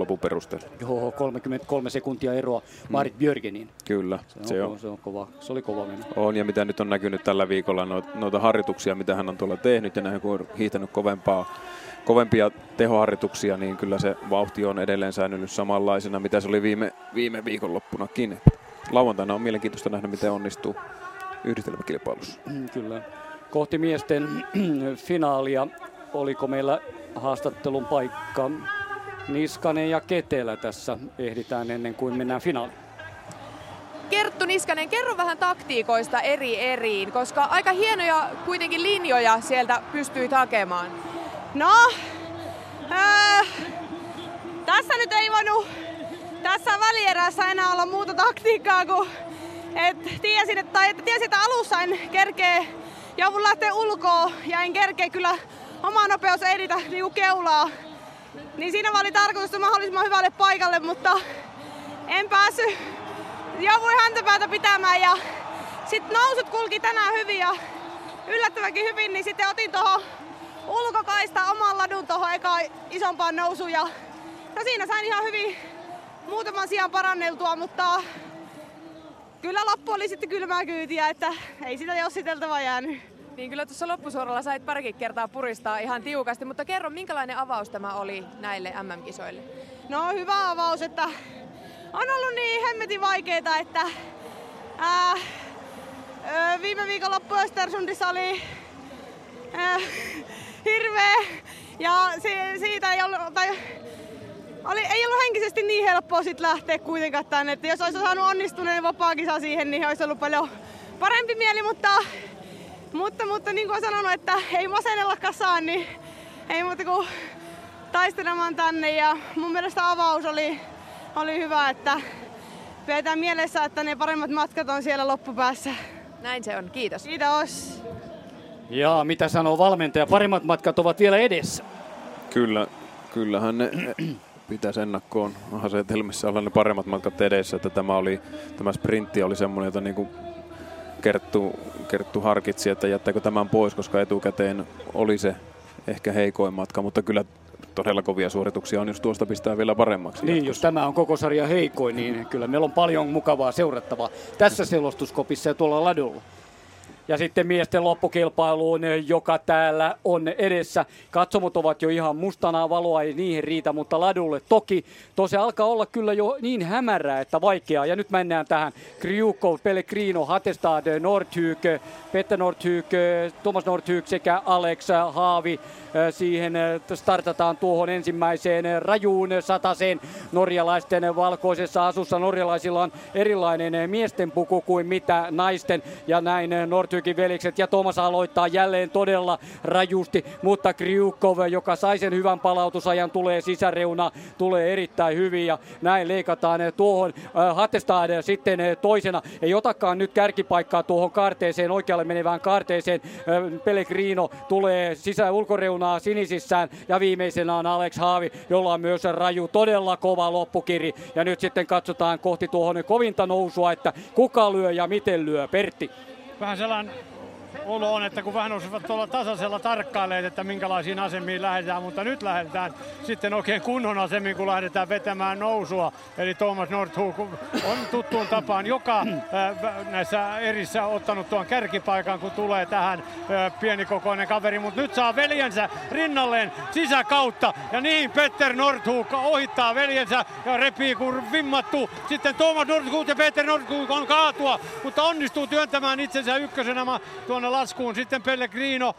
lopun perusteella. Joo, 33 sekuntia eroa Marit Björgeniin. Kyllä, se on kova. Se oli kova meno. On, ja mitä nyt on näkynyt tällä viikolla, noita harjoituksia, mitä hän on tuolla tehnyt, ja näin kun on hiihtänyt kovempia tehoharjoituksia, niin kyllä se vauhti on edelleen säilynyt samanlaisena, mitä se oli viime viikonloppunakin. Lauantaina on mielenkiintoista nähdä, miten onnistuu yhdistelmäkilpailussa. Kyllä. Kohti miesten finaalia. Oliko meillä haastattelun paikka? Niskanen ja Ketelä tässä ehditään ennen kuin mennään finaaliin. Kerttu Niskanen, kerro vähän taktiikoista eri eriin, koska aika hienoja kuitenkin linjoja sieltä pystyit hakemaan. No, tässä nyt ei voinut tässä välierässä enää olla muuta taktiikkaa kuin tiesin, että alussa en kerkeä joudun lähteä ulkoa ja en kerkeä kyllä oma nopeus edetä niinku keulaa. Niin siinä oli tarkoitus mahdollisimman hyvälle paikalle, mutta en päässyt. Jouduin häntäpäätä pitämään ja sitten nousut kulki tänään hyvin ja yllättävänkin hyvin, niin sitten otin tuohon ulkokaista oman ladun tuohon eka isompaan nousuun ja no siinä sain ihan hyvin muutaman sijaan paranneltua, mutta kyllä loppu oli sitten kylmää kyytiä, että ei sitä jossiteltavaa jäänyt. Niin kyllä tuossa loppusuoralla sait parikin kertaa puristaa ihan tiukasti, mutta kerro minkälainen avaus tämä oli näille MM-kisoille? No hyvä avaus, että on ollut niin hemmetin vaikeeta, että viime viikonloppu Östersundissa oli hirveä ja siitä ei ollut, ei ollut henkisesti niin helppoa sit lähteä kuitenkaan tänne, että jos olisi saanut onnistuneen vapaakisa siihen, niin olisi ollut paljon parempi mieli, mutta niin kuin olen sanonut, että ei masennellakaan saa, niin ei muuta kuin taistelemaan tänne ja mun mielestä avaus oli hyvä, että pidetään mielessä, että ne paremmat matkat on siellä loppupäässä. Näin se on, kiitos. Kiitos. Ja mitä sanoo valmentaja, paremmat matkat ovat vielä edessä. Kyllähän ne pitäisi ennakkoon asetelmissa olla ne paremmat matkat edessä, että tämä sprintti oli semmoinen, jota niinku Kerttu harkitsi, että jättääkö tämän pois, koska etukäteen oli se ehkä heikoin matka, mutta kyllä todella kovia suorituksia on, jos tuosta pistää vielä paremmaksi. Niin, jos tämä on koko sarja heikoin, niin kyllä meillä on paljon mukavaa seurattavaa tässä selostuskopissa ja tuolla ladulla. Ja sitten miesten loppukilpailuun, joka täällä on edessä. Katsomot ovat jo ihan mustana, valoa ei niihin riitä, mutta ladulle toki. Se alkaa olla kyllä jo niin hämärää, että vaikeaa. Ja nyt mennään tähän Kryukov, Pellegrino, Hattestad, Nordhug, Petter Nordhug, Thomas Nordhug sekä Alex Haavi. Siihen startataan tuohon ensimmäiseen rajuun sataseen norjalaisten valkoisessa asussa. Norjalaisilla on erilainen miesten puku kuin mitä naisten ja näin Nordhugin velikset. Ja Thomas aloittaa jälleen todella rajusti, mutta Kryukov, joka sai sen hyvän palautusajan, tulee sisäreuna, tulee erittäin hyvin ja näin leikataan tuohon. Hattestad sitten toisena, ei otakaan nyt kärkipaikkaa tuohon kaarteeseen, oikealle menevään kaarteeseen. Pellegrino tulee ulkoreunaa sinisissään ja viimeisenä on Alex Haavi, jolla on myös raju, todella kova loppukiri. Ja nyt sitten katsotaan kohti tuohon kovinta nousua, että kuka lyö ja miten lyö. Pertti. Vähän sellainen olo on, että kun vähän olisivat tuolla tasaisella tarkkaileet, että minkälaisiin asemiin lähdetään, mutta nyt lähdetään sitten oikein kunnon asemiin, kun lähdetään vetämään nousua. Eli Thomas Nordhug on tuttuun tapaan joka näissä erissä ottanut tuon kärkipaikan, kun tulee tähän pienikokoinen kaveri, mutta nyt saa veljensä rinnalleen sisäkautta ja niin Petter Nordhug ohittaa veljensä ja repii kun vimmattu. Sitten Thomas Nordhug ja Petter Nordhug on kaatua, mutta onnistuu työntämään itsensä ykkösenä tuonne laskuun. Sitten Pellegrino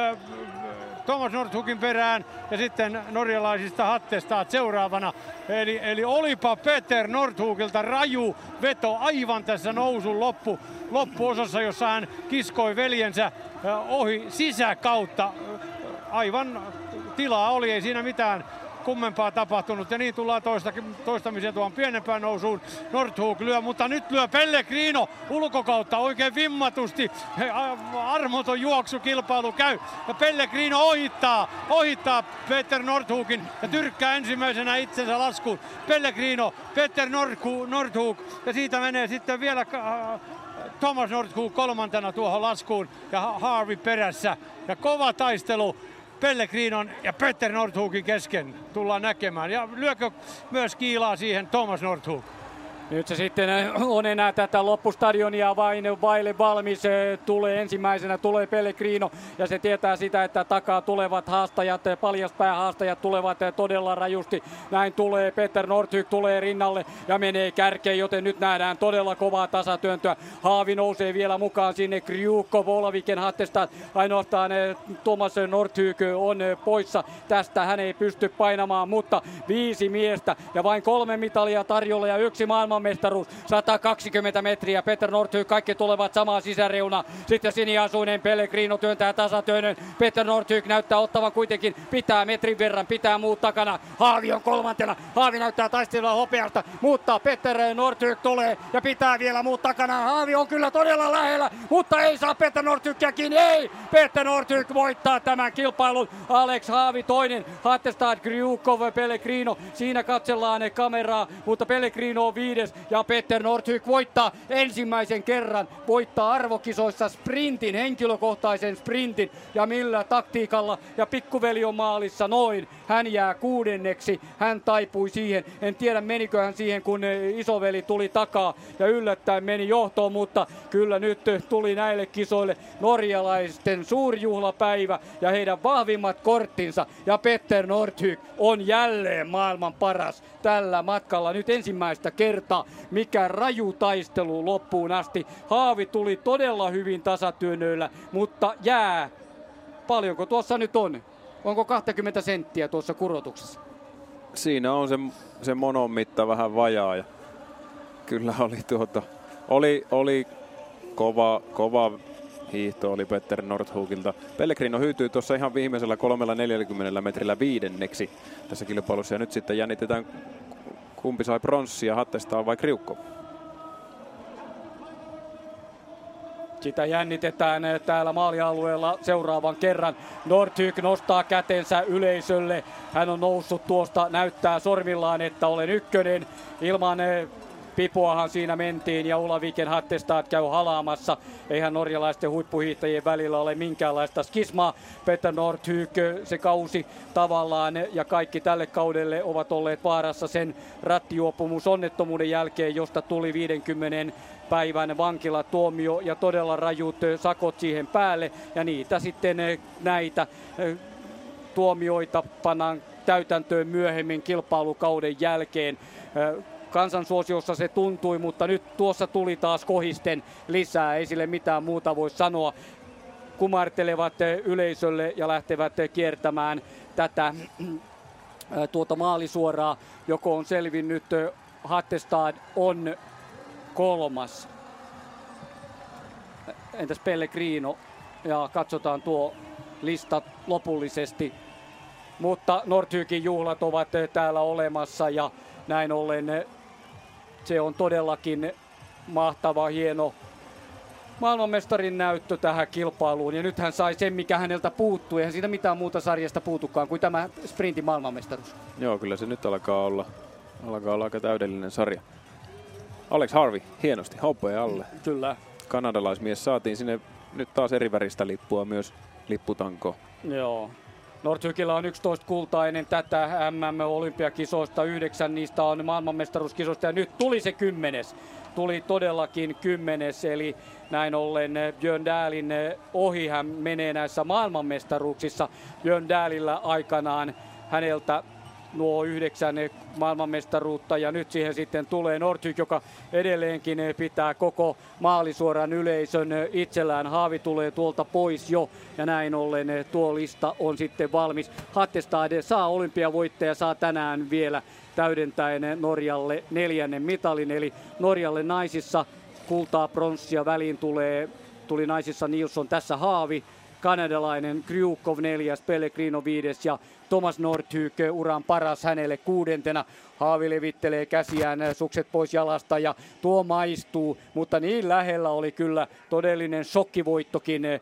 Thomas Nordhugin perään ja sitten norjalaisista Hattestad seuraavana. Eli olipa Petter Nordhugilta raju veto aivan tässä nousun loppuosassa, jossa hän kiskoi veljensä ohi sisäkautta. Aivan tilaa oli, ei siinä mitään kummempaa tapahtunut ja niin tullaan toistamiseen tuon pienempään nousuun. Nordhug lyö, mutta nyt lyö Pellegrino ulkokautta oikein vimmatusti. Armoton juoksukilpailu käy ja Pellegrino ohittaa Petter Nordhugin ja tyrkkää ensimmäisenä itsensä laskuun. Pellegrino, Petter Nordhug ja siitä menee sitten vielä Thomas Nordhug kolmantena tuohon laskuun ja Harvey perässä ja kova taistelu Pellegrinon ja Petter Nordhugin kesken tullaan näkemään. Ja lyökö myös kiilaa siihen Thomas Nordhug? Nyt se sitten on enää tätä loppustadionia vaille valmis. Ensimmäisenä tulee Pellegrino ja se tietää sitä, että takaa tulevat haastajat, paljaspäähaastajat tulevat todella rajusti. Näin tulee Petter Nordhug tulee rinnalle ja menee kärkeen, joten nyt nähdään todella kovaa tasatyöntöä. Haavi nousee vielä mukaan sinne, Kryukko, Volviken, Hattestad. Ainoastaan Thomas Nordhug on poissa tästä, hän ei pysty painamaan, mutta 5 miestä ja vain 3 mitalia tarjolla ja 1 maailmanmestaruus, 120 metriä. Petter Nordhug, kaikki tulevat samaan sisäreunaan. Sitten siniasuinen Pellegrino työntää tasatyönnön. Petter Nordhug näyttää ottavan kuitenkin, pitää metrin verran, pitää muut takana. Haavi on kolmantena, Haavi näyttää taistelua hopeasta, mutta Petter Nordhug tulee ja pitää vielä muut takana. Haavi on kyllä todella lähellä, mutta ei saa Petter Nordhugia kiinni, ei! Petter Nordhug voittaa tämän kilpailun. Alex Haavi toinen, Hattestad, Kryukov, Pellegrino. Siinä katsellaan kameraa, mutta Pellegrino on 5. ja Petter Nordhug voittaa ensimmäisen kerran, voittaa arvokisoissa sprintin, henkilökohtaisen sprintin ja millä taktiikalla ja pikkuveli on maalissa noin. Hän jää 6. hän taipui siihen, en tiedä menikö hän siihen kun isoveli tuli takaa ja yllättäen meni johtoon, mutta kyllä nyt tuli näille kisoille norjalaisten suurjuhlapäivä ja heidän vahvimmat korttinsa ja Petter Nordhug on jälleen maailman paras tällä matkalla nyt ensimmäistä kertaa. Mikä raju taistelu loppuun asti. Haavi tuli todella hyvin tasatyönnöillä, mutta jää. Paljonko tuossa nyt on? Onko 20 senttiä tuossa kurotuksessa? Siinä on se monon mitta vähän vajaa ja kyllä oli kova hiihto oli Petter Nordhugilta. Pellegrino hyytyy tuossa ihan viimeisellä 340 metrillä 5. tässä kilpailussa ja nyt sitten jännitetään kumpi sai pronssia, Hattestad vai Kryukko. Sitä jännitetään täällä maalialueella seuraavan kerran. Nordhug nostaa kätensä yleisölle. Hän on noussut tuosta, näyttää sormillaan, että olen ykkönen. Ilman pipoahan siinä mentiin ja Olaviken Hattestad käy halaamassa. Eihän norjalaisten huippuhiihtäjien välillä ole minkäänlaista skismaa. Petter Nordhug, se kausi tavallaan ja kaikki tälle kaudelle ovat olleet vaarassa sen rattijuopumusonnettomuuden jälkeen, josta tuli 50 päivän vankilatuomio ja todella rajut sakot siihen päälle. Ja niitä sitten näitä tuomioita pannaan täytäntöön myöhemmin kilpailukauden jälkeen. Kansansuosiossa se tuntui, mutta nyt tuossa tuli taas kohisten lisää. Ei sille mitään muuta voi sanoa. Kumartelevat yleisölle ja lähtevät kiertämään tätä tuota maalisuoraa, joko on selvinnyt. Hattestad on 3. Entäs Pellegrino? Ja katsotaan tuo lista lopullisesti. Mutta Nordhugin juhlat ovat täällä olemassa ja näin ollen se on todellakin mahtava, hieno maailmanmestarin näyttö tähän kilpailuun. Ja nyt hän sai sen, mikä häneltä puuttui. Eihän siitä mitään muuta sarjasta puutukaan kuin tämä sprintin maailmanmestaruus. Joo, kyllä se nyt alkaa olla aika täydellinen sarja. Alex Harvey, hienosti, hopea alle. Kyllä. Kanadalaismies saatiin sinne nyt taas eri väristä lippua myös lipputanko. Joo. Nordhugilla on 11 kultaa ennen tätä MM-olympiakisoista, 9 niistä on maailmanmestaruuskisoista ja nyt tuli se 10. Tuli todellakin 10, eli näin ollen Björn Dahlin ohi hän menee näissä maailmanmestaruuksissa. Björn Dahlilla aikanaan häneltä nuo 9 maailmanmestaruutta ja nyt siihen sitten tulee Nordhug, joka edelleenkin pitää koko maalisuoran yleisön itsellään. Haavi tulee tuolta pois jo ja näin ollen tuo lista on sitten valmis. Hattestad saa olympiavoittaja, saa tänään vielä täydentäen Norjalle 4. mitalin, eli Norjalle naisissa kultaa, pronssia, väliin tuli naisissa Nilsson, tässä Haavi, kanadalainen Kryukov 4, Pellegrino 5 ja Thomas Nordhug uran paras hänelle 6. Haavi levittelee käsiään, sukset pois jalasta ja tuo maistuu, mutta niin lähellä oli kyllä todellinen shokkivoittokin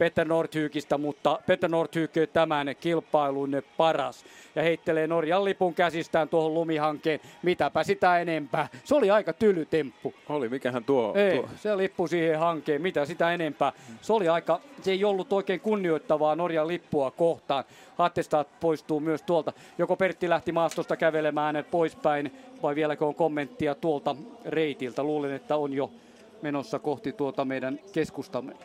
Petter Northugista, mutta Petter Northug tämän kilpailun paras. Ja heittelee Norjan lipun käsistään tuohon lumihankeen. Mitäpä sitä enempää. Se oli aika tyly temppu. Oli, mikähän tuo? Se lippu siihen hankeen, mitä sitä enempää. Se ei ollut oikein kunnioittavaa Norjan lippua kohtaan. Hattestad poistuu myös tuolta. Joko Pertti lähti maastosta kävelemään poispäin, vai vieläkö on kommenttia tuolta reitiltä? Luulen, että on jo menossa kohti tuota meidän keskustamme.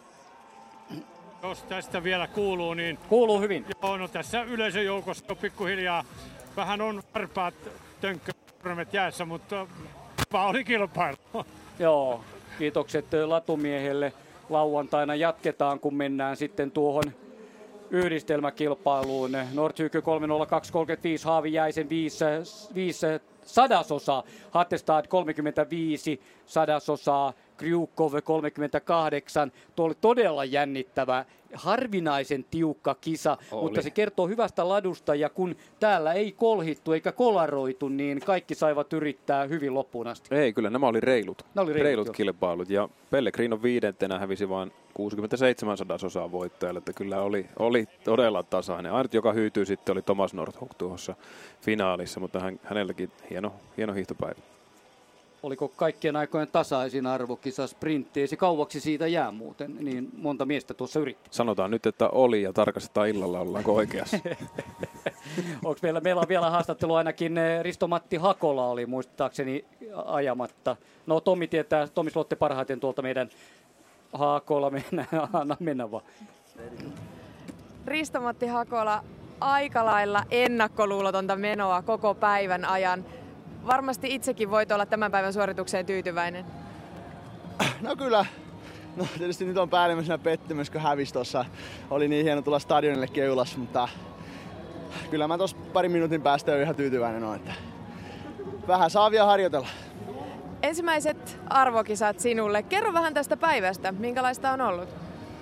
Jos tästä vielä kuuluu, niin... Kuuluu hyvin. Joo, no tässä yleisöjoukossa on pikkuhiljaa vähän on varpaat tönkkösormet jäässä, mutta oli kilpailu. Joo, kiitokset latumiehelle. Lauantaina jatketaan, kun mennään sitten tuohon yhdistelmäkilpailuun. Northug 3:02.35, Haavijäisen 5 sadasosaa, Hattestad 35 sadasosaa, Kryukov 38. Tuo oli todella jännittävä, harvinaisen tiukka kisa, mutta se kertoo hyvästä ladusta, ja kun täällä ei kolhittu eikä kolaroitu, niin kaikki saivat yrittää hyvin loppuun asti. Ei, kyllä nämä oli reilut reilut kilpailut, ja Pellegrino 5. hävisi vain 67 sadasosaa voittajalle, että kyllä oli todella tasainen. Ainut, joka hyytyi sitten, oli Thomas Northug tuossa finaalissa, mutta hänelläkin hieno hiihtopäivä. Oliko kaikkien aikojen tasaisin arvokisa sprintti? Ei se kauaksi siitä jää muuten, niin monta miestä tuossa yritti. Sanotaan nyt, että oli, ja tarkastetaan illalla, ollaanko oikeassa. Meillä on vielä haastattelu, ainakin Risto-Matti Hakola oli muistaakseni ajamatta. No Tommi Slotte parhaiten tuolta meidän Hakola, anna mennä vaan. Risto-Matti Hakola, aika lailla ennakkoluulotonta menoa koko päivän ajan. Varmasti itsekin voit olla tämän päivän suoritukseen tyytyväinen. No kyllä. No tietysti nyt on päällimmäisenä pettymys, kun hävisi tuossa. Oli niin hieno tulla stadionille keulas, mutta kyllä mä tuossa parin minuutin päästä jo ihan tyytyväinen on, että vähän saa vielä harjoitella. Ensimmäiset arvokisat sinulle. Kerro vähän tästä päivästä. Minkälaista on ollut?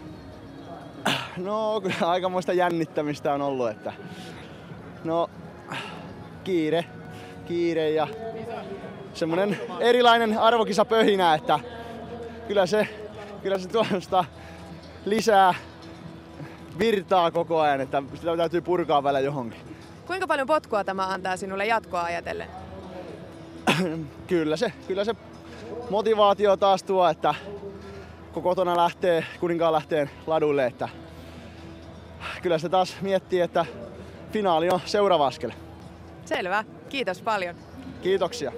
No kyllä aikamoista jännittämistä on ollut, että no kiire ja semmonen erilainen arvokisapöhinä, että kyllä se tuosta lisää virtaa koko ajan, että sitä täytyy purkaa välillä johonkin. Kuinka paljon potkua tämä antaa sinulle jatkoa ajatellen? Kyllä se motivaatio taas tuo, että kun kotona lähtee Kuninkaanlähteen ladulle, että kyllä se taas miettii, että finaali on seuraava askel. Selvä. Kiitos paljon. Kiitoksia.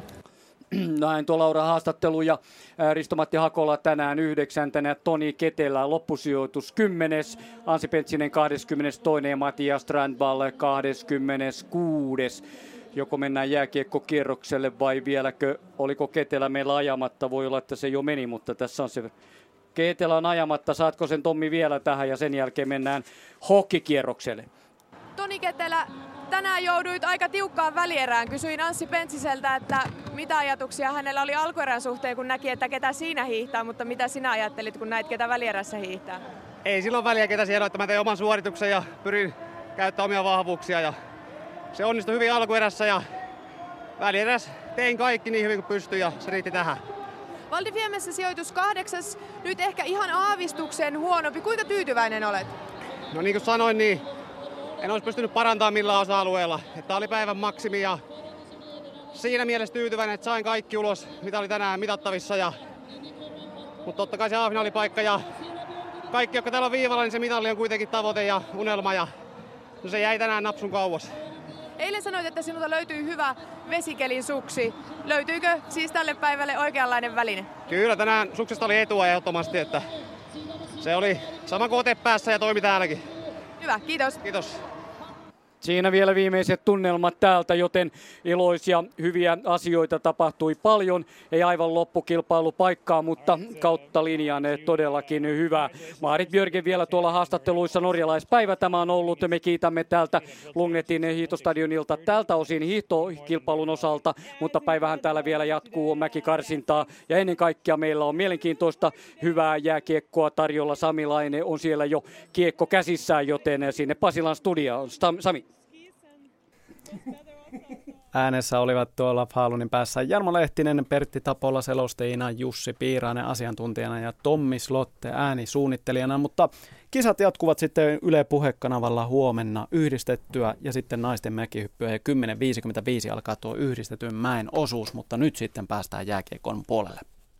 Näin tuo Laura haastattelu, ja Risto-Matti Hakola tänään 9. Toni Ketelä loppusijoitus 10. Anssi Pentsinen 22. ja Matias Strandvall 26. Joko mennään jääkiekkokierrokselle vai vieläkö, oliko Ketelä meillä ajamatta? Voi olla, että se jo meni, mutta tässä on se. Ketelä on ajamatta, saatko sen Tommi vielä tähän, ja sen jälkeen mennään hokkikierrokselle. Toni Ketelä, tänään jouduit aika tiukkaan välierään. Kysyin Anssi Pentsiseltä, että mitä ajatuksia hänellä oli alkuerän suhteen, kun näki, että ketä siinä hiihtää, mutta mitä sinä ajattelit, kun näit, ketä välierässä hiihtää? Ei silloin väliä, ketä siellä on, että mä tein oman suorituksen ja pyrin käyttämään omia vahvuuksia. Ja se onnistui hyvin alkuerässä, ja välierässä tein kaikki niin hyvin kuin pystyin, ja se riitti tähän. Val di Fiemmessä sijoitus 8, nyt ehkä ihan aavistuksen huonompi. Kuinka tyytyväinen olet? No niin kuin sanoin, niin en olisi pystynyt parantamaan millään osa-alueella. Tämä oli päivän maksimi, ja siinä mielessä tyytyväinen, että sain kaikki ulos, mitä oli tänään mitattavissa. Mutta totta kai se A-finaalipaikka ja kaikki, jotka täällä on viivalla, niin se mitalli on kuitenkin tavoite ja unelma. Ja no se jäi tänään napsun kauas. Eilen sanoit, että sinulta löytyy hyvä vesikelin suksi. Löytyykö siis tälle päivälle oikeanlainen väline? Kyllä, tänään suksesta oli etua ehdottomasti, että se oli sama kuin ote päässä ja toimi täälläkin. Hyvä, kiitos. Kiitos. Siinä vielä viimeiset tunnelmat täältä, joten iloisia, hyviä asioita tapahtui paljon. Ei aivan loppukilpailupaikkaa, mutta kautta linjan todellakin hyvä. Maarit Björgen vielä tuolla haastatteluissa, norjalaispäivä tämä on ollut. Me kiitämme täältä Lugnetin hiihtostadionilta tältä osin hiihtokilpailun osalta, mutta päivähän täällä vielä jatkuu, on mäkikarsintaa. Ja ennen kaikkea meillä on mielenkiintoista, hyvää jääkiekkoa tarjolla. Sami Laine on siellä jo kiekko käsissään, joten sinne Pasilan studioon. Sami. Äänessä olivat tuolla Falunin päässä Jarmo Lehtinen, Pertti Tapola selostajina, Jussi Piirainen asiantuntijana ja Tommi Slotte äänisuunnittelijana, mutta kisat jatkuvat sitten Yle Puhekanavalla huomenna yhdistettyä ja sitten naisten mäkihyppyä ja 10.55 alkaa tuo yhdistetyn mäen osuus, mutta nyt sitten päästään jääkiekon puolelle.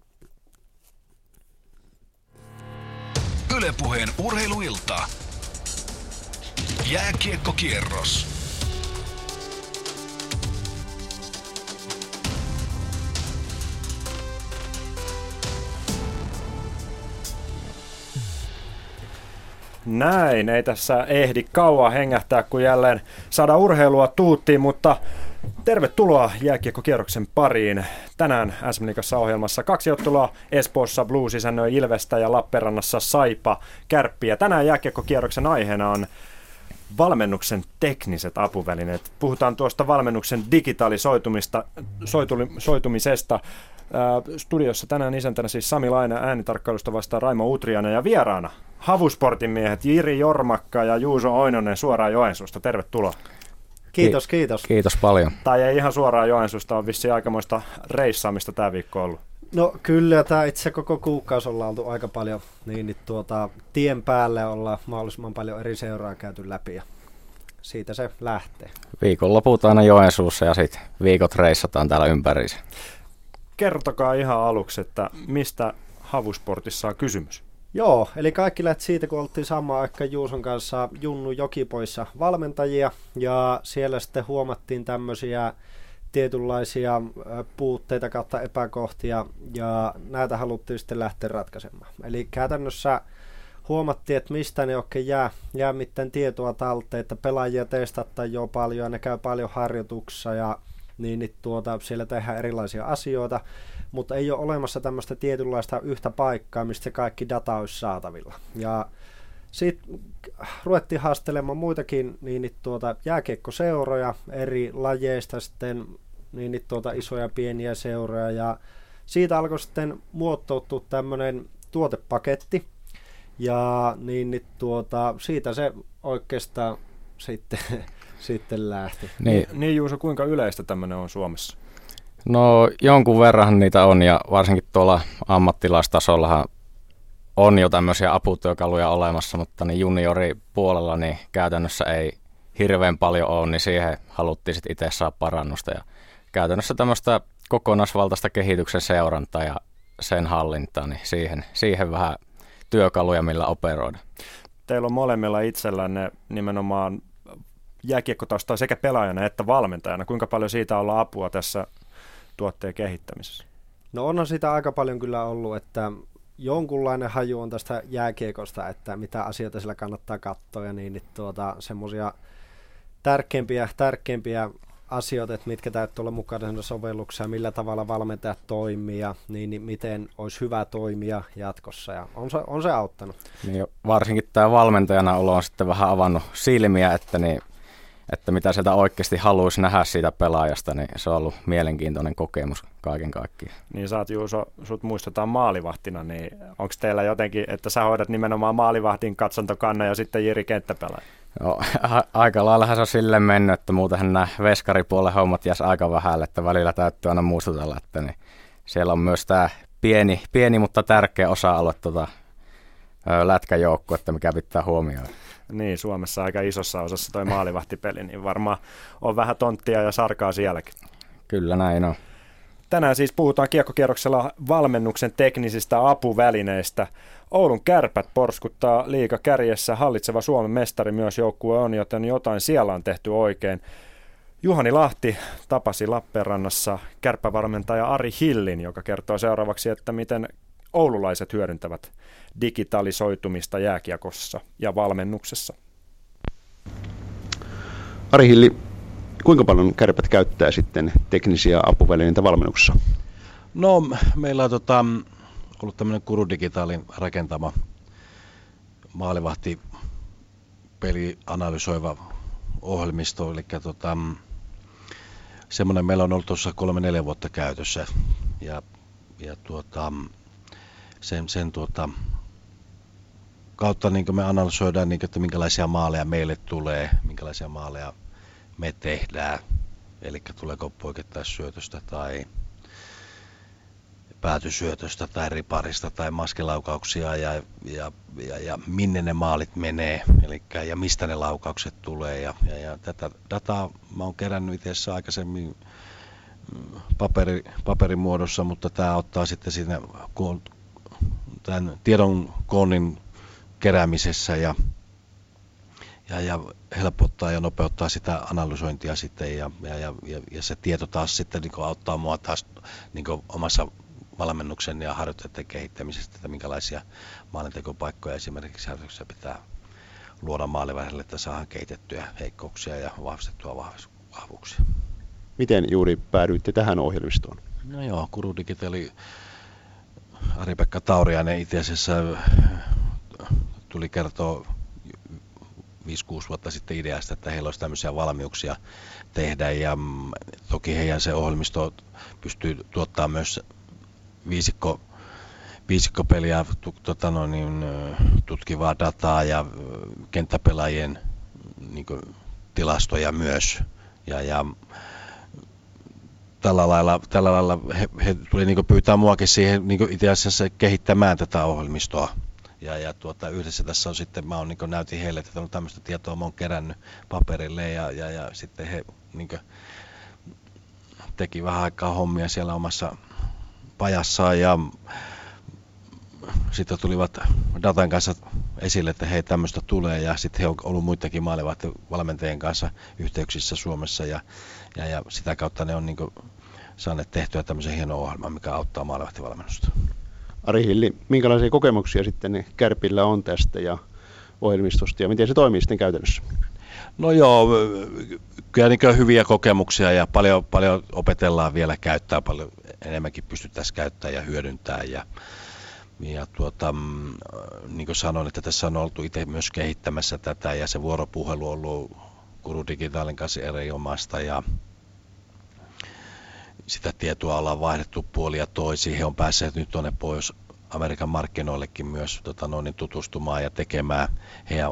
Yle Puheen urheiluilta. Jääkiekkokierros. Näin, ei tässä ehdi kauan hengähtää, kun jälleen saada urheilua tuuttiin, mutta tervetuloa jääkiekkokierroksen pariin. Tänään SM Liigassa ohjelmassa 2 ottelua. Espoossa Blues isännöi Ilvestä ja Lappeenrannassa Saipa Kärppiä. Tänään jääkiekkokierroksen aiheena on valmennuksen tekniset apuvälineet. Puhutaan tuosta valmennuksen digitalisoitumisesta. Studiossa tänään isäntänä siis Sami Laine, äänitarkkailusta vastaa Raimo Utriainen ja vieraana Havusportin miehet Jiri Jormakka ja Juuso Oinonen suoraan Joensuusta. Tervetuloa. Kiitos, kiitos. Kiitos paljon. Tai ei ihan suoraan Joensuusta, on vissiin aikamoista reissaamista tämä viikko ollut. No kyllä, tämä itse koko kuukausi ollaan oltu aika paljon tien päälle, ollaan mahdollisimman paljon eri seuraa käyty läpi ja siitä se lähtee. Viikonloput aina Joensuussa ja sitten viikot reissataan täällä ympäriinsä. Kertokaa ihan aluksi, että mistä Havusportissa on kysymys? Joo, eli kaikki lähti siitä, kun oltiin samaan aikaan Juuson kanssa Junnu Jokipoissa valmentajia ja siellä sitten huomattiin tämmöisiä tietynlaisia puutteita kautta epäkohtia ja näitä haluttiin sitten lähteä ratkaisemaan. Eli käytännössä huomattiin, että mistä ne oikein jää mitään tietoa talteen, että pelaajia testataan jo paljon ja ne käy paljon harjoituksissa ja siellä tehdään erilaisia asioita, mutta ei ole olemassa tämmöistä tietynlaista yhtä paikkaa, mistä kaikki data olisi saatavilla. Ja sitten ruvettiin haastelemaan muitakin jääkiekkoseuroja eri lajeista, sitten isoja pieniä seuroja, ja siitä alkoi sitten muotoutua tämmöinen tuotepaketti, ja siitä se oikeastaan sitten lähti. Niin Juuso, kuinka yleistä tämmöinen on Suomessa? No jonkun verran niitä on ja varsinkin tuolla ammattilaistasollahan on jo tämmöisiä aputyökaluja olemassa, mutta niin junioripuolella niin käytännössä ei hirveän paljon ole, niin siihen haluttiin sitten itse saada parannusta ja käytännössä tämmöistä kokonaisvaltaista kehityksen seurantaa ja sen hallintaa, niin siihen vähän työkaluja, millä operoida. Teillä on molemmilla itsellänne nimenomaan jääkiekkotaustaa sekä pelaajana että valmentajana. Kuinka paljon siitä on apua tässä tuotteen kehittämisessä? No onhan sitä aika paljon kyllä ollut, että jonkunlainen haju on tästä jääkiekosta, että mitä asioita sillä kannattaa katsoa ja semmoisia tärkeimpiä asioita, että mitkä täytyy olla mukana sovelluksessa, millä tavalla valmentajat toimii ja niin miten olisi hyvä toimia jatkossa ja on se auttanut. Niin varsinkin tämä valmentajana olo on sitten vähän avannut silmiä, että mitä sieltä oikeasti haluaisi nähdä siitä pelaajasta, niin se on ollut mielenkiintoinen kokemus kaiken kaikkiaan. Niin sä oot Juuso, sut muistetaan maalivahtina, niin onko teillä jotenkin, että sä hoidat nimenomaan maalivahdin katsontokannan ja sitten Jiri kenttäpelaaja? No, aika laillahan se on silleen mennyt, että muutenhan nämä veskaripuolen hommat jäisi aika vähälle, että välillä täytyy aina muistutella, että niin siellä on myös tämä pieni mutta tärkeä osa-alue lätkäjoukku, että mikä pitää huomioida. Niin, Suomessa aika isossa osassa toi maalivahtipeli, niin varmaan on vähän tonttia ja sarkaa sielläkin. Kyllä näin on. Tänään siis puhutaan kiekkokierroksella valmennuksen teknisistä apuvälineistä. Oulun Kärpät porskuttaa liigakärjessä, hallitseva Suomen mestari myös joukkue on, joten jotain siellä on tehty oikein. Juhani Lahti tapasi Lappeenrannassa kärppävalmentaja Ari Hillin, joka kertoo seuraavaksi, että miten oululaiset hyödyntävät digitalisoitumista jääkiekossa ja valmennuksessa. Ari Hilli, kuinka paljon Kärpät käyttää sitten teknisiä apuvälineitä valmennuksessa? No, meillä on ollut tämmöinen Kuru Digitaalin rakentama maalivahtipeli analysoiva ohjelmisto, eli semmoinen meillä on ollut tuossa 3-4 vuotta käytössä ja sen kautta niin me analysoidaan, niin, että minkälaisia maaleja meille tulee, minkälaisia maaleja me tehdään eli tuleeko poikittaisyötöstä tai päätysyötöstä tai riparista tai maskilaukauksia ja minne ne maalit menee, ja mistä ne laukaukset tulee. Ja tätä dataa mä oon kerännyt itse asiassa aikaisemmin paperimuodossa, mutta tämä ottaa sitten siinä tämän tiedon koonnin keräämisessä ja helpottaa ja nopeuttaa sitä analysointia sitten ja se tieto taas sitten niin auttaa mua taas niin omassa valmennuksen ja harjoitteiden kehittämisestä, että minkälaisia maalintekopaikkoja esimerkiksi harjoituksessa pitää luoda maalivahdelle, että saadaan kehitettyä heikkouksia ja vahvistettua vahvuuksia. Miten juuri päädyitte tähän ohjelmistoon? No joo, Guru Digitali Ari-Pekka Tauriainen itse asiassa tuli kertoa 5-6 vuotta sitten ideasta, että heillä olisi tämmöisiä valmiuksia tehdä, ja toki heidän se ohjelmisto pystyy tuottamaan myös viisikkopeliä, tutkivaa dataa ja kenttäpelaajien niin kuin, tilastoja myös. Ja tällä lailla he tuli niin kuin, pyytää muakin siihen niin itse asiassa kehittämään tätä ohjelmistoa. Ja yhdessä tässä on sitten, mä niin näytin heille, että tämmöistä tietoa mä oon kerännyt paperille ja sitten he niin kuin, teki vähän aikaa hommia siellä omassa pajassaan ja sitten tulivat datan kanssa esille, että hei, tämmöistä tulee, ja sitten he on ollut muidenkin maalivahtivalmentajien kanssa yhteyksissä Suomessa ja sitä kautta ne on niin kuin saaneet tehtyä tämmöisen hienon ohjelman, mikä auttaa maalivahtivalmennusta. Ari Hilli, minkälaisia kokemuksia sitten Kärpillä on tästä ja ohjelmistosta ja miten se toimii sitten käytännössä? No joo, kyllä niin hyviä kokemuksia ja paljon opetellaan vielä käyttää, paljon enemmänkin pystyttäisiin käyttämään ja hyödyntämään. Ja niin kuin sanoin, että tässä on oltu itse myös kehittämässä tätä ja se vuoropuhelu on ollut Guru Digitalin kanssa erinomaista ja sitä tietoa ollaan vaihdettu puolin ja toisin. He on päässeet nyt tuonne Pohjois-Amerikan markkinoillekin myös tutustumaan ja tekemään heidän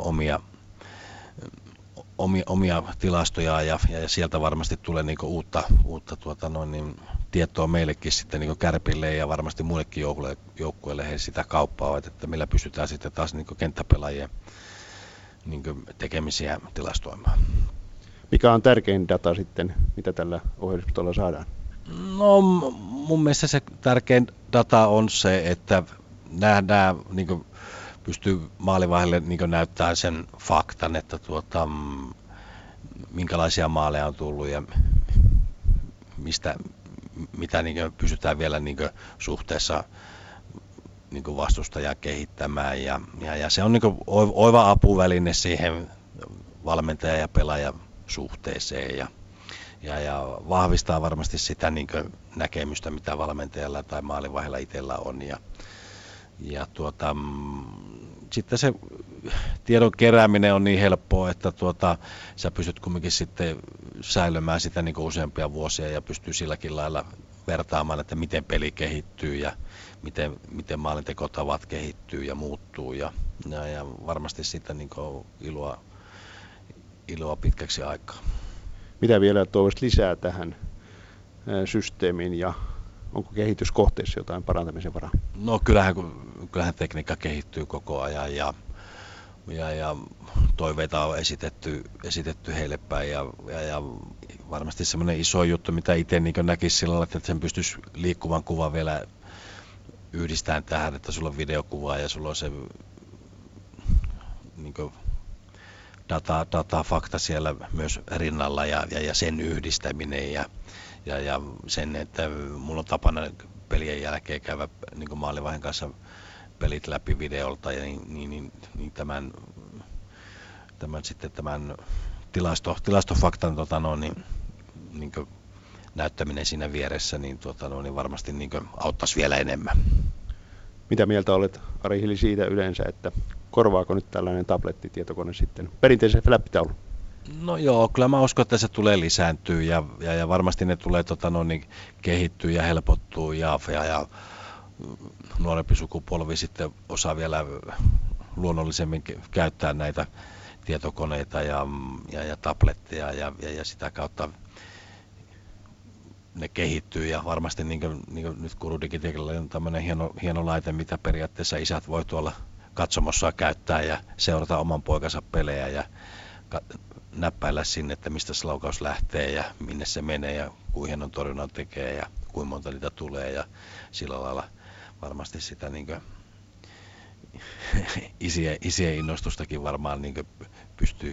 omia tilastoja ja sieltä varmasti tulee niinku uutta tietoa meillekin sitten niinku Kärpille ja varmasti muillekin joukkueille he sitä kauppaavat, että millä pystytään sitten taas niinku kenttäpelaajien niinku tekemisiä tilastoimaan. Mikä on tärkein data sitten, mitä tällä ohjelmistolla saadaan? No mun mielestä se tärkein data on se, että nämä niinku pystyy maalivahdelle niin näyttämään sen faktan, että minkälaisia maaleja on tullut ja mitä niin pystytään vielä niin suhteessa niin vastustajaa kehittämään. Ja se on niin oiva apuväline siihen valmentaja- ja pelaajasuhteeseen ja vahvistaa varmasti sitä niin näkemystä, mitä valmentajalla tai maalivahdella itsellä on. Sitten se tiedon kerääminen on niin helppoa, että sä pystyt kumminkin sitten säilymään sitä niin useampia vuosia ja pystyy silläkin lailla vertaamaan, että miten peli kehittyy ja miten maalintekotavat kehittyy ja muuttuu ja varmasti sitten niin iloa pitkäksi aikaa. Mitä vielä toivoisit lisää tähän systeemiin ja onko kehityskohteessa jotain parantamisen varaa? No kyllähän tekniikka kehittyy koko ajan ja toiveita on esitetty heille päin ja varmasti semmoinen iso juttu, mitä itse niin näkisi sillä lailla, että sen pystyisi liikkuvan kuvan vielä yhdistämään tähän, että sulla on videokuvaa ja sulla on se niin data, fakta siellä myös rinnalla ja sen yhdistäminen ja sen, että mulla on tapana pelien jälkeen käydä niin maalivahdin kanssa pelit läpi videolta ja niin tämän tilastofaktan niin näyttäminen siinä vieressä niin varmasti niin auttaisi vielä enemmän. Mitä mieltä olet, Ari Hilli, siitä yleensä, että korvaako nyt tällainen tablettitietokone sitten perinteisen flappitaulun? No joo, kyllä mä uskon, että se tulee lisääntyä ja varmasti ne tulee kehittyä ja helpottua ja nuorempi sukupolvi sitten osaa vielä luonnollisemmin käyttää näitä tietokoneita ja tabletteja ja sitä kautta ne kehittyy ja varmasti niin kuin nyt Kurudigitekillä on tämmöinen hieno laite, mitä periaatteessa isät voi tuolla katsomossa käyttää ja seurata oman poikansa pelejä ja näppäillä sinne, että mistä se laukaus lähtee ja minne se menee ja kuinka hienon torjunnan tekee ja kuinka monta niitä tulee ja sillä lailla varmasti sitä niin kuin isien innostustakin varmaan niin kuin pystyy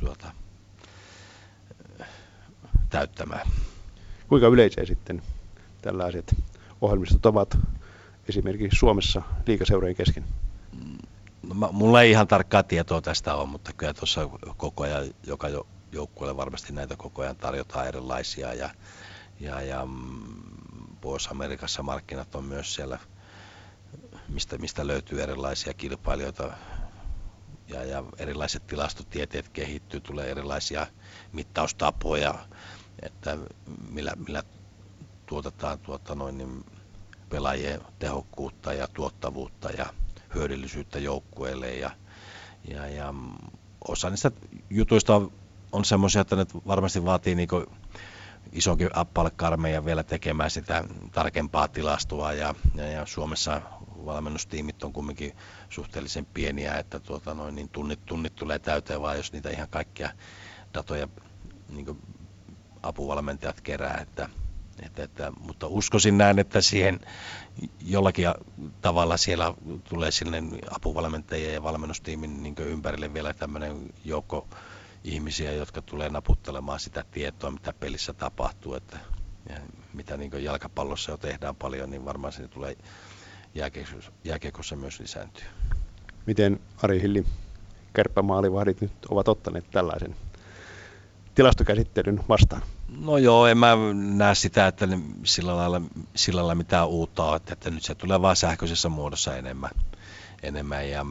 täyttämään. Kuinka yleisiä sitten tällaiset ohjelmistot ovat esimerkiksi Suomessa liigaseurojen kesken? No, mulla ei ihan tarkkaa tietoa tästä ole, mutta kyllä tuossa koko ajan joka joukkueelle varmasti näitä koko ajan tarjotaan erilaisia ja Pohjois-Amerikassa markkinat on myös siellä, mistä löytyy erilaisia kilpailijoita ja erilaiset tilastotieteet kehittyy, tulee erilaisia mittaustapoja, että millä tuotetaan pelaajien tehokkuutta ja tuottavuutta ja hyödyllisyyttä joukkueelle ja osa niistä jutuista on semmoisia, että ne varmasti vaatii niinku isonkin appalekarmeja vielä tekemään sitä tarkempaa tilastoa ja Suomessa valmennustiimit on kumminkin suhteellisen pieniä, että niin tunnit tulee täyteen vaan jos niitä ihan kaikkia datoja niin apuvalmentajat kerää, mutta uskoisin näin, että siihen jollakin tavalla siellä tulee sinne apuvalmentajien ja valmennustiimin niin ympärille vielä tämmöinen joukko ihmisiä, jotka tulee naputtelemaan sitä tietoa, mitä pelissä tapahtuu, että ja mitä niin jalkapallossa jo tehdään paljon, niin varmaan se tulee jääkiekossa myös lisääntyy. Miten Ari Hilli, kärppämaalivahdit nyt ovat ottaneet tällaisen tilastokäsittelyn vastaan? No joo, en mä näe sitä, että sillä lailla mitään uutta on, että nyt se tulee vaan sähköisessä muodossa enemmän ja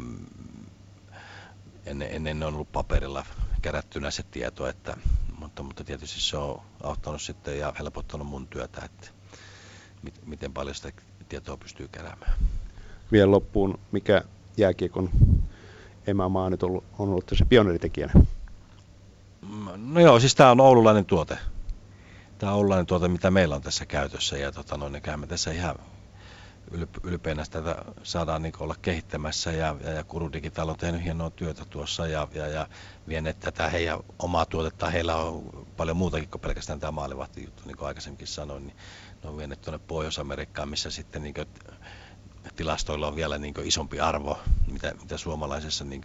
ennen on ollut paperilla kerättynä se tieto, mutta tietysti se on auttanut sitten ja helpottanut mun työtä, että miten paljon sitä tietoa pystyy keräämään. Vielä loppuun, mikä jääkiekon emämaa nyt on ollut tässä pioneeritekijänä? No joo, siis tämä on oululainen tuote. Tämä on oululainen tuote, mitä meillä on tässä käytössä ja niin käymme tässä ihan ylpeänä sitä saadaan niin olla kehittämässä ja Kurudigital on tehnyt hienoa työtä tuossa ja vieneet tätä heidän omaa tuotetta. Heillä on paljon muutakin kuin pelkästään tämä maalivahtijuttu, niin kuin aikaisemminkin sanoin, niin ne on vieneet tuonne Pohjois-Amerikkaan, missä sitten niin tilastoilla on vielä niin isompi arvo, mitä suomalaisessa niin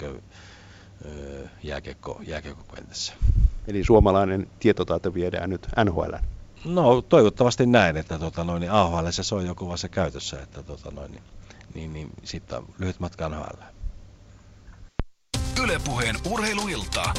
jääkiekkokentässä. Eli suomalainen tietotaito viedään nyt NHL? No toivottavasti näin, että niin AHL:ssä se on jo kuvassa käytössä, että niin sitten on lyhyt matka NHL. Yle Puheen urheiluilta.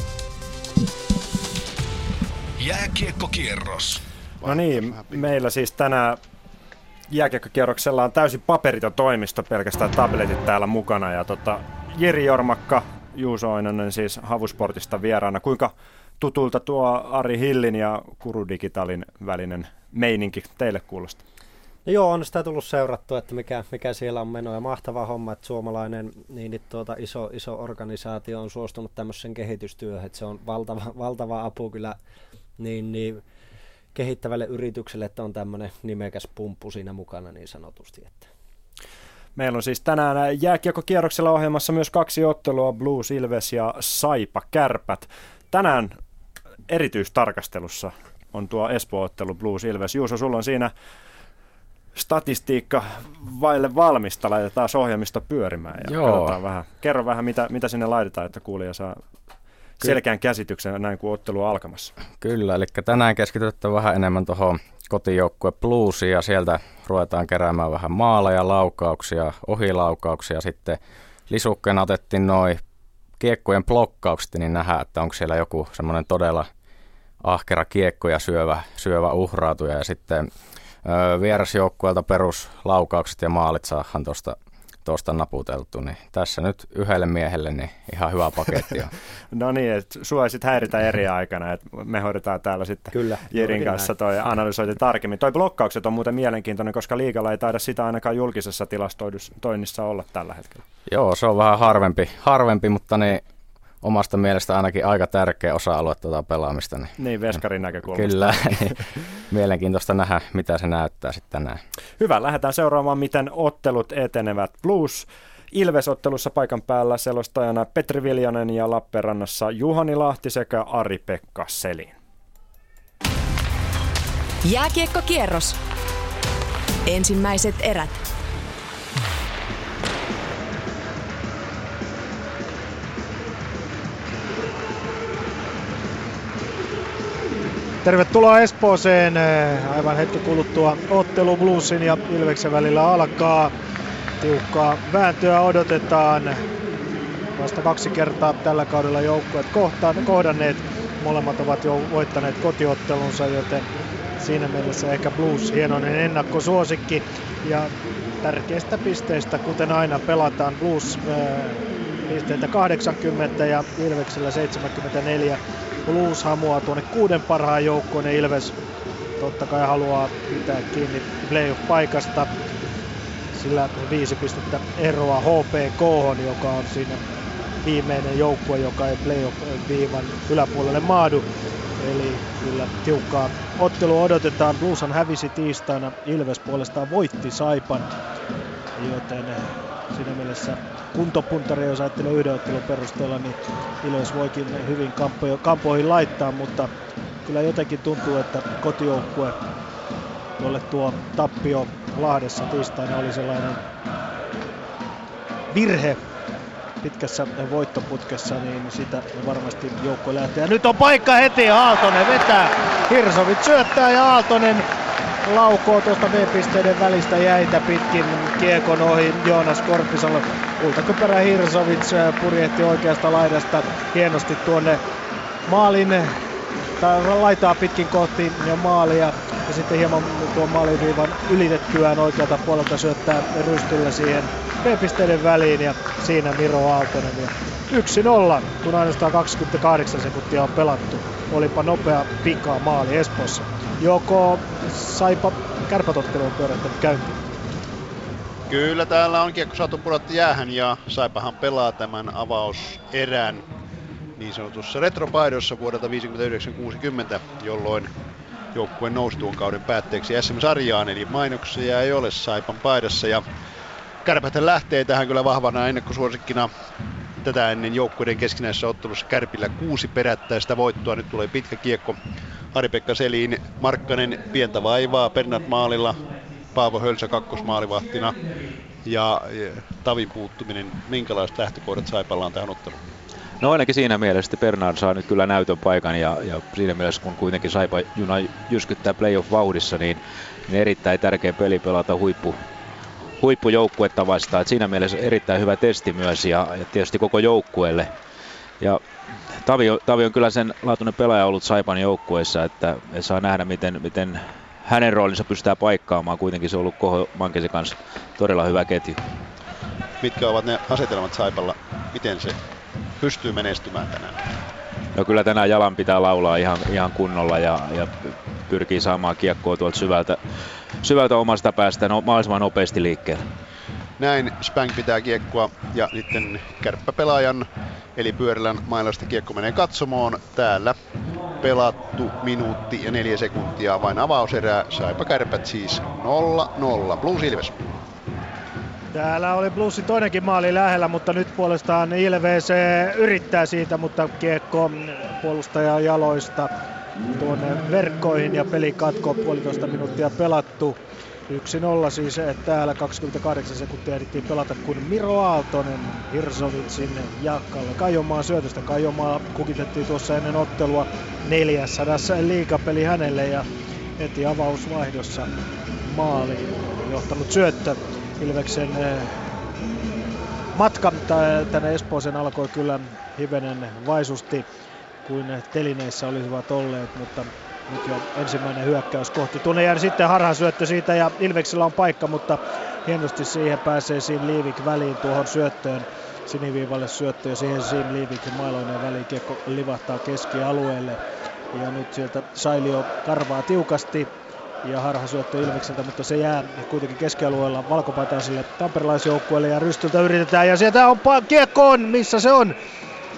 Jääkiekkokierros. No niin, meillä siis tänään jääkiekkokierroksella on täysin paperiton toimisto, pelkästään tabletit täällä mukana. Ja Jiri Jormakka, Juuso Oinonen siis Havusportista vieraana. Kuinka tutulta tuo Ari Hillin ja Kurudigitalin välinen meininki teille kuulostaa? No joo, on sitä tullut seurattua, että mikä siellä on meno ja mahtava homma, että suomalainen iso organisaatio on suostunut tämmöisen kehitystyöhön, että se on valtava apu kyllä niin kehittävälle yritykselle, että on tämmöinen nimekäs pumppu siinä mukana niin sanotusti. Että. Meillä on siis tänään jääkiekkokierroksella ohjelmassa myös 2 ottelua, Blues Ilves ja Saipa Kärpät. Tänään erityistarkastelussa on tuo Espoo-ottelu Blues Ilves. Juuso, sulla on siinä statistiikka vaille valmista, laitetaan ohjelmisto pyörimään ja katsotaan vähän. Kerro vähän, mitä sinne laitetaan, että kuulija saa selkeän käsityksen näin kuin ottelu on alkamassa. Kyllä, eli tänään keskitytään vähän enemmän tuohon kotijoukkue Bluesiin ja sieltä ruvetaan keräämään vähän maaleja, laukauksia, ohilaukauksia. Sitten lisukkeena otettiin noi kiekkojen blokkaukset, niin nähdään, että onko siellä joku semmoinen todella ahkera kiekkoja syövä uhrautuja. Ja sitten vierasjoukkueelta peruslaukaukset ja maalit saadaan tuosta naputeltu. Niin tässä nyt yhdelle miehelle niin ihan hyvä paketti on. No niin, että sua ei sitten häiritä eri aikana, että me hoidetaan täällä sitten kyllä, Jerin kanssa toi analysointi tarkemmin. Toi blokkaukset on muuten mielenkiintoinen, koska liigalla ei taida sitä ainakaan julkisessa tilastoinnissa olla tällä hetkellä. Joo, se on vähän harvempi mutta niin omasta mielestä ainakin aika tärkeä osa-alue tuota pelaamista. Niin, veskarin näkökulmasta. Kyllä, niin mielenkiintoista nähdä, mitä se näyttää sitten tänään. Hyvä, lähdetään seuraamaan, miten ottelut etenevät. Blues Ilves-ottelussa paikan päällä selostajana Petri Viljanen ja Lappeenrannassa Juhani Lahti sekä Ari-Pekka Selin. Jääkiekkokierros. Ensimmäiset erät. Tervetuloa Espooseen. Aivan hetki kuluttua ottelu Bluesin ja Ilveksen välillä alkaa. Tiukkaa vääntöä odotetaan. Vasta 2 kertaa tällä kaudella joukkueet kohdanneet. Molemmat ovat jo voittaneet kotiottelunsa, joten siinä mielessä ehkä Blues hienoinen ennakkosuosikki. Ja tärkeistä pisteistä, kuten aina, pelataan. Blues pisteitä 80 ja Ilveksellä 74. Blues hamuaa tuonne 6 parhaan joukkoon ja Ilves totta kai haluaa pitää kiinni playoff-paikasta. Sillä 5 pistettä eroa HPK:hon, joka on siinä viimeinen joukkue, joka ei playoff-viivan yläpuolelle maadu. Eli kyllä tiukkaa ottelua odotetaan. Blueshan hävisi tiistaina, Ilves puolestaan voitti Saipan, joten siinä mielessä kuntopuntari, jos ajattelee yhden ottelun perusteella, niin Ilves voikin hyvin kampoihin laittaa, mutta kyllä jotenkin tuntuu, että kotijoukkue tuo tappio Lahdessa tiistaina oli sellainen virhe pitkässä voittoputkessa, niin sitä varmasti joukko lähtee. Ja nyt on paikka heti, Aaltonen vetää, Hirsovit syöttää ja Aaltonen laukoo tuosta B-pisteiden välistä jäitä pitkin kiekon ohi Joonas Korpisalo. Kultakypärä Hirsovits purjehti oikeasta laidasta hienosti tuonne maalin laitaa pitkin kohti ja maalia ja sitten hieman tuon maaliviivan ylitettyään oikealta puolelta syöttää rystyllä siihen B-pisteiden väliin ja siinä Miro Aaltonen. 1-0, kun ainoastaan 28 sekuntia on pelattu. Olipa nopea pika maali Espoossa. Joko Saipa Kärpät-ottelu on pyörättänyt käyntiin? Kyllä, täällä on kiekko saatu pudotti jäähän ja Saipahan pelaa tämän avauserän niin sanotussa retropaidossa vuodelta 59-60, jolloin joukkue nousi tuon kauden päätteeksi SM-sarjaan, eli mainoksia ei ole Saipan paidassa. Ja Kärpäthän lähtee tähän kyllä vahvana ennakkosuosikkina. Tätä ennen joukkueiden keskinäisessä ottelussa Kärpillä 6 perättäistä voittoa. Nyt tulee pitkä kiekko Ari-Pekka Selin, Markkanen pientä vaivaa Bernard maalilla, Paavo Hölsä kakkosmaalivahtina ja Tavin puuttuminen. Minkälaiset lähtökohdat Saipalla on tähän otteluun? No ainakin siinä mielessä, että Bernard saa nyt kyllä näytön paikan ja siinä mielessä kun kuitenkin Saipa juna jyskyttää playoff-vauhdissa, niin erittäin tärkeä peli pelata huippujoukkuetta vastaan. Et siinä mielessä erittäin hyvä testi myös ja tietysti koko joukkueelle. Ja Tavi on kyllä sen laatuinen pelaaja ollut Saipan joukkueessa, että saa nähdä miten hänen roolinsa pystytään paikkaamaan. Kuitenkin se on ollut Koho Mankisen kanssa todella hyvä ketju. Mitkä ovat ne asetelmat Saipalla? Miten se pystyy menestymään tänään? No kyllä tänään jalan pitää laulaa ihan kunnolla ja pyrkii saamaan kiekkoa tuolta syvältä omasta päästä mahdollisimman nopeasti liikkeelle. Näin Spang pitää kiekkoa ja sitten kärppäpelaajan eli Pyörälän mailasta kiekko menee katsomoon. Täällä pelattu minuutti ja 4 sekuntia vain avauserää. Saipa Kärpät siis 0-0. Blues Ilves. Täällä oli Bluesin toinenkin maali lähellä, mutta nyt puolestaan Ilves yrittää siitä, mutta kiekko puolustajan jaloista tuonne verkkoihin ja peli katko, 1,5 minuuttia pelattu. 1-0 siis täällä, 28 sekuntia ehdittiin pelata, kun Miro Aaltonen Hirsovitsin Jaakkalle Kaijomaan syötöstä. Kaijomaa kukitettiin tuossa ennen ottelua 400 liigapeli hänelle ja heti avausvaihdossa maali johtanut syöttö. Ilveksen matka tänne Espooseen alkoi kyllä hivenen vaisusti kuin telineissä olisivat olleet, mutta nyt jo ensimmäinen hyökkäys kohti tuonne jää sitten harhasyöttö siitä ja Ilveksellä on paikka, mutta hienosti siihen pääsee Sim Liivik väliin tuohon syöttöön, siniviivalle syöttö ja siihen Sim Liivik mailoinen väliin, kiekko livahtaa keskialueelle ja nyt sieltä Sailio karvaa tiukasti ja harhasyöttö Ilvekseltä, mutta se jää kuitenkin keskialueella valkopaitaiselle tamperelaisjoukkueelle ja Rystyltä yritetään ja sieltä on kiekko on, missä se on?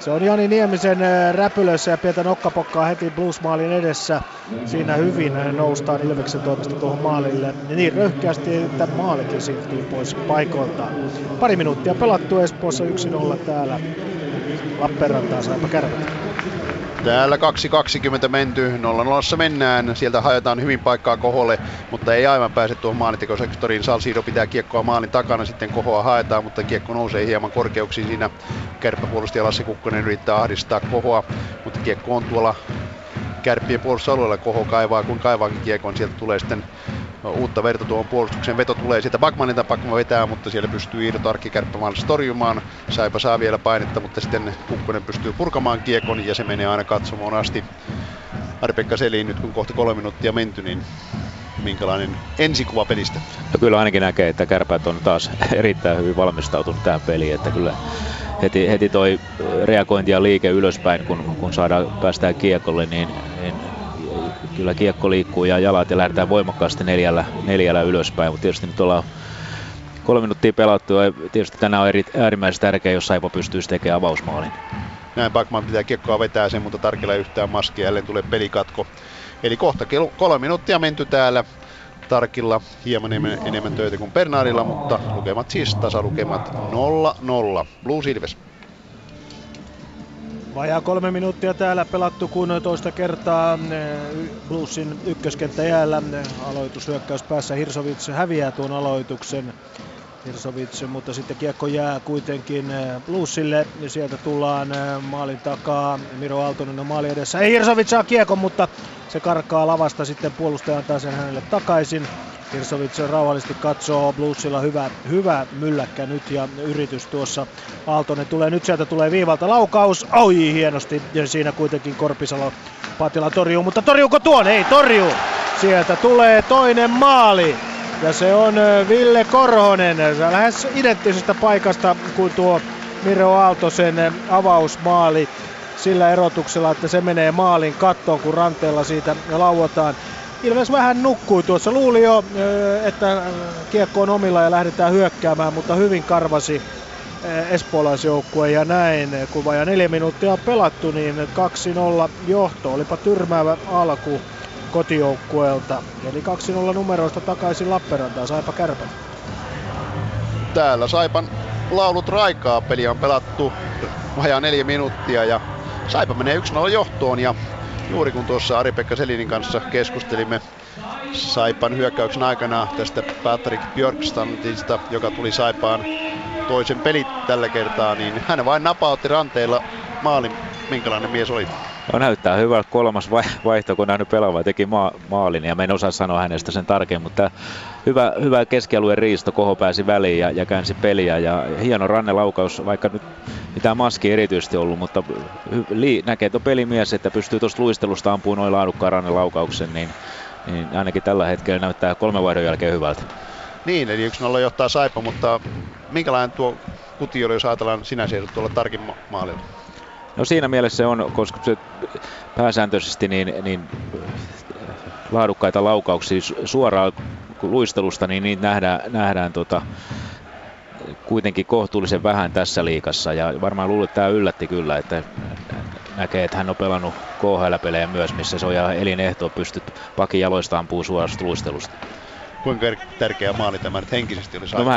Se on Jani Niemisen räpylössä ja pientä nokkapokkaa heti Blues-maalin edessä. Siinä hyvin noustaan Ilveksen toimesta tuohon maalille. Ja niin röyhkeästi, että maalikin siirtyy pois paikoiltaan. Pari minuuttia pelattu Espoossa 1-0 täällä. Lappeenrantaa Saipa Kärpät. Täällä 2.20 menty, 0-0 mennään, sieltä haetaan hyvin paikkaa Koholle, mutta ei aivan pääse tuohon maalintekosektoriin. Salsiido pitää kiekkoa maalin takana, sitten Kohoa haetaan, mutta kiekko nousee hieman korkeuksiin siinä. Kärppäpuolustaja Lassi Kukkonen yrittää ahdistaa Kohoa, mutta kiekko on tuolla Kärppien puolustusalueella. Koho kaivaa, kun kaivaakin kiekon, sieltä tulee sitten uutta verta tuohon puolustukseen. Veto tulee sieltä Backmanilta, Backman vetää, mutta siellä pystyy Iiro Tarkki Kärppämaalissa torjumaan. Saipa saa vielä painetta, mutta sitten Kukkonen pystyy purkamaan kiekon ja se menee aina katsomoon asti. Ari-Pekka Selin, nyt kun kohta 3 minuuttia menty, niin minkälainen ensikuva pelistä? No kyllä ainakin näkee, että Kärpät on taas erittäin hyvin valmistautunut tähän peliin, että kyllä heti toi reagointi ja liike ylöspäin, kun päästään kiekolle, niin kyllä kiekko liikkuu ja jalat ja lähdetään voimakkaasti neljällä ylöspäin, mutta tietysti nyt ollaan 3 minuuttia pelattu ja tietysti tänään on äärimmäisen tärkeää, jos Saipa pystyisi tekemään avausmaalin. Näin Backman pitää kiekkoa vetää sen, mutta Tarkilla yhtään maskia, jälleen tulee pelikatko. Eli kohta 3 minuuttia menty täällä. Tarkilla hieman enemmän töitä kuin Bernardilla, mutta lukemat siis tasalukemat 0-0. Blues Ilves. Vajaa 3 minuuttia täällä pelattu, kun toista kertaa Bluesin ykköskenttä jäällä. Aloitushyökkäys päässä, Hirsovits häviää tuon aloituksen. Mutta sitten kiekko jää kuitenkin Bluesille ja sieltä tullaan maalin takaa. Miro Aaltonen on maali edessä. Ei Hirsovits saa kiekon, mutta se karkaa lavasta, sitten puolustaja antaa sen hänelle takaisin. Hirsovits rauhallisesti katsoo, Bluesilla hyvä mylläkkä nyt ja yritys tuossa. Aaltonen tulee, nyt sieltä tulee viivalta laukaus. Oi, hienosti. Ja siinä kuitenkin Korpisalo Patila torjuu, mutta torjuuko tuon? Ei torjuu. Sieltä tulee toinen maali. Ja se on Ville Korhonen lähes identtisestä paikasta kuin tuo Miro Aaltosen avausmaali. Sillä erotuksella, että se menee maalin kattoon, kun ranteella siitä lauataan. Ilves vähän nukkui tuossa. Luuli jo, että kiekko on omilla ja lähdetään hyökkäämään, mutta hyvin karvasi espoolaisjoukkue. Ja näin, kun vajaa 4 minuuttia on pelattu, niin 2-0 johto. Olipa tyrmäävä alku kotijoukkueelta. Eli 2-0 numeroista takaisin Lappeenrantaan, Saipa Kärpät. Täällä Saipan laulut raikaa. Peli on pelattu vajaa 4 minuuttia ja Saipa menee 1-0 johtoon. Ja juuri kun tuossa Ari-Pekka Selinin kanssa keskustelimme Saipan hyökkäyksen aikana tästä Patrick Björkstrandista, joka tuli Saipaan toisen pelit tällä kertaa, niin hän vain napautti ranteilla maalin. Minkälainen mies oli? No, näyttää hyvältä. 3. vaihto, kun nähnyt pelaava, teki maalin ja me en osaa sanoa hänestä sen tarkemmin, mutta hyvä keskialueen riisto, Koho pääsi väliin ja käänsi peliä ja hieno rannelaukaus, vaikka nyt mitään maskia erityisesti ollut, mutta näkee tuon pelimies, että pystyy tuosta luistelusta ampumaan noin laadukkaan rannelaukauksen, niin ainakin tällä hetkellä näyttää 3 vaihdon jälkeen hyvältä. Niin, eli 1-0 johtaa Saipa, mutta minkälainen tuo kuti oli, jos ajatellaan sinä seisot tuolla Tarkin maalilla? No siinä mielessä se on, koska se pääsääntöisesti niin laadukkaita laukauksia suoraan luistelusta, niin niitä nähdään kuitenkin kohtuullisen vähän tässä liigassa. Ja varmaan luulen, että tämä yllätti kyllä, että näkee, että hän on pelannut KHL-pelejä myös, missä se on ihan elinehto, pystyt pakin jaloista ampuu suorasta luistelusta. Kuinka tärkeä maali tämä nyt henkisesti oli Saipa?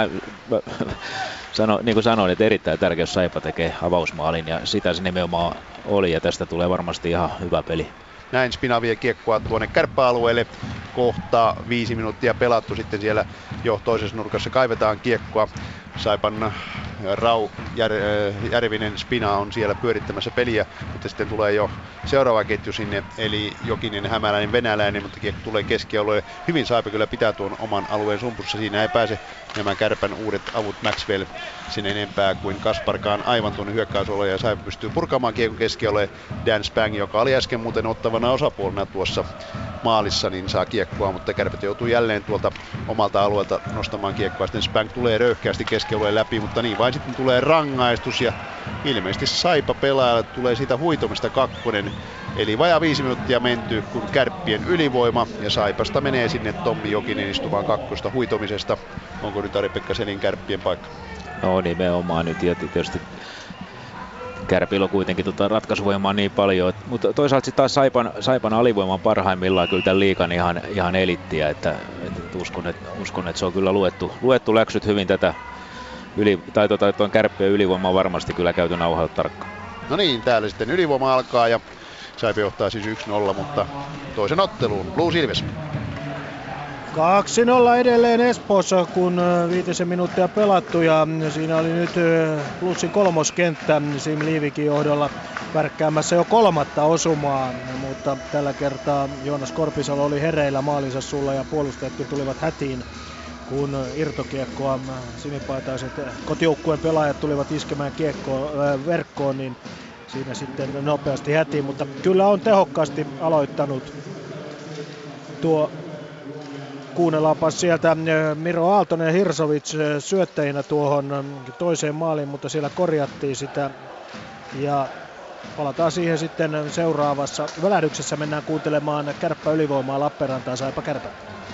No niin kuin sanoin, että erittäin tärkeä, jos Saipa tekee avausmaalin ja sitä se nimenomaan oli ja tästä tulee varmasti ihan hyvä peli. Näin Spina vie kiekkoa tuonne kärppäalueelle. Kohta 5 minuuttia pelattu, sitten siellä jo toisessa nurkassa kaivetaan kiekkoa. Saipan Järvinen Spina on siellä pyörittämässä peliä, mutta sitten tulee jo seuraava ketju sinne, eli Jokinen, Hämäläinen, Venäläinen, mutta kiekko tulee keskialueelle. Hyvin Saipa kyllä pitää tuon oman alueen sumpussa, siinä ei pääse nämä Kärpän uudet avut Maxwell sen enempää kuin Kasparkaan aivan tuonne hyökkäysalueelle, ja Saipa pystyy purkaamaan kiekon keskialueelle. Dan Spang, joka oli äsken muuten ottavana osapuolena tuossa maalissa, niin saa kiekkoa, mutta Kärpät joutuu jälleen tuolta omalta alueelta nostamaan kiekkoa. Sitten Spang tulee röyhkeästi keskialueen läpi, mutta niin vain sitten tulee rangaistus ja ilmeisesti Saipa pelaajalle tulee siitä huitomista 2. Eli vajaa 5 minuuttia menty, kun Kärppien ylivoima ja Saipasta menee sinne Tommi Jokinen istumaan 2 huitomisesta. Onko nyt Ari-Pekka Selin Kärppien paikka? No nimenomaan nyt ja tietysti Kärpillä on kuitenkin ratkaisuvoimaa niin paljon. Mutta toisaalta sitten taas Saipan alivoiman parhaimmillaan kyllä tämän liigan ihan elittiä. Että uskon, että se on kyllä luettu läksyt hyvin tätä. Tuon Kärppien ylivoimaa varmasti kyllä käyty nauhoilla tarkkaan. No niin, täällä sitten ylivoima alkaa ja Saipa johtaa siis 1-0, mutta toisen otteluun Blues Ilves. 2-0 edelleen Espoossa, kun 5 minuuttia pelattu ja siinä oli nyt Bluesin kolmoskenttä Sim Liivikin johdolla värkkäämässä jo 3. osumaa, mutta tällä kertaa Joonas Korpisalo oli hereillä maalinsa sulla ja puolustajatkin tulivat hätiin, kun irtokiekkoa sinipaitaiset kotijoukkueen pelaajat tulivat iskemään verkkoon, niin siinä sitten nopeasti hätiin, mutta kyllä on tehokkaasti aloittanut tuo. Kuunnellaanpa sieltä Miro Aaltonen ja Hirsovits syöttäjinä tuohon toiseen maaliin, mutta siellä korjattiin sitä ja palataan siihen sitten seuraavassa välähdyksessä. Mennään kuuntelemaan Kärppä ylivoimaa Lappeenrantaa Saipa Kärpä.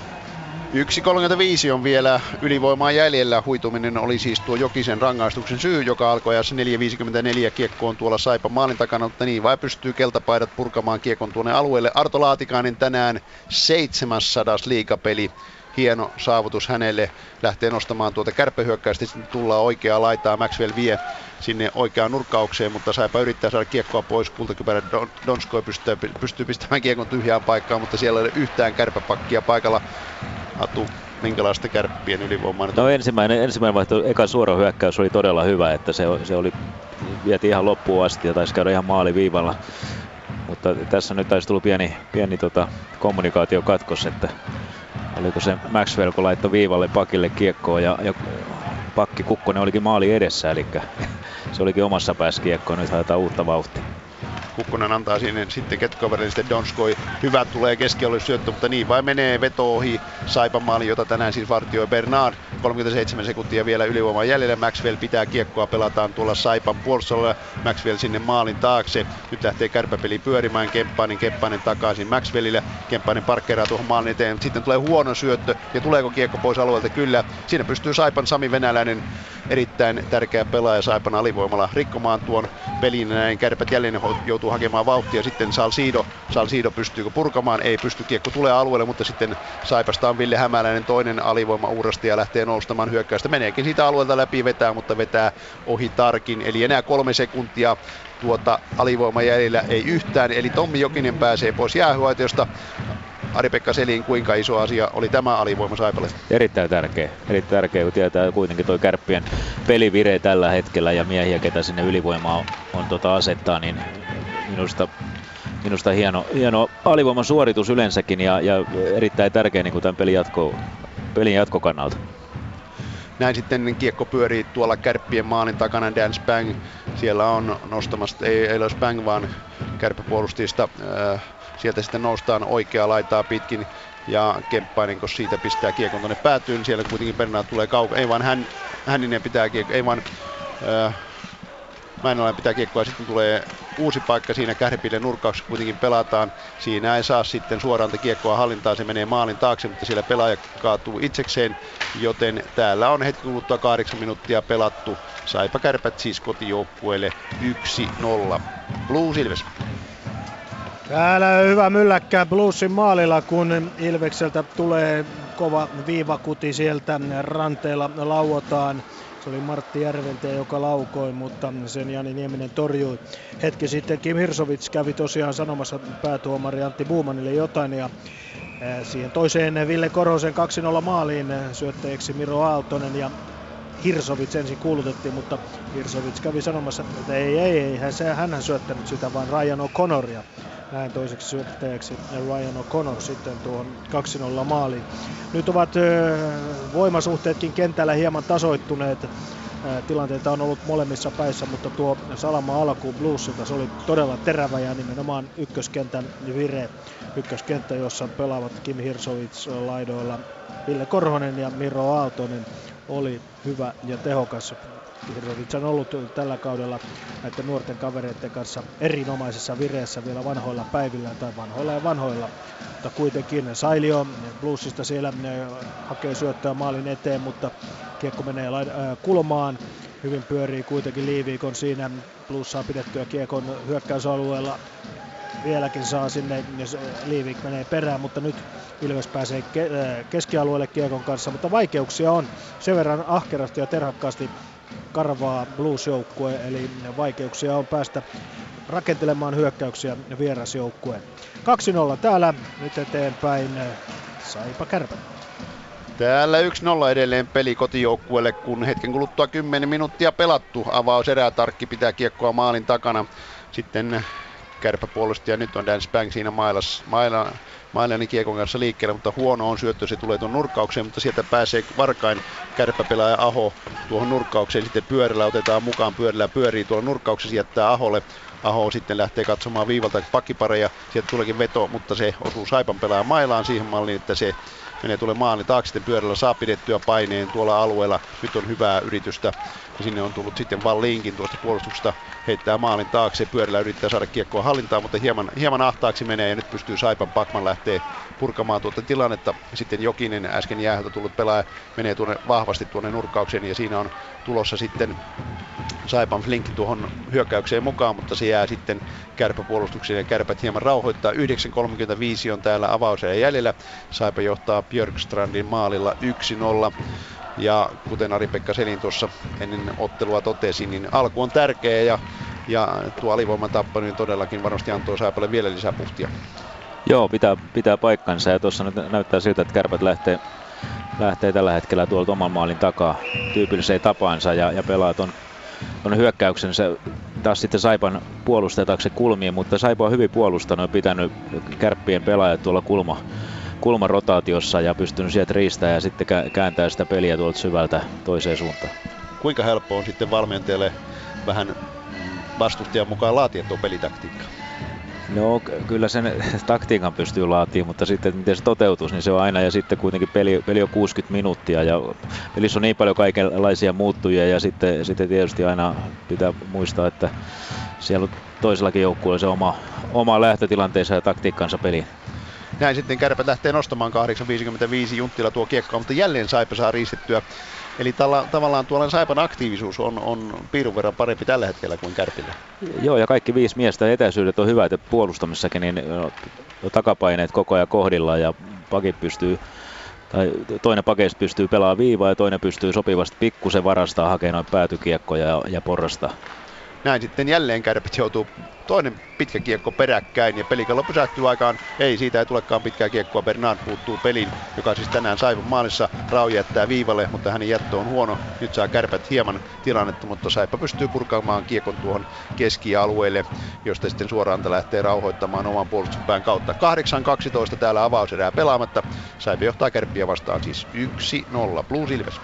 1.35 on vielä ylivoimaa jäljellä. Huituminen oli siis tuo Jokisen rangaistuksen syy, joka alkoi ajassa 4.54 kiekkoon tuolla Saipan maalin takana, mutta niin vai pystyy keltapaidat purkamaan kiekon tuonne alueelle. Arto Laatikainen tänään 700 liigapeli. Hieno saavutus hänelle. Lähtee nostamaan tuota kärppähyökkäystä, sitten tullaan oikeaa laitaa. Maxwell vie sinne oikeaan nurkkaukseen, mutta Saipa yrittää saada kiekkoa pois. Kultakypärä Donskoi pystyy pistämään kiekon tyhjään paikkaan, mutta siellä ei ole yhtään kärppäpakkia paikalla. Atu, minkälaista Kärppien ylivoimaa? No ensimmäinen vaihto, eka suora hyökkäys oli todella hyvä, että se oli vietiin ihan loppuun asti ja taisi käydä ihan maaliviivalla. Mutta tässä nyt taisi tullut pieni kommunikaatiokatkos, että oliko se Maxwell, kun laittoi viivalle pakille kiekkoon ja pakki Kukkonen olikin maali edessä, eli se olikin omassa päässä kiekkoon, nyt haetaan uutta vauhtia. Kukkonen antaa sinne sitten ketkoverille, sitten Donskoi. Hyvä tulee keskialueen syöttö, mutta niin vai menee veto ohi Saipan maali, jota tänään siis vartioi Bernard. 37 sekuntia vielä ylivoimaa jäljellä. Maxwell pitää kiekkoa, pelataan tuolla Saipan puolustuksella. Maxwell sinne maalin taakse. Nyt lähtee kärppäpeli pyörimään. Kemppainen takaisin Maxwellille. Kemppainen parkkeeraa tuohon maalin eteen. Sitten tulee huono syöttö. Ja tuleeko kiekko pois alueelta? Kyllä. Siinä pystyy Saipan Sami Venäläinen, erittäin tärkeä pelaaja Saipan alivoimalla, rikkomaan tuon pelin. Näin Kärpät jälleen joutuu hakemaan vauhtia. Sitten Salcido pystyykö purkamaan? Ei pysty, kiekko tulee alueelle, mutta sitten Saipasta on Ville Hämäläinen, toinen alivoima uurasti ja lähtee noustamaan hyökkäystä. Meneekin siitä alueelta läpi, mutta vetää ohi Tarkin. Eli enää 3 sekuntia tuota alivoima jäljellä ei yhtään. Eli Tommi Jokinen pääsee pois jäähyaitiosta. Ari-Pekka Selin, kuinka iso asia oli tämä alivoima Saipalle? Erittäin tärkeä, kun tietää kuitenkin toi Kärppien pelivire tällä hetkellä ja miehiä, ketä sinne ylivoimaa on asettaa, niin minusta hieno alivoiman suoritus yleensäkin ja erittäin tärkeä niin kuin tämän pelin jatkokannalta. Näin sitten kiekko pyörii tuolla Kärppien maalin takana. Dan Spang siellä on nostamassa, ei ole Spang vaan kärppäpuolustista. Sieltä sitten noustaan oikeaa laitaa pitkin ja Kemppainen, kun siitä pistää kiekon tuonne päätyyn. Siellä kuitenkin Bernard tulee kaukaa. Ei vaan Hänninen pitää kiekkoa, ei vaan Mäenalainen pitää kiekkoa ja sitten tulee uusi paikka siinä Kärpille nurkkauksessa kuitenkin pelataan. Siinä ei saa sitten suoraan kiekkoa hallintaan, se menee maalin taakse, mutta siellä pelaaja kaatuu itsekseen, joten täällä on hetki kuluttua 8 minuuttia pelattu. Saipa Kärpät siis kotijoukkueelle 1-0. Blues Ilves. Täällä hyvä mylläkkää Bluesin maalilla, kun Ilvekseltä tulee kova viivakuti sieltä ranteella lauotaan. Se oli Martti Järveltä, joka laukoi, mutta sen Jani Nieminen torjui. Hetki sitten Kim Hirsovits kävi tosiaan sanomassa päätuomari Antti Buumanille jotain ja siihen toiseen Ville Korhosen 2-0 maaliin syöttäjäksi Miro Aaltonen ja Hirsovits ensin kuulutettiin, mutta Hirsovits kävi sanomassa, että ei, hän syöttänyt sitä, vaan Ryan O'Connoria. Näin toiseksi syöttäjäksi Ryan O'Connor sitten tuohon 2-0 maaliin. Nyt ovat voimasuhteetkin kentällä hieman tasoittuneet. Tilanteita on ollut molemmissa päissä, mutta tuo salama alkuun Bluesilta se oli todella terävä ja nimenomaan ykköskentän vire. Ykköskenttä, jossa pelaavat Kim Hirsovits laidoilla. Ville Korhonen ja Miro Aaltonen oli hyvä ja tehokas. Hirsovits on ollut tällä näiden nuorten kavereiden kanssa erinomaisessa vireessä vielä vanhoilla päivillään tai vanhoilla. Mutta kuitenkin Sailio Bluesista siellä hakee syöttöä maalin eteen, mutta kiekko menee kulmaan Hyvin pyörii kuitenkin Liivikon siinä. Blues saa pidettyä kiekon hyökkäysalueella. Vieläkin saa sinne, jos Liivik menee perään, mutta nyt Ilves pääsee keskialueelle kiekon kanssa. Mutta vaikeuksia on. Sen verran ahkerasti ja terhakkaasti karvaa Blues-joukkue, eli vaikeuksia on päästä rakentelemaan hyökkäyksiä vierasjoukkueen. 2-0 täällä, nyt eteenpäin Saipa Kärpät. Täällä 1-0 edelleen peli kotijoukkueelle, kun hetken kuluttua 10 minuuttia pelattu. Avauserää, Tarkki pitää kiekkoa maalin takana. Sitten kärppäpuolustaja, nyt on Dan Spang siinä Mailanin kiekon kanssa liikkeelle, mutta huono on syöttö, se tulee tuon nurkkaukseen, mutta sieltä pääsee varkain kärppäpelaaja Aho tuohon nurkkaukseen, sitten pyörällä otetaan mukaan, pyörällä pyörii tuolla nurkkauksessa, jättää Aholle. Aho sitten lähtee katsomaan viivalta pakkipareja, sieltä tuleekin veto, mutta se osuu Saipan pelaajan mailaan siihen malliin, että se menee tuolle maalin taakse, sitten pyörällä saa pidettyä paineen tuolla alueella. Nyt on hyvää yritystä ja sinne on tullut sitten Wallinkin tuosta puolustuksesta, heittää maalin taakse, pyörällä yrittää saada kiekkoa hallintaan, mutta hieman ahtaaksi menee ja nyt pystyy Saipan Backman lähtee purkamaan tuota tilannetta. Sitten Jokinen, äsken jäähöltä tullut pelaaja, menee vahvasti tuonne nurkkaukseen ja siinä on tulossa sitten Saipan flinkki tuohon hyökkäykseen mukaan, mutta se jää sitten kärppäpuolustukseen ja Kärpät hieman rauhoittaa. 9.35 on täällä avauserä jäljellä. Saipa johtaa Björkstrandin maalilla 1-0. Ja kuten Ari-Pekka Selin tuossa ennen ottelua totesi, niin alku on tärkeä ja tuo alivoiman tappaminen todellakin varmasti antoi Saipalle vielä lisää puhtia. Joo, pitää paikkansa ja tuossa nyt näyttää siltä, että Kärpät lähtee tällä hetkellä tuolta oman maalin takaa tyypilliseen tapaansa ja pelaa ton hyökkäyksen se taas sitten Saipan puolustetaakse kulmiin, mutta Saipa on hyvin puolustanut ja pitänyt Kärppien pelaajat tuolla kulmarotaatiossa ja pystynyt sieltä riistämään ja sitten kääntää sitä peliä tuolta syvältä toiseen suuntaan. Kuinka helppo on sitten valmentajalle vähän vastustajan mukaan laatia tuo pelitaktiikka? No kyllä sen taktiikan pystyy laatimaan, mutta sitten miten se toteutus, niin se on aina ja sitten kuitenkin peli on 60 minuuttia ja pelissä on niin paljon kaikenlaisia muuttujia ja sitten tietysti aina pitää muistaa, että siellä on toisellakin joukkueella se oma lähtötilanteensa ja taktiikkansa peliin. Näin sitten Kärpät lähtee nostamaan 8.55 Junttila tuo kiekkoa, mutta jälleen Saipa saa riistettyä. Eli tavallaan tuolla Saipan aktiivisuus on piirun verran parempi tällä hetkellä kuin Kärpillä. Joo, ja kaikki 5 miestä etäisyydet on hyvät, että puolustamissakin niin takapaineet koko ajan kohdillaan ja pakit pystyy, tai toinen pakeista pystyy pelaamaan viivaa ja toinen pystyy sopivasti pikkusen varastaa hakemaan päätykiekkoja ja porrastaa. Näin sitten jälleen Kärpät joutuu toinen pitkä kiekko peräkkäin ja pelikello pysähtyy aikaan. Ei, siitä ei tulekaan pitkää kiekkoa. Bernard puuttuu peliin, joka siis tänään Saipan maalissa. Rau jättää viivalle, mutta hänen jättö on huono. Nyt saa Kärpät hieman tilannetta, mutta Saipa pystyy purkamaan kiekon tuohon keskialueelle, josta sitten suoraan lähtee rauhoittamaan oman puolustuspään kautta. 8.12 täällä avauserää pelaamatta. Saipa johtaa Kärppiä vastaan siis 1-0. Blues Ilves.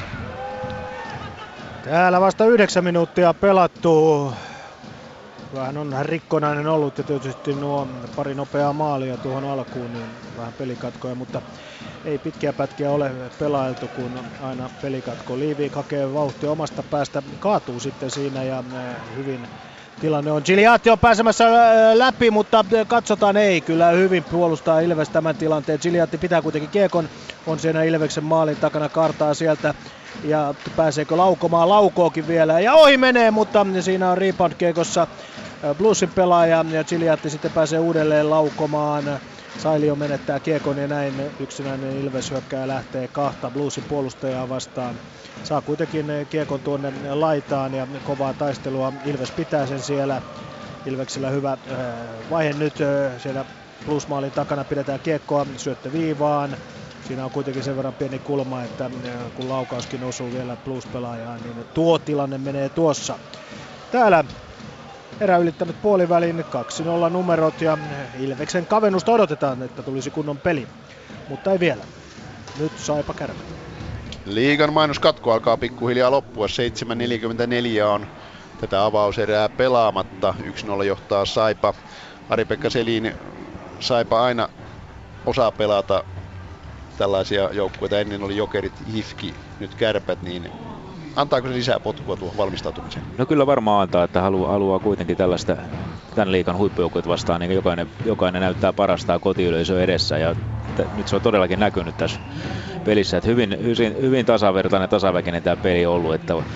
Täällä vasta 9 minuuttia pelattu. Vähän on rikkonainen ollut ja tietysti nuo pari nopeaa maalia tuohon alkuun, niin vähän pelikatkoja, mutta ei pitkiä pätkiä ole pelailtu, kun aina pelikatko. Liivik hakee vauhtia omasta päästä, kaatuu sitten siinä ja hyvin tilanne on. Giliatti on pääsemässä läpi, mutta katsotaan, ei kyllä hyvin puolustaa Ilves tämän tilanteen. Giliatti pitää kuitenkin kiekon, on siinä Ilveksen maalin takana, kartaa sieltä. Ja pääseekö laukomaan, laukookin vielä ja ohi menee, mutta siinä on rebound-kiekossa Bluesin pelaaja ja Giliatti sitten pääsee uudelleen laukomaan. Sailio menettää kiekon ja näin yksinäinen Ilves hyökkää lähtee kahta Bluesin puolustajaa vastaan. Saa kuitenkin kiekon tuonne laitaan ja kovaa taistelua. Ilves pitää sen siellä. Ilveksellä hyvä vaihe nyt siellä Blues-maalin takana pidetään kiekkoa, syöttö viivaan. Siinä on kuitenkin sen verran pieni kulma, että kun laukauskin osuu vielä Blues-pelaajaan, niin tuo tilanne menee tuossa. Täällä erä ylittänyt puolivälin 2-0 numerot ja Ilveksen kavennusta odotetaan, että tulisi kunnon peli, mutta ei vielä. Nyt Saipa Kärpät. Liigan mainoskatko alkaa pikkuhiljaa loppua. 7.44 on tätä avauserää pelaamatta. 1-0 johtaa Saipa. Ari-Pekka Selin, Saipa aina osaa pelata tällaisia joukkueita. Ennen oli Jokerit, HIFK, nyt Kärpät, niin antaako se lisää potkua tuohon valmistautumiseen? No kyllä varmaan antaa, että haluaa kuitenkin tällaista tämän liigan huippujoukkueet vastaan, niin jokainen näyttää parastaan kotiyleisö edessä ja nyt se on todellakin näkynyt tässä pelissä, että hyvin tasavertainen, tasaväkinen tämä peli on ollut, että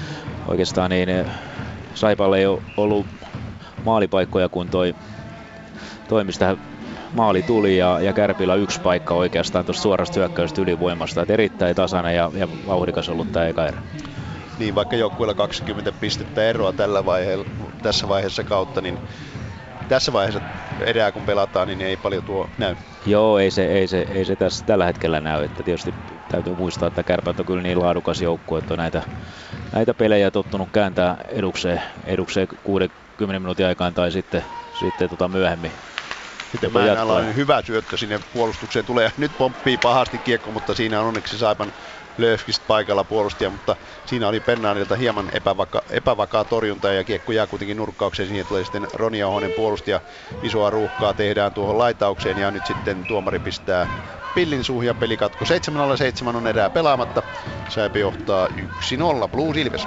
oikeastaan niin Saipalle ei ole ollut maalipaikkoja, kun mistä maali tuli ja Kärpillä 1 paikka oikeastaan tuosta suorasta hyökkäystä ylivoimasta. Et erittäin tasainen ja vauhdikas ollut tämä eka erä. Niin, vaikka joukkueella 20 pistettä eroa tässä vaiheessa kautta, niin tässä vaiheessa erää kun pelataan, niin ei paljon tuo näy. Joo, ei se tässä tällä hetkellä näy. Että tietysti täytyy muistaa, että Kärpät on kyllä niin laadukas joukkue, että on näitä pelejä tottunut kääntää edukseen 60 minuutin aikaan tai sitten myöhemmin. Sitten Mäenällä on hyvä syöttö sinne puolustukseen. Tulee nyt pomppii pahasti kiekko, mutta siinä on onneksi Saipan Löfqvist paikalla puolustaja, mutta siinä oli Bernardilta hieman epävakaa torjunta ja kiekko jää kuitenkin nurkkaukseen. Siihen tulee sitten Roni Ahonen puolustaja. Isoa ruuhkaa tehdään tuohon laitaukseen ja nyt sitten tuomari pistää pillin suuhun ja pelikatko. 7-0-7 on erää pelaamatta. Saipa johtaa 1-0 Blues Ilves.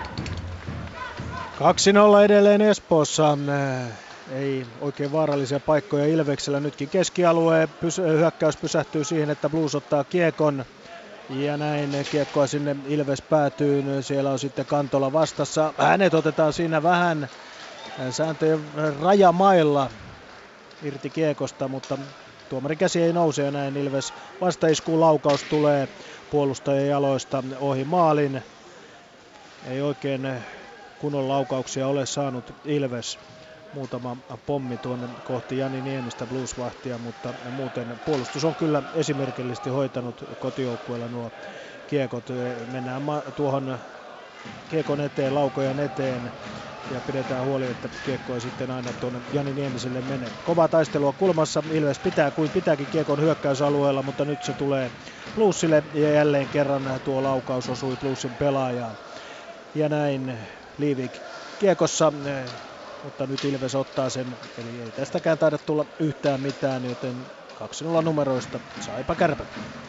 2-0 edelleen Espoossa. Ei oikein vaarallisia paikkoja Ilveksellä. Nytkin keskialueen hyökkäys pysähtyy siihen, että Blues ottaa kiekon. Ja näin kiekkoa sinne Ilves päätyy. Siellä on sitten Kantola vastassa. Hänet otetaan siinä vähän sääntöjen rajamailla irti kiekosta, mutta tuomarin käsi ei nouse ja näin Ilves vastaiskuun laukaus tulee puolustajan jaloista ohi maalin. Ei oikein kunnon laukauksia ole saanut Ilves. Muutama pommi tuonne kohti Jani Niemistä Blues-vahtia, mutta muuten puolustus on kyllä esimerkillisesti hoitanut kotijoukkueella nuo kiekot. Mennään tuohon kiekon eteen, laukojan eteen ja pidetään huoli, että kiekko ei sitten aina tuonne Jani Niemiselle mene. Kovaa taistelua kulmassa. Ilves pitää kuin pitääkin kiekon hyökkäysalueella, mutta nyt se tulee Bluesille ja jälleen kerran tuo laukaus osui Bluesin pelaajaan. Ja näin Liivik kiekossa. Mutta nyt Ilves ottaa sen, eli ei tästäkään taida tulla yhtään mitään, joten 2-0 numeroista Saipa Kärpät.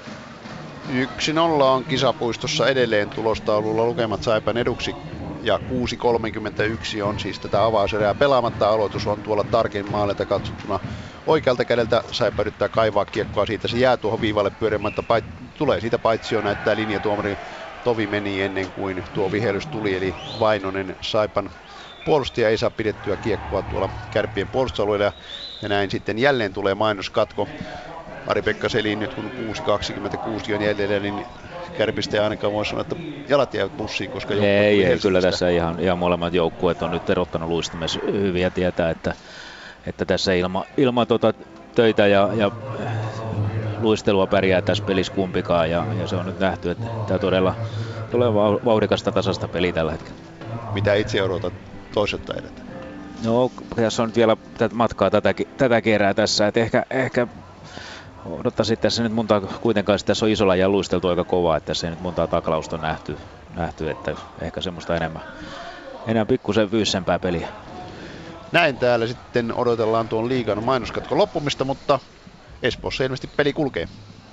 1-0 on kisapuistossa edelleen tulostaululla lukemat Saipan eduksi ja 6.31 on siis tätä avauserää pelaamatta. Aloitus on tuolla tarkin maalilta katsottuna oikealta kädeltä. Saipa yrittää kaivaa kiekkoa siitä, se jää tuohon viivalle pyörimättä, tulee siitä paitsio, näyttää linjatuomari. Tovi meni ennen kuin tuo vihelys tuli, eli Vainonen Saipan puolustaja ei saa pidettyä kiekkoa tuolla Kärppien puolustusalueella ja näin sitten jälleen tulee mainoskatko. Ari-Pekka Selin nyt kun 6.26 on jäljellä, niin Kärpistä ei ainakaan voi sanoa, että jalat jäävät bussiin, koska ei kyllä tässä ihan molemmat joukkueet on nyt erottanut luistimessa hyvin ja tietää, että tässä ilman töitä ja luistelua pärjää tässä pelissä kumpikaan ja se on nyt nähty, että tämä todella vauhdikasta tasasta peliä tällä hetkellä. Mitä itse odotat toiselta edetä? No, tässä on nyt vielä matkaa tätä kerää tässä, että ehkä odottaisin tässä nyt monta, kuitenkaan tässä on isolla ja luisteltu aika kovaa, että tässä ei nyt montaa taklausta on nähty, että ehkä semmoista enää pikkusen fyysisempää peliä. Näin täällä sitten odotellaan tuon liigan mainoskatkon loppumista, mutta Espoossa ilmeisesti peli kulkee.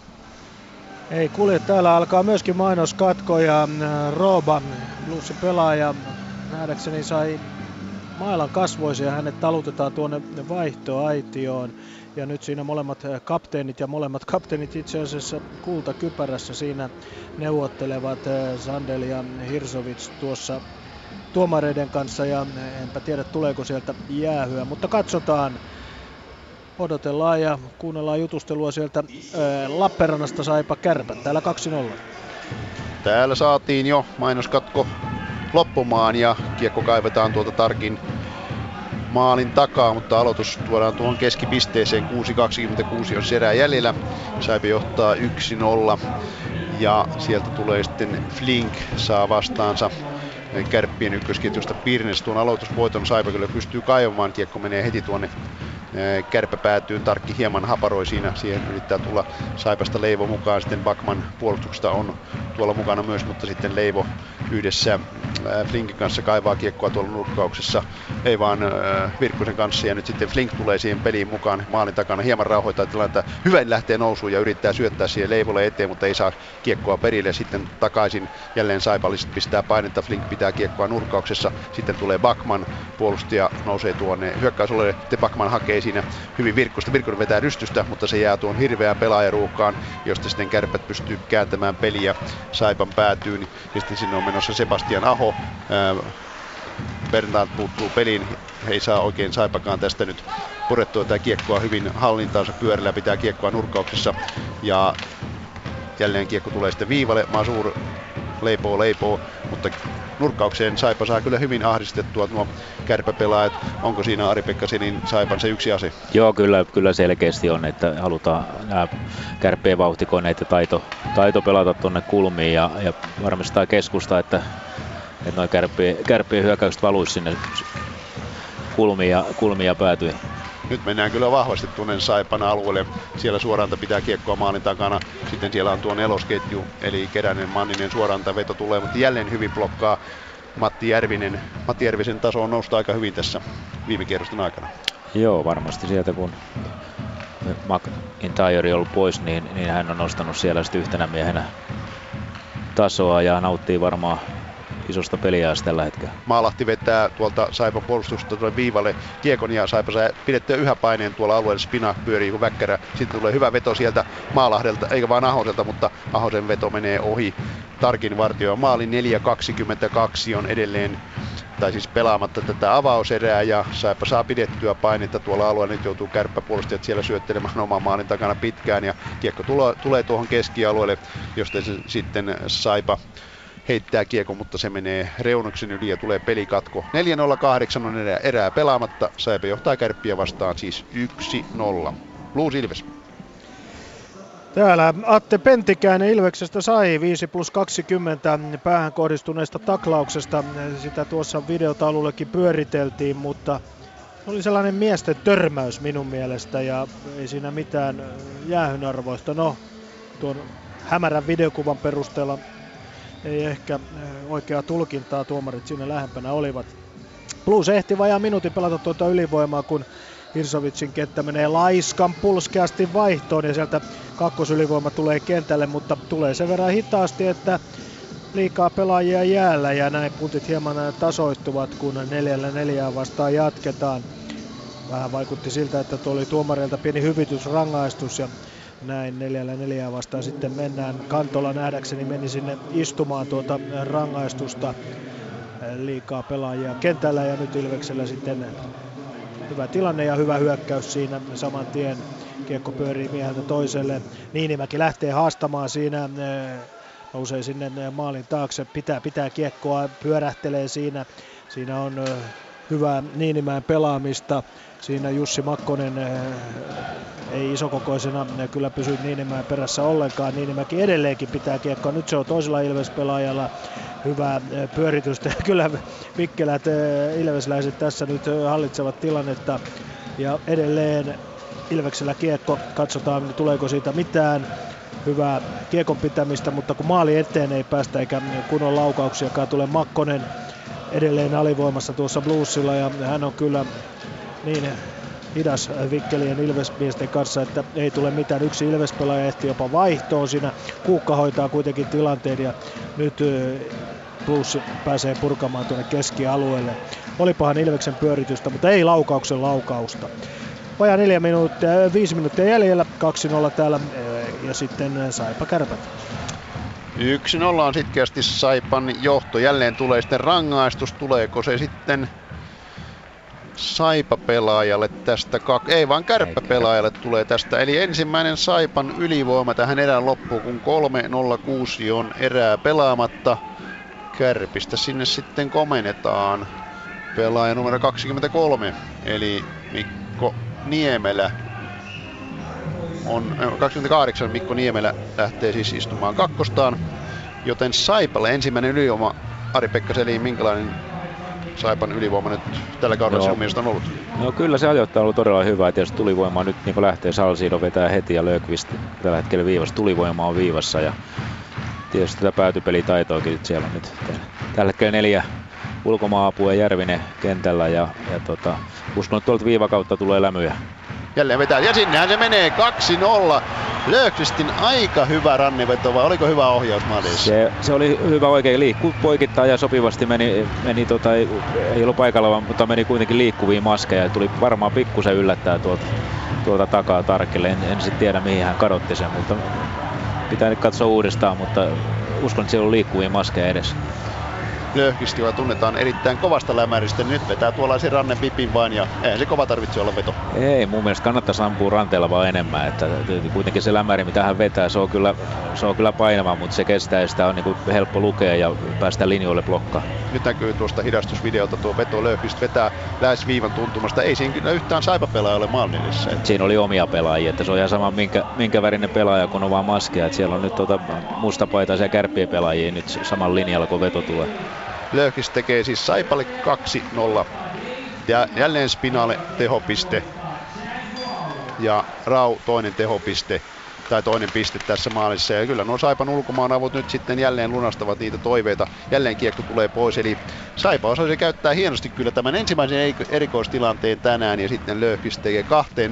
Ei kulje, täällä alkaa myöskin mainoskatko ja Rooba, Bluesin pelaaja, nähdäkseni sai mailan kasvoisia ja hänet talutetaan tuonne vaihtoaitioon. Ja nyt siinä molemmat kapteenit itse asiassa kultakypärässä siinä neuvottelevat Sandel ja Hirsovits tuossa tuomareiden kanssa ja enpä tiedä tuleeko sieltä jäähyä, mutta katsotaan. Odotellaan ja kuunnellaan jutustelua sieltä Lappeenrannasta Saipa Kärpät, täällä 2-0. Täällä saatiin jo mainoskatko loppumaan ja kiekko kaivetaan tuolta tarkin maalin takaa, mutta aloitus tuodaan tuohon keskipisteeseen. 6.26 on erää jäljellä. Saipa johtaa 1-0 ja sieltä tulee sitten Flink saa vastaansa Kärppien ykkösketjusta Pirnes tuon aloitusvoiton. Saipa kyllä pystyy kaivamaan, kiekko menee heti tuonne Kärppä päätyy, Tarkki hieman haparoi siinä, siihen yrittää tulla Saipasta Leivo mukaan, sitten Backman puolustuksesta on tuolla mukana myös, mutta sitten Leivo yhdessä Flinkin kanssa kaivaa kiekkoa tuolla nurkkauksessa, ei vaan Virkkusen kanssa, ja nyt sitten Flink tulee siihen peliin mukaan maalin takana, hieman rauhoittaa tilannetta, hyvin lähtee nousuun ja yrittää syöttää siihen Leivolle eteen, mutta ei saa kiekkoa perille, sitten takaisin jälleen saipalliset pistää painetta, Flink pitää kiekkoa nurkkauksessa, sitten tulee Backman, puolustaja nousee tuonne hyökkäysalueelle, sitten Backman hakee tekee siinä hyvin Virkkusta. Virkkunen vetää rystystä, mutta se jää tuon hirveään pelaajaruuhkaan, josta sitten Kärpät pystyy kääntämään peliä Saipan päätyyn. Ja sitten sinne on menossa Sebastian Aho. Bernard puuttuu peliin. He ei saa oikein Saipakaan tästä nyt purettua tätä kiekkoa hyvin hallintaansa. Pyörällä pitää kiekkoa nurkkauksessa. Ja jälleen kiekko tulee sitten viivalle. Masur leipoo, mutta nurkkaukseen Saipa saa kyllä hyvin ahdistettua nuo kärpäpelaajat. Onko siinä Ari-Pekka Selin Saipan se yksi ase? Joo, kyllä selkeästi on, että halutaan nämä Kärppien vauhtikoneet ja taito pelata tuonne kulmiin ja varmistaa keskusta, että noin Kärppien hyökkäykset valuisi sinne kulmiin ja päätyi. Nyt mennään kyllä vahvasti tuonne Saipan alueelle. Siellä suoranta pitää kiekkoa maalin takana. Sitten siellä on tuo nelosketju, eli Keränen, Manninen, suoranta veto tulee, mutta jälleen hyvin blokkaa Matti Järvinen. Matti Järvisen taso on noussut aika hyvin tässä viime kierrosten aikana. Joo, varmasti sieltä kun McIntyre on ollut pois, niin hän on nostanut siellä sitten yhtenä miehenä tasoa ja nauttii varmaan isosta peliajasta tällä hetkellä. Maalahti vetää tuolta Saipan puolustusta tuolle viivalle kiekon ja Saipa saa pidettyä yhä paineen tuolla alueella. Spina pyörii kuin väkkärä. Sitten tulee hyvä veto sieltä Maalahdelta, eikä vaan Ahoselta, mutta Ahosen veto menee ohi. Tarkin vartio maali 4.22 on edelleen, tai siis pelaamatta tätä avauserää ja Saipa saa pidettyä painetta tuolla alueella. Nyt joutuu kärppäpuolustajat siellä syöttelemään oman maalin takana pitkään ja kiekko tulee tuohon keskialueelle, josta se sitten Saipa heittää kiekko, mutta se menee reunuksen yli ja tulee pelikatko. 4.08 on erää pelaamatta. Saipa johtaa Kärppiä vastaan siis 1-0. Blues Ilves. Täällä Atte Pentikäinen Ilveksestä sai 5+20 päähän kohdistuneesta taklauksesta. Sitä tuossa videotaulullekin pyöriteltiin, mutta oli sellainen miesten törmäys minun mielestä ja ei siinä mitään jäähynarvoista. No, tuon hämärän videokuvan perusteella ei ehkä oikeaa tulkintaa, tuomarit siinä lähempänä olivat. Blues ehti vajaa minuutin pelata tuota ylivoimaa, kun Hirsovitsin kenttä menee laiskan pulskeasti vaihtoon ja sieltä kakkosylivoima tulee kentälle, mutta tulee sen verran hitaasti, että liikaa pelaajia jäällä ja näin puntit hieman tasoittuvat, kun 4-4 vastaan jatketaan. Vähän vaikutti siltä, että tuo oli tuomareilta pieni hyvitysrangaistus ja näin 4-4 vastaan sitten mennään. Kantola nähdäkseni meni sinne istumaan tuota rangaistusta. Liikaa pelaajia kentällä ja nyt Ilveksellä sitten hyvä tilanne ja hyvä hyökkäys siinä saman tien. Kiekko pyörii mieheltä toiselle. Niinimäki lähtee haastamaan siinä. Nousee sinne maalin taakse. Pitää kiekkoa, pyörähtelee siinä. Siinä on hyvää Niinimäen pelaamista. Siinä Jussi Makkonen ei isokokoisena kyllä pysy Niinimäen perässä ollenkaan. Niinimäki edelleenkin pitää kiekkoa. Nyt se on toisella Ilves-pelaajalla hyvää pyöritystä. Kyllä vikkelät ilvesläiset tässä nyt hallitsevat tilannetta. Ja edelleen Ilveksellä kiekko. Katsotaan, tuleeko siitä mitään. Hyvää kiekon pitämistä, mutta kun maali eteen ei päästä eikä kunnon laukauksiakaan tule. Makkonen edelleen alivoimassa tuossa Bluesilla ja hän on kyllä niin hidas vikkelien Ilves-miesten kanssa, että ei tule mitään. Yksi Ilves-pelaaja ehti jopa vaihtoon siinä. Kuukka hoitaa kuitenkin tilanteen ja nyt Blues pääsee purkamaan tuonne keskialueelle. Olipahan Ilveksen pyöritystä, mutta ei laukauksen laukausta. Vajaa 5 minuuttia jäljellä, 2-0 täällä ja sitten Saipa Kärpät. 1-0 on sitkeästi Saipan johto. Jälleen tulee sitten rangaistus. Tuleeko se sitten Saipa-pelaajalle tästä? Ei vaan Kärppä-pelaajalle tulee tästä. Eli ensimmäinen Saipan ylivoima tähän erään loppuun, kun 3.06 on erää pelaamatta. Kärpistä sinne sitten komennetaan pelaaja numero 23, eli Mikko Niemelä. 28 Mikko Niemelä lähtee siis istumaan kakkostaan, joten Saipalle ensimmäinen ylivoima. Ari-Pekka Selin, minkälainen Saipan ylivoima nyt tällä kaudella sinun mielestä on ollut? No kyllä se ajoittaa on ollut todella hyvä. Tietysti tulivoimaa nyt niin lähtee Salsiido vetää heti ja Löfqvist tällä hetkellä viivassa. Tulivoima on viivassa ja tietysti tätä päätypelitaitoakin siellä nyt. Tällä hetkellä 4 ulkomaa-apua Järvinen kentällä ja uskon, että tuolta viivakautta tulee lämyjä. Jälleen vetää ja sinnehän se menee 2-0. Löfqvistin aika hyvä ranniveto, vai oliko hyvä ohjaus maalissa? Se oli hyvä oikein, liikkuu poikittain ja sopivasti meni ei ollut paikalla, mutta meni kuitenkin liikkuviin maskeja ja tuli varmaan pikkusen yllättää tuolta takaa Tarkille. En sitten tiedä mihin hän kadotti sen, mutta pitää nyt katsoa uudestaan, mutta uskon, että siellä on liikkuvia maskeja edessä. Löfqvist, joka tunnetaan erittäin kovasta lämäristä, nyt vetää tuollaisen rannen pipin vain ja eihän se kova tarvitse olla veto. Ei, mun mielestä kannattaisi ampua ranteella vaan enemmän, että kuitenkin se lämäri mitä hän vetää, se on kyllä painava, mutta se kestää ja sitä on niin helppo lukea ja päästä linjoille blokkaan. Nyt näkyy tuosta hidastusvideolta tuo veto, Löfqvist vetää lähes viivan tuntumasta, ei siinä kyllä yhtään Saipa-pelaaja ole maalin edessä. Siinä oli omia pelaajia, että se on ihan sama minkä värinen pelaaja kun on vaan maskeja, että siellä on nyt mustapaitaisia Kärppien pelaajia nyt saman linjalla kun veto tulee. Löfqvist tekee siis Saipalle 2-0 ja jälleen Spinalle tehopiste ja Rau toinen tehopiste tai toinen piste tässä maalissa ja kyllä nuo Saipan ulkomaanavut nyt sitten jälleen lunastavat niitä toiveita. Jälleen kiekko tulee pois eli Saipa osasi käyttää hienosti kyllä tämän ensimmäisen erikoistilanteen tänään ja sitten Löfqvist tekee 2-0,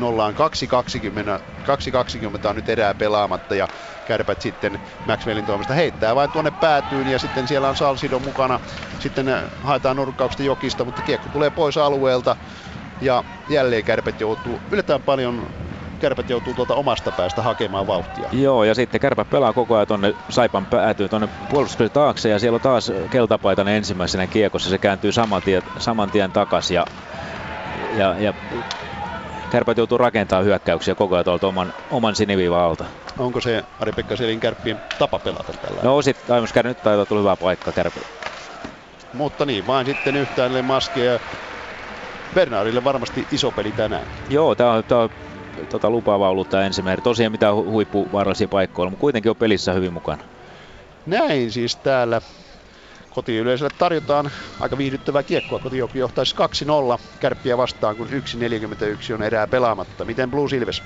2.20 on nyt erää pelaamatta ja Kärpät sitten Maxwellin toimesta heittää vain tuonne päätyyn ja sitten siellä on Salcido mukana. Sitten haetaan nurkkauksesta Jokista, mutta kiekko tulee pois alueelta ja jälleen Kärpät joutuu yllättävän paljon. Kärpät joutuu tuolta omasta päästä hakemaan vauhtia. Joo, ja sitten Kärpät pelaa koko ajan tuonne Saipan päätyy tuonne puolustuskentän taakse ja siellä on taas keltapaitainen ensimmäisenä kiekossa. Se kääntyy saman tien takaisin ja Kärpät joutuu rakentamaan hyökkäyksiä koko ajan tuolta oman siniviivan alta. Onko se Ari-Pekka Selin Kärppien tapa pelata tällä? No osittain, nyt taitaa tulla hyvä paikka Kärpille. Mutta niin, vain sitten yhtään maskeja. Bernardille varmasti iso peli tänään. Joo, tää on lupaava ollut tämä ensimmäinen. Tosiaan mitään huippuvaarallisia paikkoja, mutta kuitenkin on pelissä hyvin mukana. Näin siis täällä kotiyleisölle tarjotaan aika viihdyttävää kiekkoa. Kotijoukko johtaisi 2-0 Kärppiä vastaan, kun 1.41 on erää pelaamatta. Miten Blues Ilves?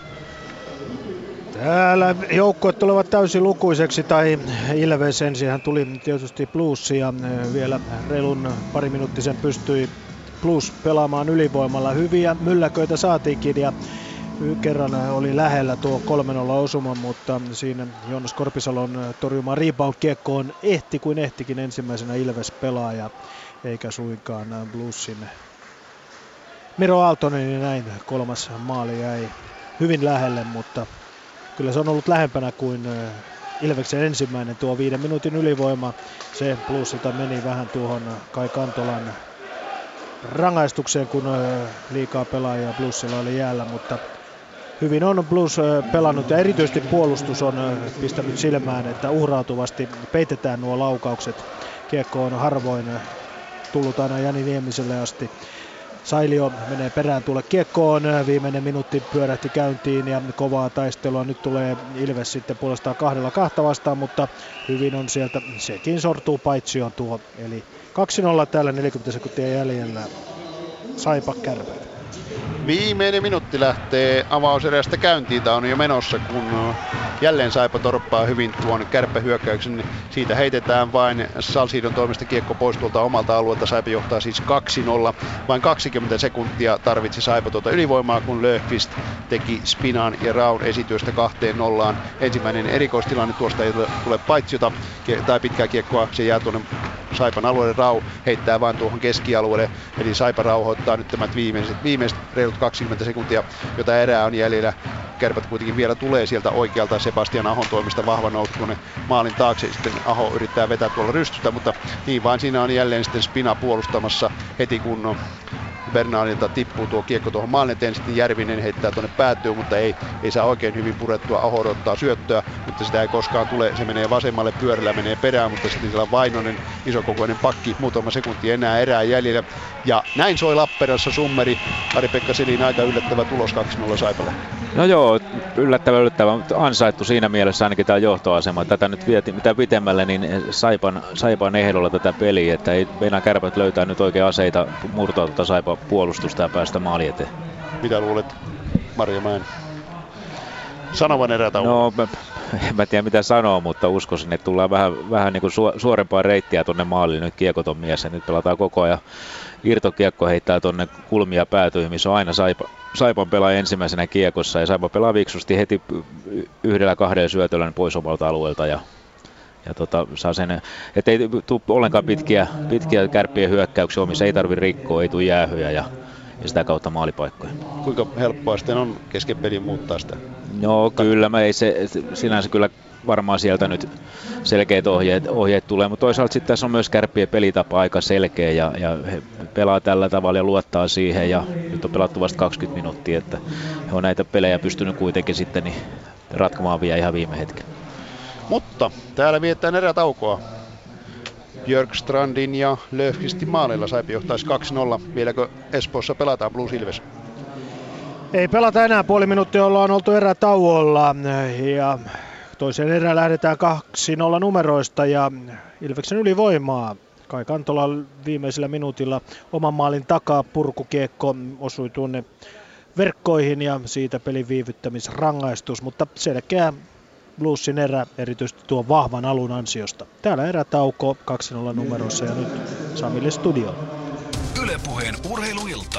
Täällä joukkueet tulevat täysin lukuiseksi, tai Ilves ensinhän tuli tietysti Blues ja vielä reilun pariminuuttisen pystyi Blues pelaamaan ylivoimalla. Hyviä mylläköitä saatiinkin ja kerran oli lähellä tuo 3-0 osuma, mutta siinä Joonas Korpisalon torjuma rebound-kiekkoon ehtikin ensimmäisenä Ilves-pelaaja, eikä suinkaan Bluesin Miro Aaltonen, niin näin kolmas maali jäi hyvin lähelle, mutta kyllä se on ollut lähempänä kuin Ilveksen ensimmäinen tuo 5 minuutin ylivoima. Se Bluesilta meni vähän tuohon Kai Kantolan rangaistukseen, kun liikaa pelaajia Bluesilla oli jäällä, mutta hyvin on Blues pelannut ja erityisesti puolustus on pistänyt silmään, että uhrautuvasti peitetään nuo laukaukset. Kiekko on harvoin tullut aina Jani Niemiselle asti. Sailio menee perään tuolle kiekkoon, viimeinen minuutti pyörähti käyntiin ja kovaa taistelua. Nyt tulee Ilves sitten puolestaan 2-2 vastaan, mutta hyvin on sieltä, sekin sortuu paitsioon tuo. Eli 2-0 täällä 40 sekuntia jäljellä, Saipa Kärpät. Viimeinen minuutti lähtee avauserästä käyntiin. Tämä on jo menossa, kun jälleen Saipa torppaa hyvin tuon kärppähyökkäyksen. Siitä heitetään vain Salcidon toimesta kiekko pois tuolta omalta alueelta. Saipa johtaa siis 2-0. Vain 20 sekuntia tarvitsi Saipa tuota ylivoimaa, kun Löfqvist teki Spinan ja Raun esityöstä 2-0. Ensimmäinen erikoistilanne, tuosta ei tule paitsiota tai pitkää kiekkoa. Se jää tuonne Saipan alueelle. Rau heittää vain tuohon keskialueelle. Eli Saipa rauhoittaa nyt tämän viimeiset reilut 20 sekuntia, jota erää on jäljellä. Kärpät kuitenkin vielä tulee sieltä oikealta Sebastian Ahon toimesta vahva nousu tuonne maalin taakse. Sitten Aho yrittää vetää tuolla rystystä, mutta niin vain siinä on jälleen sitten Spina puolustamassa heti kun Bernardilta tippuu tuo kiekko tuohon maalin eteen. Sitten Järvinen heittää tuonne päätyyn, mutta ei saa oikein hyvin purettua. Aho odottaa syöttöä, mutta sitä ei koskaan tule. Se menee vasemmalle, pyörällä menee perään, mutta sitten siellä on Vainonen, isokokoinen pakki, muutama sekunti enää erää jäljellä. Ja näin soi Lappeenrannassa summeri. Ari-Pekka Selin aika yllättävä tulos 2-0 Saipalle. No joo, yllättävä, mutta ansaittu siinä mielessä ainakin tämä johtoasema. Tätä nyt vietiin mitä pitemmälle, niin Saipan ehdolla tätä peliä, että ei meinaa Kärpät löytää nyt oikein aseita murtaa tuota Saipan puolustusta ja päästä maali eteen. Mitä luulet, Marjamäen sanovan erätauon? No en mä tiedä mitä sanoa, mutta uskoisin, että tullaan vähän niin kuin suorempaa reittiä tuonne maalille. Nyt kiekot on mies ja nyt pelataan koko ajan. Irtokiekko heittää tuonne kulmia päätyihin, missä on aina Saipan pelaa ensimmäisenä kiekossa ja Saipa pelaa viksusti heti 1-2 syötöllä pois omalta alueelta ja saa sen, että ei tule ollenkaan pitkiä Kärppien hyökkäyksiä, missä ei tarvitse rikkoa, ei tule jäähyjä ja sitä kautta maalipaikkoja. Kuinka helppoa sitten on kesken pelin muuttaa sitä? No kyllä, sinänsä kyllä varmaan sieltä nyt selkeät ohjeet tulee, mutta toisaalta sitten tässä on myös Kärppien pelitapa aika selkeä ja he pelaa tällä tavalla ja luottaa siihen ja nyt on pelattu vasta 20 minuuttia, että he on näitä pelejä pystynyt kuitenkin sitten niin ratkomaan vielä ihan viime hetken. Mutta täällä vietetään erätaukoa. Björkstrandin ja Löfqvistin maalilla Saipa johtaisi 2-0. Vieläkö Espoossa pelataan Blues Ilves? Ei pelata enää, puoli minuuttia ollaan oltu erätauolla ja toiseen erään lähdetään 2-0 numeroista ja Ilveksen ylivoimaa. Kai Kantola viimeisellä minuutilla oman maalin takaa purkukiekko osui tuonne verkkoihin ja siitä pelin viivyttämisrangaistus, mutta selkeä Bluesin erä erityisesti tuon vahvan alun ansiosta. Täällä erätauko 2-0 numerossa ja nyt Samille studioon. Yle Puheen urheiluilta.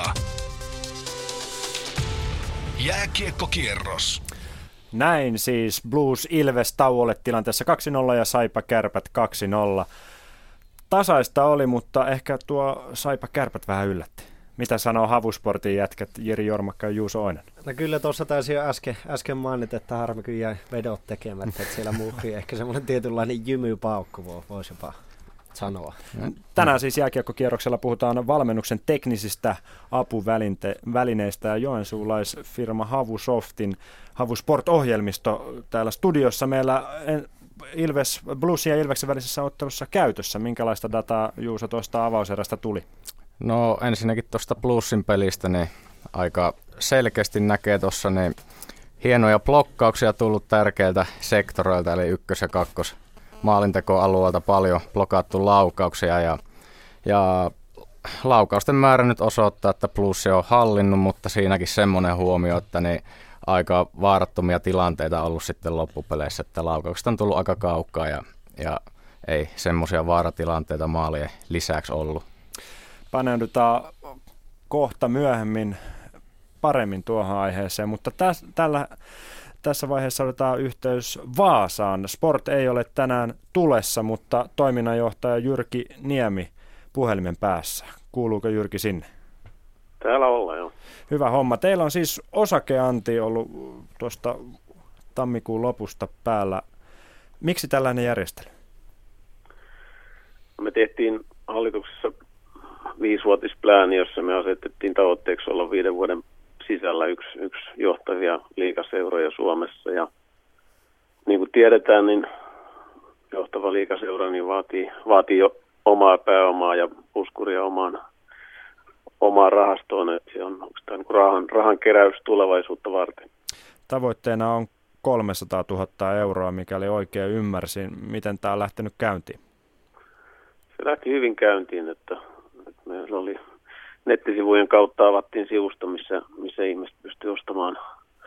Jääkiekkokierros. Näin siis Blues Ilves tauolle tilanteessa 2-0 ja Saipa Kärpät 2-0. Tasaista oli, mutta ehkä tuo Saipa Kärpät vähän yllätti. Mitä sanoo Havusportin jätkät Jiri Jormakka ja Juuso Oinen? No kyllä tuossa taisi jo äsken mainita, että harmi kyllä jäi vedot tekemättä, että siellä muuhii ehkä semmoinen tietynlainen jymypaukku voisi jopa sanoa. Tänään siis jääkiekkokierroksella puhutaan valmennuksen teknisistä apuvälineistä ja joensuulaisfirma Havusoftin Havusport-ohjelmisto täällä studiossa meillä Bluesin ja Ilveksen välisessä ottelussa käytössä. Minkälaista dataa Juuso tuosta avauserästä tuli? No ensinnäkin tuosta Bluesin pelistä niin aika selkeästi näkee tuossa niin hienoja blokkauksia tullut tärkeiltä sektoreilta, eli 1- ja 2- maalintekoalueelta paljon blokattu laukauksia ja laukausten määrä nyt osoittaa, että Blues on hallinnut, mutta siinäkin semmoinen huomio, että niin aika vaarattomia tilanteita on ollut sitten loppupeleissä, että laukaukset on tullut aika kaukaa ja ei semmoisia vaaratilanteita maalien lisäksi ollut. Paneudutaan kohta myöhemmin paremmin tuohon aiheeseen, mutta tässä vaiheessa otetaan yhteys Vaasaan. Sport ei ole tänään tulessa, mutta toiminnanjohtaja Jyrki Niemi puhelimen päässä. Kuuluuko Jyrki sinne? Täällä ollaan, joo. Hyvä homma. Teillä on siis osakeanti ollut tuosta tammikuun lopusta päällä. Miksi tällainen järjestely? Me tehtiin hallituksessa 5-vuotispläni, jossa me asetettiin tavoitteeksi olla 5 vuoden sisällä yksi johtavia liigaseuroja Suomessa. Ja niin kuin tiedetään, niin johtava liigaseura niin vaatii jo omaa pääomaa ja puskuria omaan rahastoon. Että se on oikeastaan niin rahan keräys tulevaisuutta varten. Tavoitteena on 300 000 euroa, mikäli oikein ymmärsin. Miten tämä on lähtenyt käyntiin? Se lähti hyvin käyntiin, että meillä oli nettisivujen kautta avattiin sivusto, missä ihmiset pystyy ostamaan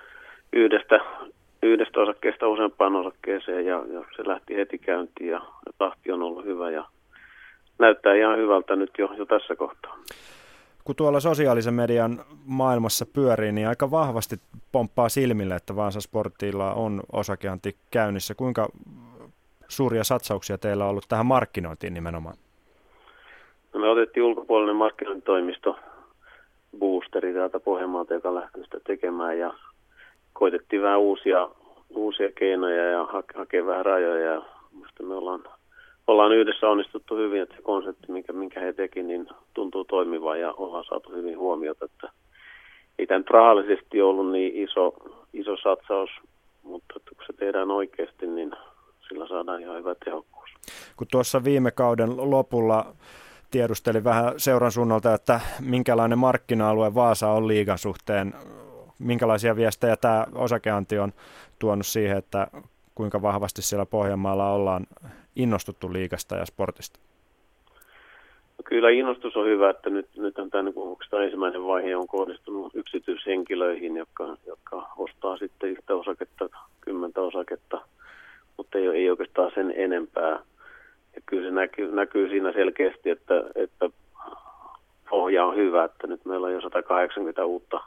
yhdestä osakkeesta useampaan osakkeeseen ja se lähti heti käyntiin ja tahti on ollut hyvä ja näyttää ihan hyvältä nyt jo tässä kohtaa. Kun tuolla sosiaalisen median maailmassa pyörii, niin aika vahvasti pomppaa silmille, että Vaasan Sportilla on osakeanti käynnissä. Kuinka suuria satsauksia teillä on ollut tähän markkinointiin nimenomaan? No me otettiin ulkopuolinen markkinointitoimisto Boosteri täältä Pohjanmaalta, joka lähti sitä tekemään ja koitettiin vähän uusia keinoja ja hakea vähän rajoja. Ja musta me ollaan yhdessä onnistuttu hyvin, että se konsepti, minkä he teki, niin tuntuu toimivan ja ollaan saatu hyvin huomiota. Että ei tämä nyt rahallisesti ollut niin iso satsaus, mutta kun se tehdään oikeasti, niin sillä saadaan ihan hyvä tehokkuus. Kun tuossa viime kauden lopulla tiedustelin vähän seuran suunnalta, että minkälainen markkina-alue Vaasa on liigan suhteen, minkälaisia viestejä tämä osakeanti on tuonut siihen, että kuinka vahvasti siellä Pohjanmaalla ollaan innostuttu liigasta ja sportista? No kyllä innostus on hyvä, että nyt on tämä ensimmäinen vaihe on kohdistunut yksityishenkilöihin, jotka ostaa sitten yhtä osaketta, 10 osaketta mutta ei oikeastaan sen enempää. Ja kyllä se näkyy siinä selkeästi, että pohja on hyvä, että nyt meillä on jo 180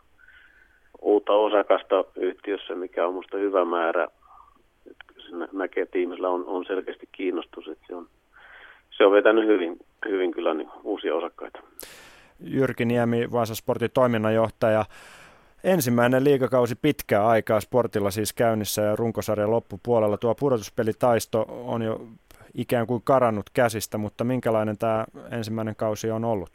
uutta osakasta yhtiössä, mikä on musta hyvä määrä. Että se näkee, että ihmisillä on selkeästi kiinnostus, että se on vetänyt hyvin kyllä niin uusia osakkaita. Jyrki Niemi, Vaasan Sportin toiminnanjohtaja. Ensimmäinen liigakausi pitkää aikaa Sportilla siis käynnissä ja runkosarjan loppupuolella. Tuo pudotuspelitaisto on jo ikään kuin karannut käsistä, mutta minkälainen tämä ensimmäinen kausi on ollut?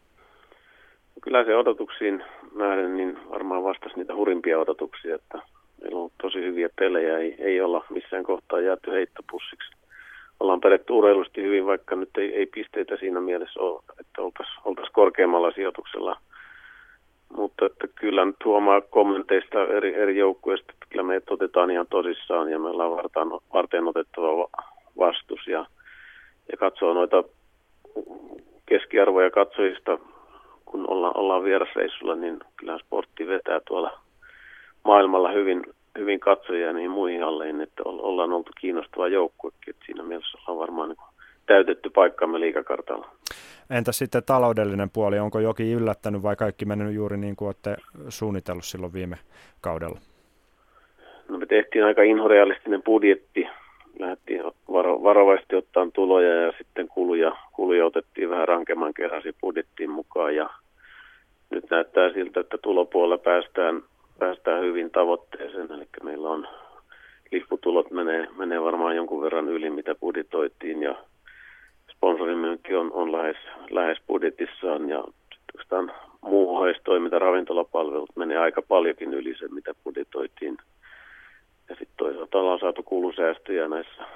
Kyllä se odotuksiin nähden niin varmaan vastasi niitä hurimpia odotuksia, että meillä on ollut tosi hyviä pelejä, ei olla missään kohtaa jääty heittopussiksi. Ollaan pärjätty urheilusti hyvin, vaikka nyt ei pisteitä siinä mielessä ole, että oltaisiin korkeammalla sijoituksella. Mutta että kyllä nyt huomaa kommenteista eri joukkueista, että kyllä me otetaan ihan tosissaan ja meillä on varten otettava vastus ja katsoo noita keskiarvoja katsojista, kun ollaan vierasreissulla, niin kyllähän Sportti vetää tuolla maailmalla hyvin katsojia niin muihin halleihin, että ollaan oltu kiinnostava joukkuekin, että siinä mielessä ollaan varmaan niin täytetty paikkamme liigakartalla. Entä sitten taloudellinen puoli, onko jokin yllättänyt vai kaikki mennyt juuri niin kuin olette suunnitellut silloin viime kaudella? No me tehtiin aika inhorealistinen budjetti, lähdettiin varovaisesti ottaan tuloja ja sitten kuluja otettiin vähän rankemman keräsi budjettiin mukaan ja nyt näyttää siltä, että tulopuolella päästään hyvin tavoitteeseen, eli meillä on lipputulot menee varmaan jonkun verran yli, mitä budjetoitiin ja sponsorimyynti on lähes budjetissaan ja muu oheistoiminta, ravintolapalvelut menee aika paljonkin yli sen, mitä budjetoitiin. Ja sitten toisaalta ollaan saatu kulusäästöjä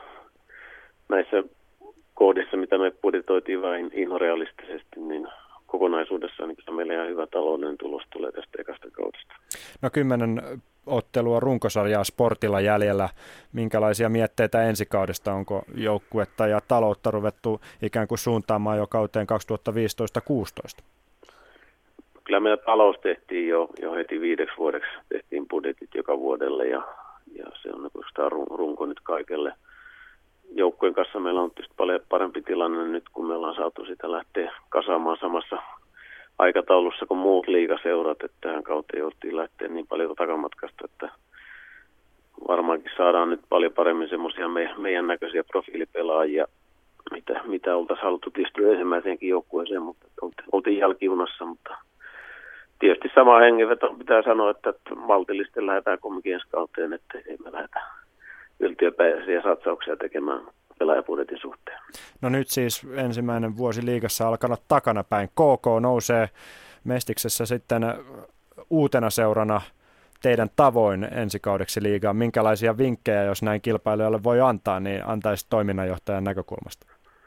näissä kohdissa, mitä me budjetoitiin vain inhorealistisesti, niin kokonaisuudessaan niin meillä ihan hyvä taloudellinen tulos tulee tästä ekasta kaudesta. No 10 ottelua runkosarjaa Sportilla jäljellä. Minkälaisia mietteitä ensikaudesta? Onko joukkuetta ja taloutta ruvettu ikään kuin suuntaamaan jo kauteen 2015-16? Kyllä meillä talous tehtiin jo heti 5 vuodeksi. Tehtiin budjetit joka vuodelle ja se on oikeastaan runko nyt kaikelle. Joukkueen kanssa meillä on tietysti paljon parempi tilanne nyt, kun me ollaan saatu sitä lähteä kasaamaan samassa aikataulussa kuin muut liigaseurat, että tähän kauteen jouttiin lähteä niin paljon takamatkasta, että varmaankin saadaan nyt paljon paremmin semmoisia meidän näköisiä profiilipelaajia, mitä oltaisiin haluttu tietysti ensimmäiseenkin joukkueeseen, mutta oltiin jälkijunassa, mutta tietysti sama hengenveto pitää sanoa, että maltillisesti lähdetään kumminkin ensi kauteen, että ei me lähdetä yltiöpäisiä satsauksia tekemään pelaajapudjetin suhteen. No nyt siis ensimmäinen vuosi liigassa alkanut takanapäin. KK nousee Mestiksessä sitten uutena seurana teidän tavoin ensi kaudeksi liigaan. Minkälaisia vinkkejä, jos näin kilpailijoille voi antaa, niin antaisi toiminnanjohtajan näkökulmasta?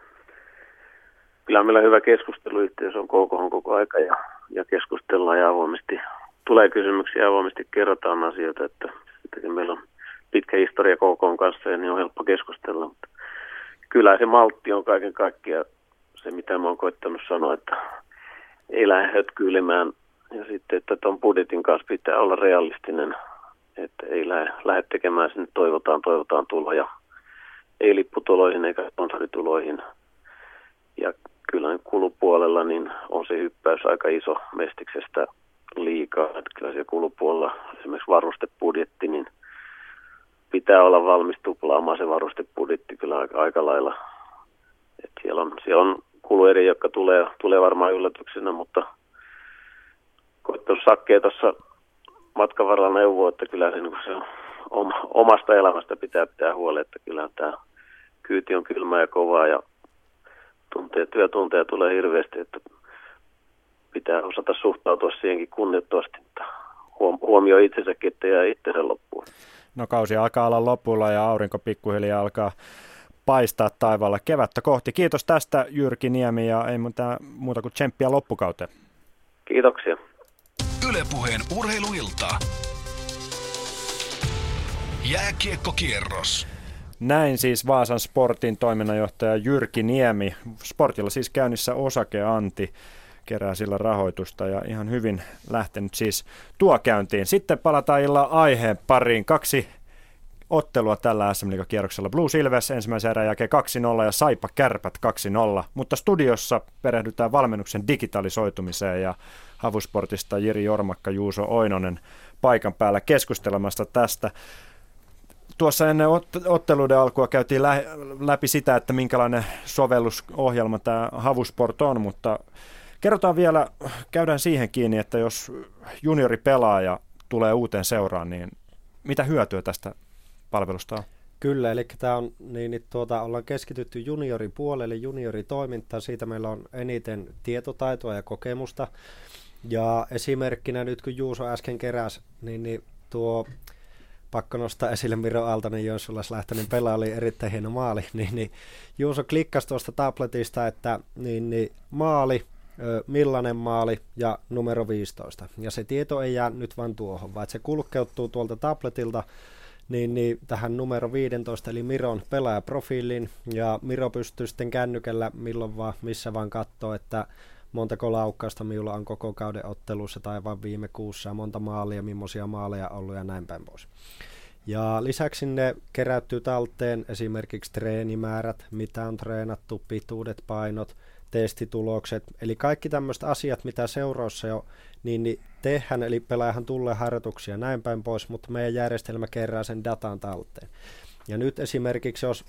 Kyllä meillä hyvä keskusteluyhteys on KK koko aika ja keskustellaan ja avoimesti. Tulee kysymyksiä ja avoimesti kerrotaan asioita, että meillä on pitkä historia KK:n kanssa ja niin on helppo keskustella, mutta kyllä se maltti on kaiken kaikkiaan se, mitä mä oon koittanut sanoa, että ei lähde hötkyilemään ja sitten, että tuon budjetin kanssa pitää olla realistinen, että ei lähde tekemään sinne toivotaan tuloja, ei lipputuloihin eikä sponsorituloihin ja kyllä kulupuolella niin on se hyppäys aika iso Mestiksestä liikaa, että kyllä siellä kulupuolella esimerkiksi varustebudjetti, niin pitää olla valmis tuplaamaan se varustebudjetti kyllä aika lailla. Et siellä on kulueriä, jotka tulee varmaan yllätyksenä, mutta koittanut Sakkeen tuossa matkan varrella neuvoa, että kyllä se on omasta elämästä pitää huoli, että kyllä tämä kyyti on kylmää ja kovaa ja työtunteja tulee hirveästi, että pitää osata suhtautua siihenkin kunnioittavasti, että huomioi itsensäkin, että jää itsensä loppuun. No kausi alkaa olla lopulla ja aurinko pikkuhiljaa alkaa paistaa taivaalla kevättä kohti. Kiitos tästä Jyrki Niemi ja ei muuta kuin tsemppiä loppukauteen. Kiitoksia. Yle Puheen urheiluilta. Jääkiekkokierros. Näin siis Vaasan Sportin toiminnanjohtaja Jyrki Niemi. Sportilla siis käynnissä osakeanti, kerää sillä rahoitusta ja ihan hyvin lähtenyt siis tuo käyntiin. Sitten palataan illan aiheen pariin. 2 ottelua tällä SM-liigakierroksella. Blues Ilves ensimmäisen erän jälkeen 2-0 ja Saipa Kärpät 2-0, mutta studiossa perehdytään valmennuksen digitalisoitumiseen ja Havusportista Jiri Jormakka, Juuso Oinonen paikan päällä keskustelemassa tästä. Tuossa ennen otteluiden alkua käytiin läpi sitä, että minkälainen sovellusohjelma tämä Havusport on, mutta kerrotaan vielä, käydään siihen kiinni, että jos junioripelaaja tulee uuteen seuraan, niin mitä hyötyä tästä palvelusta on? Kyllä, eli tämä on, ollaan keskitytty junioripuolelle, junioritoimintaan, siitä meillä on eniten tietotaitoa ja kokemusta. Ja esimerkkinä nyt kun Juuso äsken keräsi, niin tuo pakko nostaa esille Miro Aaltonen Joensuulas lähtöinen pelaaja, oli erittäin hieno maali, niin Juuso klikkasi tuosta tabletista, että maali, millainen maali ja numero 15. Ja se tieto ei jää nyt vaan tuohon, vaan se kulkeutuu tuolta tabletilta niin tähän numero 15 eli Miron pelaajaprofiiliin, ja Miro pystyy sitten kännykällä milloin vaan, missä vaan katsoo, että montako laukkausta minulla on koko kauden ottelussa tai vain viime kuussa, monta maalia, millaisia maaleja ollut ja näin päin pois. Ja lisäksi ne keräytyy talteen esimerkiksi treenimäärät, mitä on treenattu, pituudet, painot, testitulokset, eli kaikki tämmöiset asiat, mitä seuroissa jo niin tehdään, eli pelaajahan tulee harjoituksia näin päin pois, mutta meidän järjestelmä kerää sen datan talteen. Ja nyt esimerkiksi jos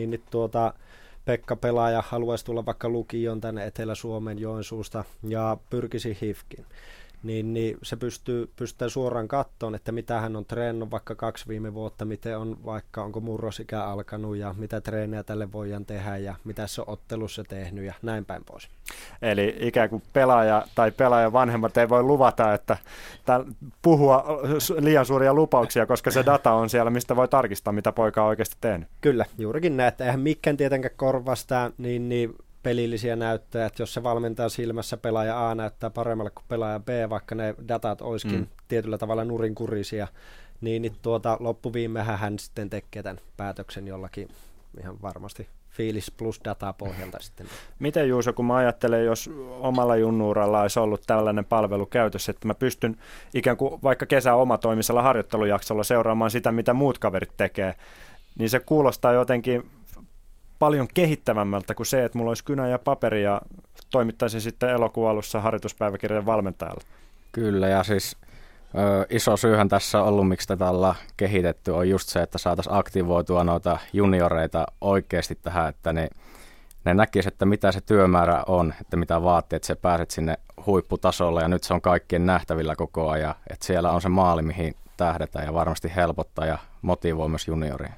Pekka pelaaja haluaisi tulla vaikka lukioon tänne Etelä-Suomen Joensuusta ja pyrkisi HIFKin, niin se pystyy suoraan katsomaan, että mitä hän on treenannut vaikka 2 viime vuotta, miten on vaikka, onko murrosikä alkanut ja mitä treenejä tälle voidaan tehdä ja mitä se on ottelussa tehnyt ja näin päin pois. Eli ikään kuin pelaaja tai pelaajan vanhemmat ei voi luvata, että puhua liian suuria lupauksia, koska se data on siellä, mistä voi tarkistaa, mitä poika on oikeasti tehnyt. Kyllä, juurikin näin, että eihän mikään tietenkään korvastaa niin pelillisiä näyttöjä, että jos se valmentaa silmässä pelaaja A näyttää paremmalle kuin pelaaja B, vaikka ne datat olisikin tietyllä tavalla nurinkurisia, niin loppuviimehän hän sitten tekee tämän päätöksen jollakin ihan varmasti fiilis plus dataa pohjalta sitten. Miten Juuso, kun mä ajattelen, jos omalla junnuuralla olisi ollut tällainen palvelu käytössä, että mä pystyn ikään kuin vaikka kesän omatoimisella harjoittelujaksolla seuraamaan sitä, mitä muut kaverit tekee, niin se kuulostaa jotenkin paljon kehittävämmältä kuin se, että mulla olisi kynä ja paperi ja toimittaisin sitten elokuun alussa harjoituspäiväkirjan valmentajalle. Kyllä, ja siis iso syyhän tässä on ollut, miksi tätä ollaan kehitetty, on just se, että saataisiin aktivoitua noita junioreita oikeasti tähän, että ne näkisivät, että mitä se työmäärä on, että mitä vaatii, että sä pääset sinne huipputasolle, ja nyt se on kaikkien nähtävillä koko ajan, että siellä on se maali, mihin tähdetään, ja varmasti helpottaa ja motivoi myös junioria.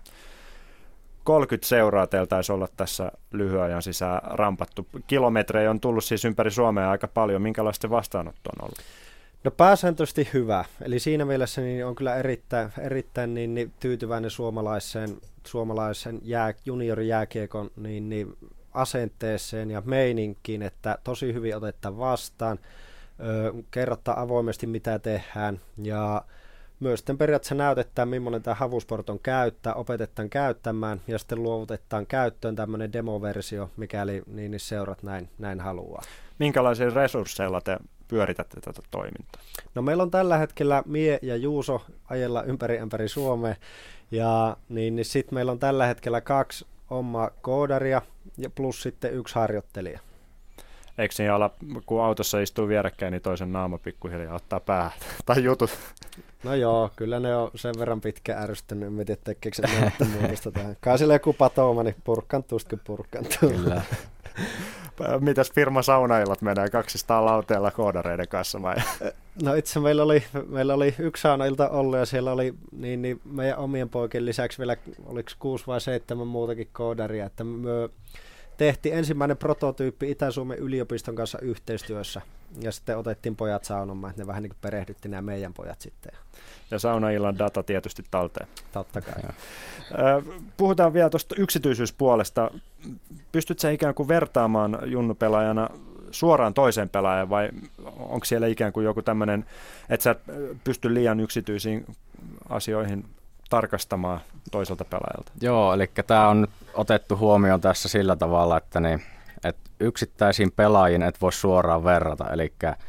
30 seuraa teillä taisi olla tässä lyhyen ajan sisään rampattu. Kilometrejä on tullut siis ympäri Suomea aika paljon. Minkälaista vastaanotto on ollut? No pääsääntöisesti hyvä. Eli siinä mielessä niin on kyllä erittäin niin tyytyväinen suomalaisen juniorijääkiekon niin asenteeseen ja meininkiin, että tosi hyvin otetaan vastaan. Kerrotaan avoimesti mitä tehdään ja myös sitten periaatteessa näytetään, millainen tämä Havusport on käyttää, opetetaan käyttämään ja sitten luovutetaan käyttöön tämmöinen demoversio, mikäli niin seurat näin haluaa. Minkälaisilla resursseilla te pyöritätte tätä toimintaa? No meillä on tällä hetkellä Mie ja Juuso ajella ympäri Suomea ja niin sitten meillä on tällä hetkellä 2 omaa koodaria ja plus sitten 1 harjoittelija. Eikö niin ala, kun autossa istuu vierekkäin, niin toisen naama pikkuhiljaa ottaa päähän tai jutut? No joo, kyllä ne on sen verran pitkä ärsyttänyt, en tiedä tekeekö se näyttä muutosta tähän. Kai sillä joku patooma, niin purkkantuu, kun purkkantuu. Kyllä. Mitäs firma saunaillat menee 200 lauteella koodareiden kanssa vai? No itse meillä oli 1 saunailta ollut ja siellä oli niin meidän omien poikien lisäksi vielä, oliko 6 vai 7 muutakin koodaria, että me tehtiin ensimmäinen prototyyppi Itä-Suomen yliopiston kanssa yhteistyössä ja sitten otettiin pojat saunomaan, että ne vähän niin kuin perehdytti nämä meidän pojat sitten. Ja saunaillan data tietysti talteen. Totta kai. Puhutaan vielä tuosta yksityisyyspuolesta. Pystytkö sä ikään kuin vertaamaan junnupelaajana suoraan toiseen pelaajan vai onko siellä ikään kuin joku tämmöinen, että sä et pysty liian yksityisiin asioihin tarkastamaan toiselta pelaajalta? Joo, eli tämä on nyt otettu huomioon tässä sillä tavalla, että yksittäisiin pelaajiin et voi suoraan verrata, eli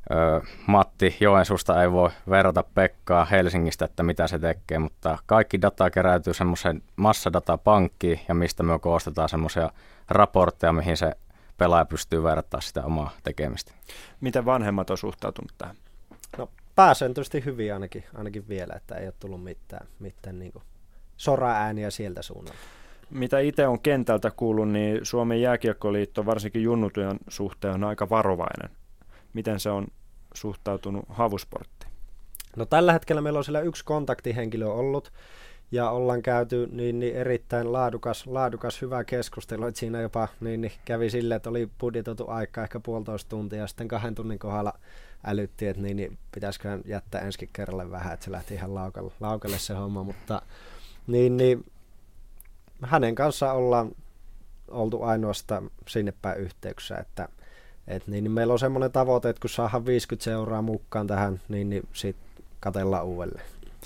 Matti Joensuusta ei voi verrata Pekkaa Helsingistä, että mitä se tekee, mutta kaikki data keräytyy semmoiseen massadatapankkiin ja mistä me koostetaan semmoisia raportteja, mihin se pelaaja pystyy verrattamaan sitä omaa tekemistä. Miten vanhemmat on suhtautunut tähän? No pääsääntöisesti hyvin ainakin vielä, että ei ole tullut mitään niin kuin sora-ääniä sieltä suunnalta. Mitä itse on kentältä kuullut, niin Suomen jääkiekkoliitto varsinkin junnutyön suhteen on aika varovainen. Miten se on suhtautunut havusporttiin? No tällä hetkellä meillä on siellä yksi kontaktihenkilö ollut ja ollaan käyty niin erittäin laadukas hyvä keskustelu, että siinä jopa niin kävi silleen, että oli budjetoitu aika ehkä 1,5 tuntia ja sitten 2 tunnin kohdalla älyttiin, että niin pitäisikö jättää ensi kerralle vähän, että se lähti ihan laukalle se homma, mutta niin hänen kanssa ollaan oltu ainoastaan sinne päin yhteyksissä, että niin meillä on semmoinen tavoite, että kun saadaan 50 seuraa mukaan tähän, niin sitten katsellaan uudelleen.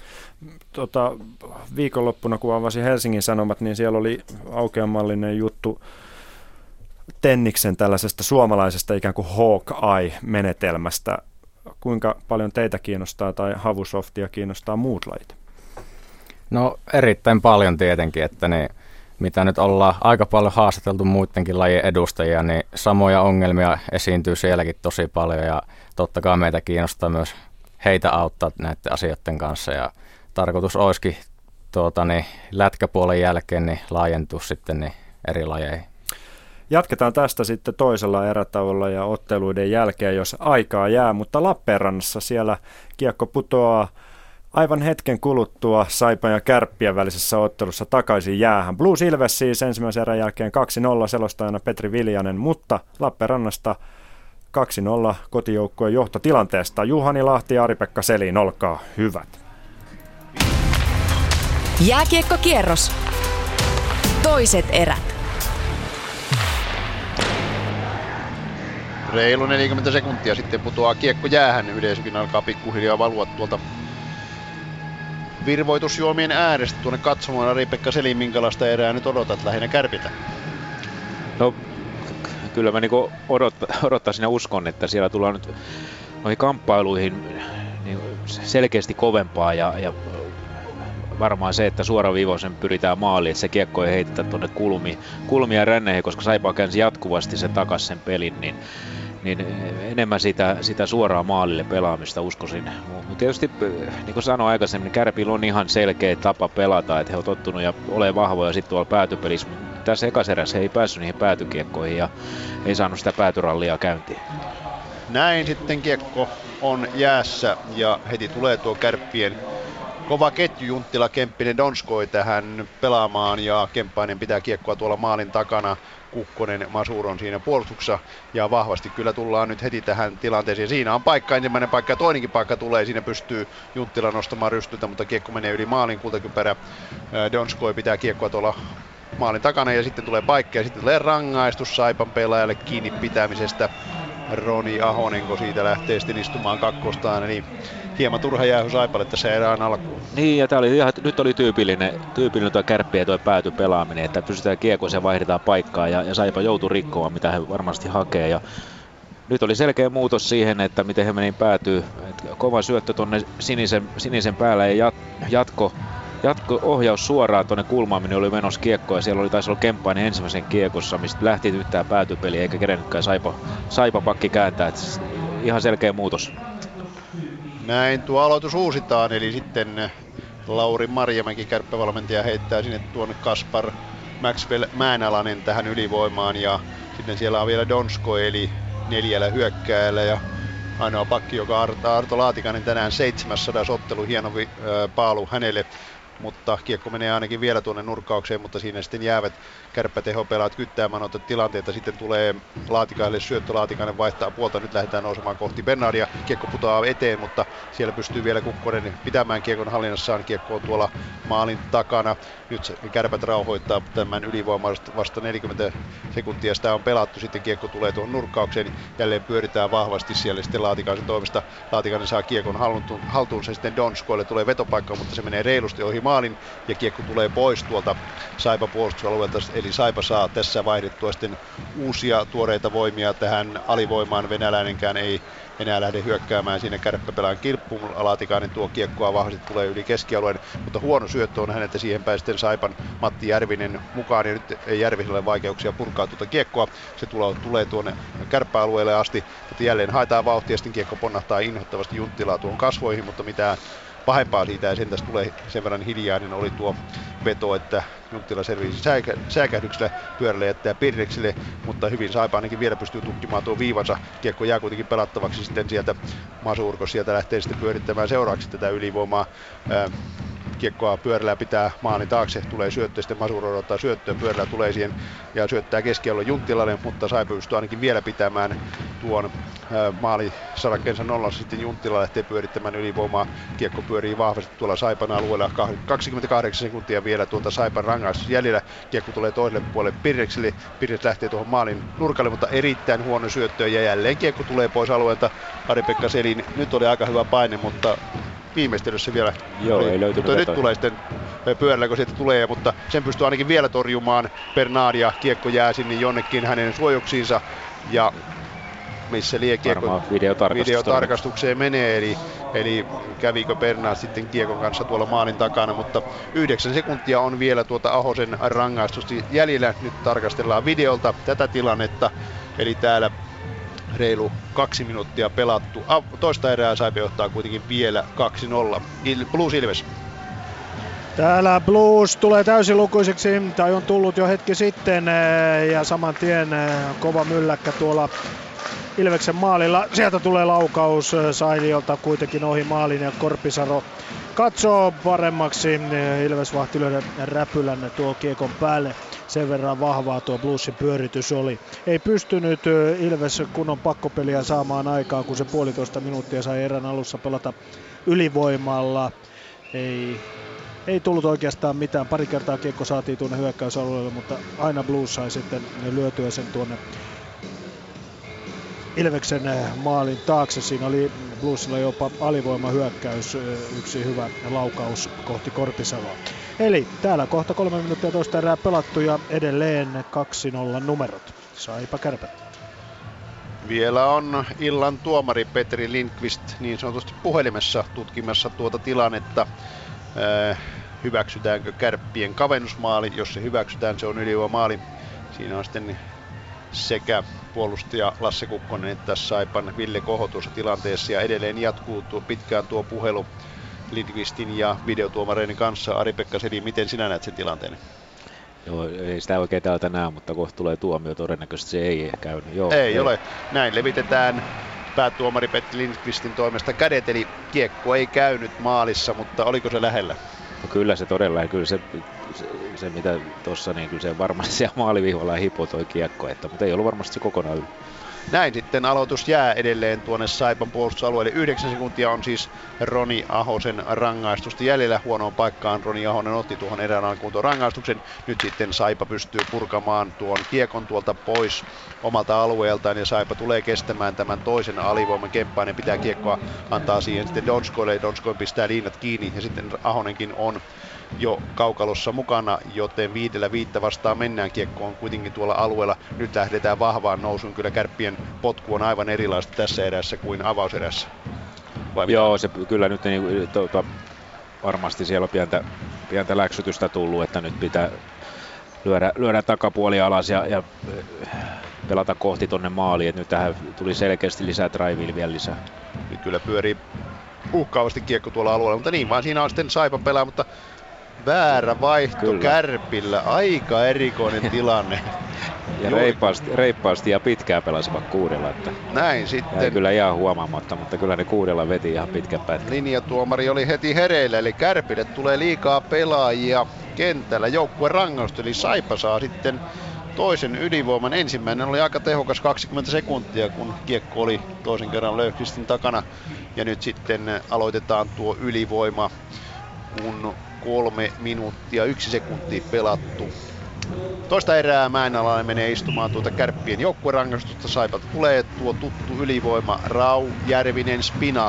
Viikonloppuna, kun avasin Helsingin Sanomat, niin siellä oli aukeamallinen juttu Tenniksen tällaisesta suomalaisesta ikään kuin Hawkeye-menetelmästä. Kuinka paljon teitä kiinnostaa tai Havusoftia kiinnostaa muut lajit? No erittäin paljon tietenkin, että mitä nyt ollaan aika paljon haastateltu muidenkin lajien edustajia, niin samoja ongelmia esiintyy sielläkin tosi paljon ja totta kai meitä kiinnostaa myös heitä auttaa näiden asioiden kanssa ja tarkoitus olisikin lätkäpuolen jälkeen niin laajentua sitten niin eri lajeihin. Jatketaan tästä sitten toisella erätauolla ja otteluiden jälkeen, jos aikaa jää, mutta Lappeenrannassa siellä kiekko putoaa aivan hetken kuluttua Saipan ja Kärppien välisessä ottelussa takaisin jäähän. Blues Ilves siis ensimmäisen erän jälkeen 2-0, selostajana Petri Viljanen, mutta Lappeenrannasta 2-0 kotijoukkueen johtotilanteesta. Juhani Lahti ja Ari-Pekka Selin, olkaa hyvät. Jääkiekkokierros. Toiset erät. Reilu 40 sekuntia sitten putoaa kiekko jäähän. Yleisökin alkaa pikkuhiljaa valua tuolta virvoitusjuomien äärestä tuonne katsomaan. Ari-Pekka Selin, minkälaista erää nyt odotat lähinnä Kärpiltä? No kyllä mä niinku odottaisin ja uskon, että siellä tullaan nyt noihin kamppailuihin niin selkeästi kovempaa ja varmaan se, että suoraviivoisen pyritään maaliin, että se kiekko ei heitetä tuonne kulmia ja ränneihin, koska Saipa käänsi jatkuvasti sen takas sen pelin, niin enemmän sitä suoraa maalille pelaamista uskoisin. Mutta tietysti, niin kuin sanoin aikaisemmin, niin Kärpillä on ihan selkeä tapa pelata, että he on tottunut ja ole vahvoja sitten tuolla päätypelissä. Tässä ekaserässä he ei päässyt niihin päätykiekkoihin ja ei saanut sitä päätyrallia käyntiin. Näin sitten kiekko on jäässä ja heti tulee tuo Kärppien kova ketju. Junttila, Kemppinen, Donskoi tähän pelaamaan ja Kemppainen pitää kiekkoa tuolla maalin takana. Kukkonen, Masur on siinä puolustuksessa ja vahvasti kyllä tullaan nyt heti tähän tilanteeseen. Siinä on paikka, ensimmäinen paikka ja toinenkin paikka tulee. Siinä pystyy Junttila nostamaan rystyltä, mutta kiekko menee yli maalin. Kultakypärä Donskoi pitää kiekkoa tuolla maalin takana ja sitten tulee paikka ja sitten tulee rangaistus Saipan pelaajalle kiinni pitämisestä. Roni Ahonenko siitä lähtee sitten istumaan kakkostaan, eli hieman turha jäähy Saipalle tässä erään alkuun. Niin, ja nyt oli tyypillinen tuo Kärppien tuo päätypelaaminen, että pystytään kiekoon ja vaihdetaan paikkaa, ja Saipa joutui rikkomaan, mitä he varmasti hakee. Ja nyt oli selkeä muutos siihen, että miten he meni päätyy. Kova syöttö tuonne sinisen päälle ja jatko-ohjaus suoraan tuonne kulmaan, minne oli menossa kiekkoa, ja siellä taisi olla Kemppainen ensimmäisen kiekossa, mistä lähti tyttää päätypeli, eikä kerennytkään Saipa pakki kääntää. Et ihan selkeä muutos. Näin tuo aloitus uusitaan, eli sitten Lauri Marjamäki, kärppävalmentaja, heittää sinne tuonne Kaspar Maxwell Määnalainen tähän ylivoimaan, ja sitten siellä on vielä Donskoi, eli 4 hyökkääjällä, ja ainoa pakki, joka Arto Laatikainen tänään 700 ottelu, hieno paalu hänelle, mutta kiekko menee ainakin vielä tuonne nurkkaukseen, mutta siinä sitten jäävät kärppätehopelaat kyttäämään noita tilanteita. Sitten tulee Laatikaille syöttö, Laatikainen vaihtaa puolta, nyt lähdetään nousemaan kohti Bernardia. Kiekko putoaa eteen, mutta siellä pystyy vielä Kukkonen pitämään kiekon hallinnassaan. Kiekko on tuolla maalin takana. Nyt Kärpät rauhoittaa tämän ylivoimaa vasta 40 sekuntia. Sitä on pelattu, sitten kiekko tulee tuohon nurkkaukseen. Jälleen pyöritään vahvasti siellä sitten Laatikaisen toimesta. Laatikainen saa kiekon haltuunsa, sitten Donskoille tulee vetopaikka, mutta se menee reilusti ohi maalin ja kiekko tulee pois tuolta Saipa puolustusalueelta, eli Saipa saa tässä vaihdettua sitten uusia tuoreita voimia tähän alivoimaan. Venäläinenkään ei enää lähde hyökkäämään siinä kärppäpelaan kirppuun. Laatikainen tuo kiekkoa vahvasti, tulee yli keskialueen, mutta huono syöttö on häneltä, siihen päin sitten Saipan Matti Järvinen mukaan, ja nyt ei Järviselle vaikeuksia purkaa tuota kiekkoa. Se tulee tuonne kärppäalueelle asti, että jälleen haetaan vauhtia, sitten kiekko ponnahtaa inhottavasti Junttilaa tuon kasvoihin, mutta mitään pahempaa siitä ei sentäs tule. Sen verran hiljainen oli tuo veto, että Junttila selvisi säikähdyksellä, pyörälle jättää Pirneksille, mutta hyvin Saipa ainakin vielä pystyy tukkimaan tuon viivansa. Kiekko jää kuitenkin pelattavaksi sitten sieltä. Masurko sieltä lähtee sitten pyörittämään seuraavaksi tätä ylivoimaa. Kiekkoa pyörällä pitää maalin taakse, tulee syöttö, sitten Masuro odottaa syöttöä, pyörällä tulee siihen ja syöttää keskialueen Junttilalle, mutta Saipa pystyy ainakin vielä pitämään tuon maalisarakkeensa nollassa, sitten Junttila lähtee pyörittämään ylivoimaa, kiekko pyörii vahvasti tuolla Saipan alueella, 28 sekuntia vielä tuolta Saipan rangaistus jäljellä, kiekko tulee toiselle puolelle Pirnekselle, Pirneks lähtee tuohon maalin nurkalle, mutta erittäin huono syöttö ja jälleen kiekko tulee pois alueelta. Ari-Pekka Selin, nyt oli aika hyvä paine, mutta viimeistelyssä vielä ei löytynyt. Mutta nyt tulee sitten pyörällä, kun sieltä tulee, mutta sen pystyy ainakin vielä torjumaan Bernard ja kiekko jää sinne jonnekin hänen suojuksiinsa ja missä kiekko videotarkastukseen menee, eli kävikö Bernard sitten kiekon kanssa tuolla maalin takana, mutta 9 sekuntia on vielä tuota Ahosen rangaistusta jäljellä. Nyt tarkastellaan videolta tätä tilannetta, eli täällä reilu 2 minuuttia pelattu. Toista erää Saipa johtaa kuitenkin vielä 2-0. Blues Ilves. Täällä Blues tulee täysilukuiseksi, tai on tullut jo hetki sitten, ja saman tien kova mylläkkä tuolla Ilveksen maalilla. Sieltä tulee laukaus Sailiolta kuitenkin ohi maalin ja Korpisaro katsoo paremmaksi. Ilves vahti löydä räpylän tuo kiekon päälle. Sen verran vahvaa tuo Bluesin pyöritys oli. Ei pystynyt Ilves kunnon pakkopeliä saamaan aikaan, kun se 1,5 minuuttia sai erän alussa pelata ylivoimalla. Ei tullut oikeastaan mitään. Pari kertaa kiekko saatiin tuonne hyökkäysalueelle, mutta aina Blues sai sitten lyötyä sen tuonne Ilveksen maalin taakse. Siinä oli Bluesilla jopa alivoimahyökkäys, yksi hyvä laukaus kohti Korpisaloa. Eli täällä kohta 3 minuuttia toista erää pelattu ja edelleen 2-0 numerot. Saipa Kärpät. Vielä on illan tuomari Petri Lindqvist niin sanotusti puhelimessa tutkimassa tuota tilannetta. Hyväksytäänkö Kärppien kavennusmaali? Jos se hyväksytään, se on ylivoimaali. Siinä on sitten sekä puolustaja Lasse Kukkonen että Saipan Ville Koho tuossa tilanteessa, ja edelleen jatkuu pitkään tuo puhelu Lindqvistin ja videotuomareiden kanssa. Ari-Pekka Selin, miten sinä näet sen tilanteen? Joo, ei sitä oikein täältä näe, mutta kohta tulee tuomio, todennäköisesti se ei käynyt. Joo, ei ole. Näin levitetään päätuomari Petri Lindqvistin toimesta kädet, eli kiekko ei käynyt maalissa, mutta oliko se lähellä? No kyllä se todella, ja kyllä se mitä tuossa, niin kyllä se varmasti siellä maalivihvalla hipoi toi kiekko, mutta ei ollut varmasti se kokonaan yli. Näin sitten aloitus jää edelleen tuonne Saipan puolustusalueelle. 9 sekuntia on siis Roni Ahosen rangaistusta jäljellä. Huonoon paikkaan Roni Ahonen otti tuohon erään alkuun tuon rangaistuksen. Nyt sitten Saipa pystyy purkamaan tuon kiekon tuolta pois omalta alueeltaan, ja Saipa tulee kestämään tämän toisen alivoiman. Kemppainen pitää kiekkoa, antaa siihen sitten Donskoille. Donskoi pistää liinat kiinni, ja sitten Ahonenkin on jo kaukalossa mukana, joten 5-5 vastaan mennään. Kiekko on kuitenkin tuolla alueella. Nyt lähdetään vahvaan nousuun. Kyllä Kärppien potku on aivan erilaista tässä erässä kuin avauserässä. Joo, se kyllä nyt varmasti siellä on pientä läksytystä tullut, että nyt pitää lyödä takapuoli alas ja pelata kohti tonne maaliin. Et nyt tähän tuli selkeästi lisää drivea vielä lisää. Nyt kyllä pyörii uhkaavasti kiekko tuolla alueella, mutta niin vaan siinä on sitten Saipa pelaa, mutta väärä vaihto kyllä. Kärpillä, aika erikoinen tilanne. Ja reippaasti ja pitkään pelasivat 6. Että näin sitten. Jäi kyllä ihan huomaamatta, mutta kyllä ne 6 veti ihan pitkän pätkän. Linjatuomari oli heti hereillä, eli Kärpille tulee liikaa pelaajia kentällä. Joukkue rangaistu, eli Saipa saa sitten toisen ylivoiman. Ensimmäinen oli aika tehokas 20 sekuntia, kun kiekko oli toisen kerran Löfqvistin takana. Ja nyt sitten aloitetaan tuo ylivoima, kun 3 minuuttia 1 sekuntia pelattu. Toista erää Mäenalainen menee istumaan tuota Kärppien joukkuerangaistusta. Saipalta tulee tuo tuttu ylivoima. Rau, Järvinen, Spina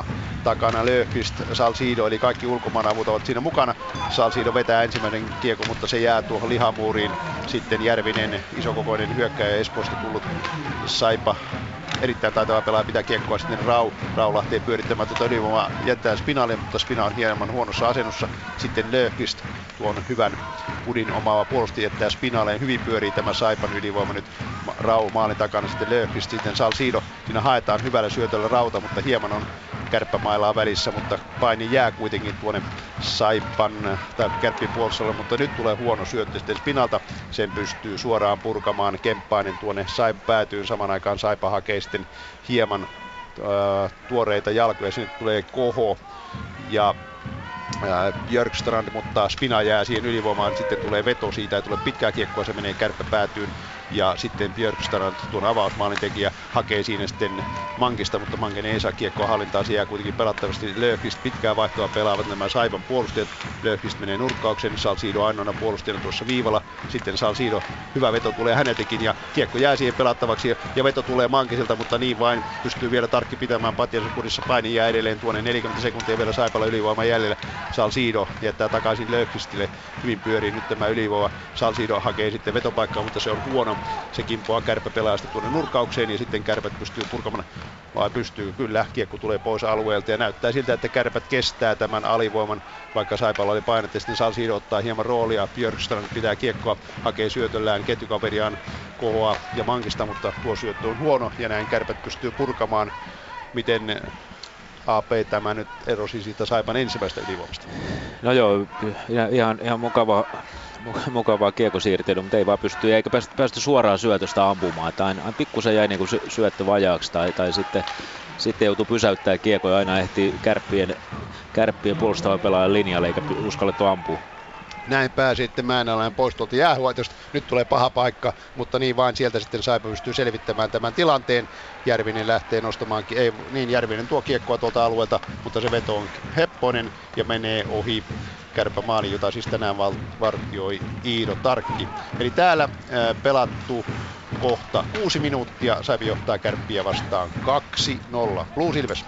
takana Löfqvist, Salcido, eli kaikki ulkomaanavut ovat siinä mukana. Salcido vetää ensimmäisen kiekon, mutta se jää tuohon lihamuuriin. Sitten Järvinen, isokokoinen hyökkääjä Espoosta tullut Saipa. Erittäin taitava pelaaja pitää kiekkoa, sitten Rau lähtee pyörittämään tuota ylivoimaa, jättää Spinalle, mutta Spina on hieman huonossa asennossa. Sitten Löfqvist, tuon hyvän pudin omaava puolustaja, jättää Spinaleen. Hyvin pyörii tämä Saipan ylivoima nyt Rau maalin takana, sitten Löfqvist, sitten Salcido. Siinä haetaan hyvällä syötöllä Rauta, mutta hieman on kärppämailaa välissä, mutta paini jää kuitenkin tuonne Saipan tai Kärppien puolustajalle, mutta nyt tulee huono syöttö sitten Spinalta. Sen pystyy suoraan purkamaan Kemppainen tuonne Saipan päätyyn. Saman aikaan Saipa hakee sitten hieman tuoreita jalkoja. Sinne tulee Koho ja Björkstrand, mutta Spina jää siihen ylivoimaan. Sitten tulee veto siitä, ei tule pitkää kiekkoa, se menee kärppä päätyyn. Ja sitten Björkstrand, tuon avausmaalin tekijä, hakee siinä sitten Mankista, mutta Manken ei saa kiekkoa hallintaan. Se jää kuitenkin pelattavasti. Löfqvist pitkää vaihtoa pelaavat nämä Saipan puolustajat. Löfqvist menee nurkkaukseen, Salcido ainoana puolustajana tuossa viivalla. Sitten Salcido, hyvä veto tulee häneltäkin ja kiekko jää siihen pelattavaksi. Ja veto tulee Mankisilta, mutta niin vain pystyy vielä Tarkki pitämään patjansa kurissa. Paini jää edelleen tuonne 40 sekuntia vielä Saipalla ylivoima jäljellä. Salcido jättää takaisin Löfqvistille. Hyvin pyörii nyt tämä ylivoima. Salcido hakee sitten vetopaikkaa, mutta se on huono. Se kimpoaa kärppäpelaajasta tuonne nurkkaukseen ja sitten kärpät pystyy purkamaan, vai pystyy kyllä, kiekko tulee pois alueelta ja näyttää siltä, että kärpät kestää tämän alivoiman, vaikka Saipalla oli painetta. Sitten Salcido ottaa hieman roolia, Björkstrand pitää kiekkoa, hakee syötöllään ketjukaveriaan Kohoa ja Mankista, mutta tuo syöttö on huono ja näin kärpät pystyy purkamaan. Miten AP tämä nyt erosi siitä Saipan ensimmäistä ylivoimasta? No joo, ihan mukavaa kiekosiirtelyä, mutta ei vaan pysty, eikä päästy suoraan syötöstä ampumaan. Että aina pikkusen jäi niin syöttö vajaaksi tai sitten joutui pysäyttämään kiekko ja aina ehti kärppien puolustava pelaajan linjalle eikä uskallettu ampua. Näin pääsi sitten Mäenalainen pois tuolta jäähuotosta. Nyt tulee paha paikka, mutta niin vain sieltä sitten Saipa pystyy selvittämään tämän tilanteen. Järvinen lähtee nostamaan, Järvinen tuo kiekkoa tuolta alueelta, mutta se veto on heppoinen ja menee ohi kärppämaali, jota siis tänään vartioi Iiro Tarkki. Eli täällä pelattu kohta 6 minuuttia, Saipa johtaa Kärppiä vastaan 2-0. Blues Ilves.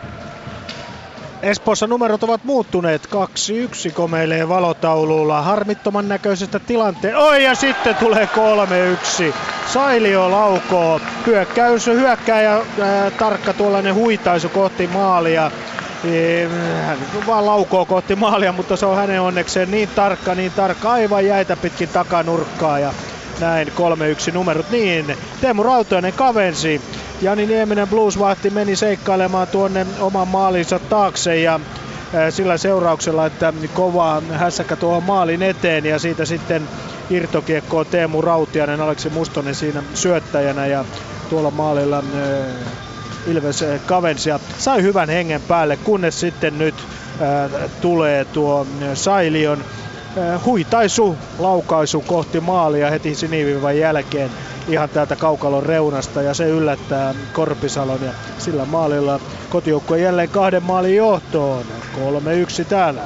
Espoossa numerot ovat muuttuneet. 2-1 komeilee valotaululla harmittoman näköisestä tilanteen. Oi, ja sitten tulee 3-1. Sailio laukoo. Hyökkääjä tarkka tuollainen huitaisu kohti maalia. Hän vaan laukoo kohti maalia, mutta se on hänen onnekseen niin tarkka, aivan jäitä pitkin takanurkkaa ja näin 3-1 numerot. Niin, Teemu Rautoinen kavensi. Jani Nieminen Blues-vahti meni seikkailemaan tuonne oman maalinsa taakse ja sillä seurauksella, että kova hässäkkä tuohon maalin eteen ja siitä sitten irtokiekkoon Teemu Rautiainen, Aleksi Mustonen siinä syöttäjänä ja tuolla maalilla Ilves kavensi ja sai hyvän hengen päälle, kunnes sitten nyt tulee tuo Sailion huitaisu laukaisu kohti maalia heti siniviivan jälkeen ihan täältä kaukalon reunasta ja se yllättää Korpisalon ja sillä maalilla kotijoukkue jälleen 2 maalin johtoon. 3-1 täällä.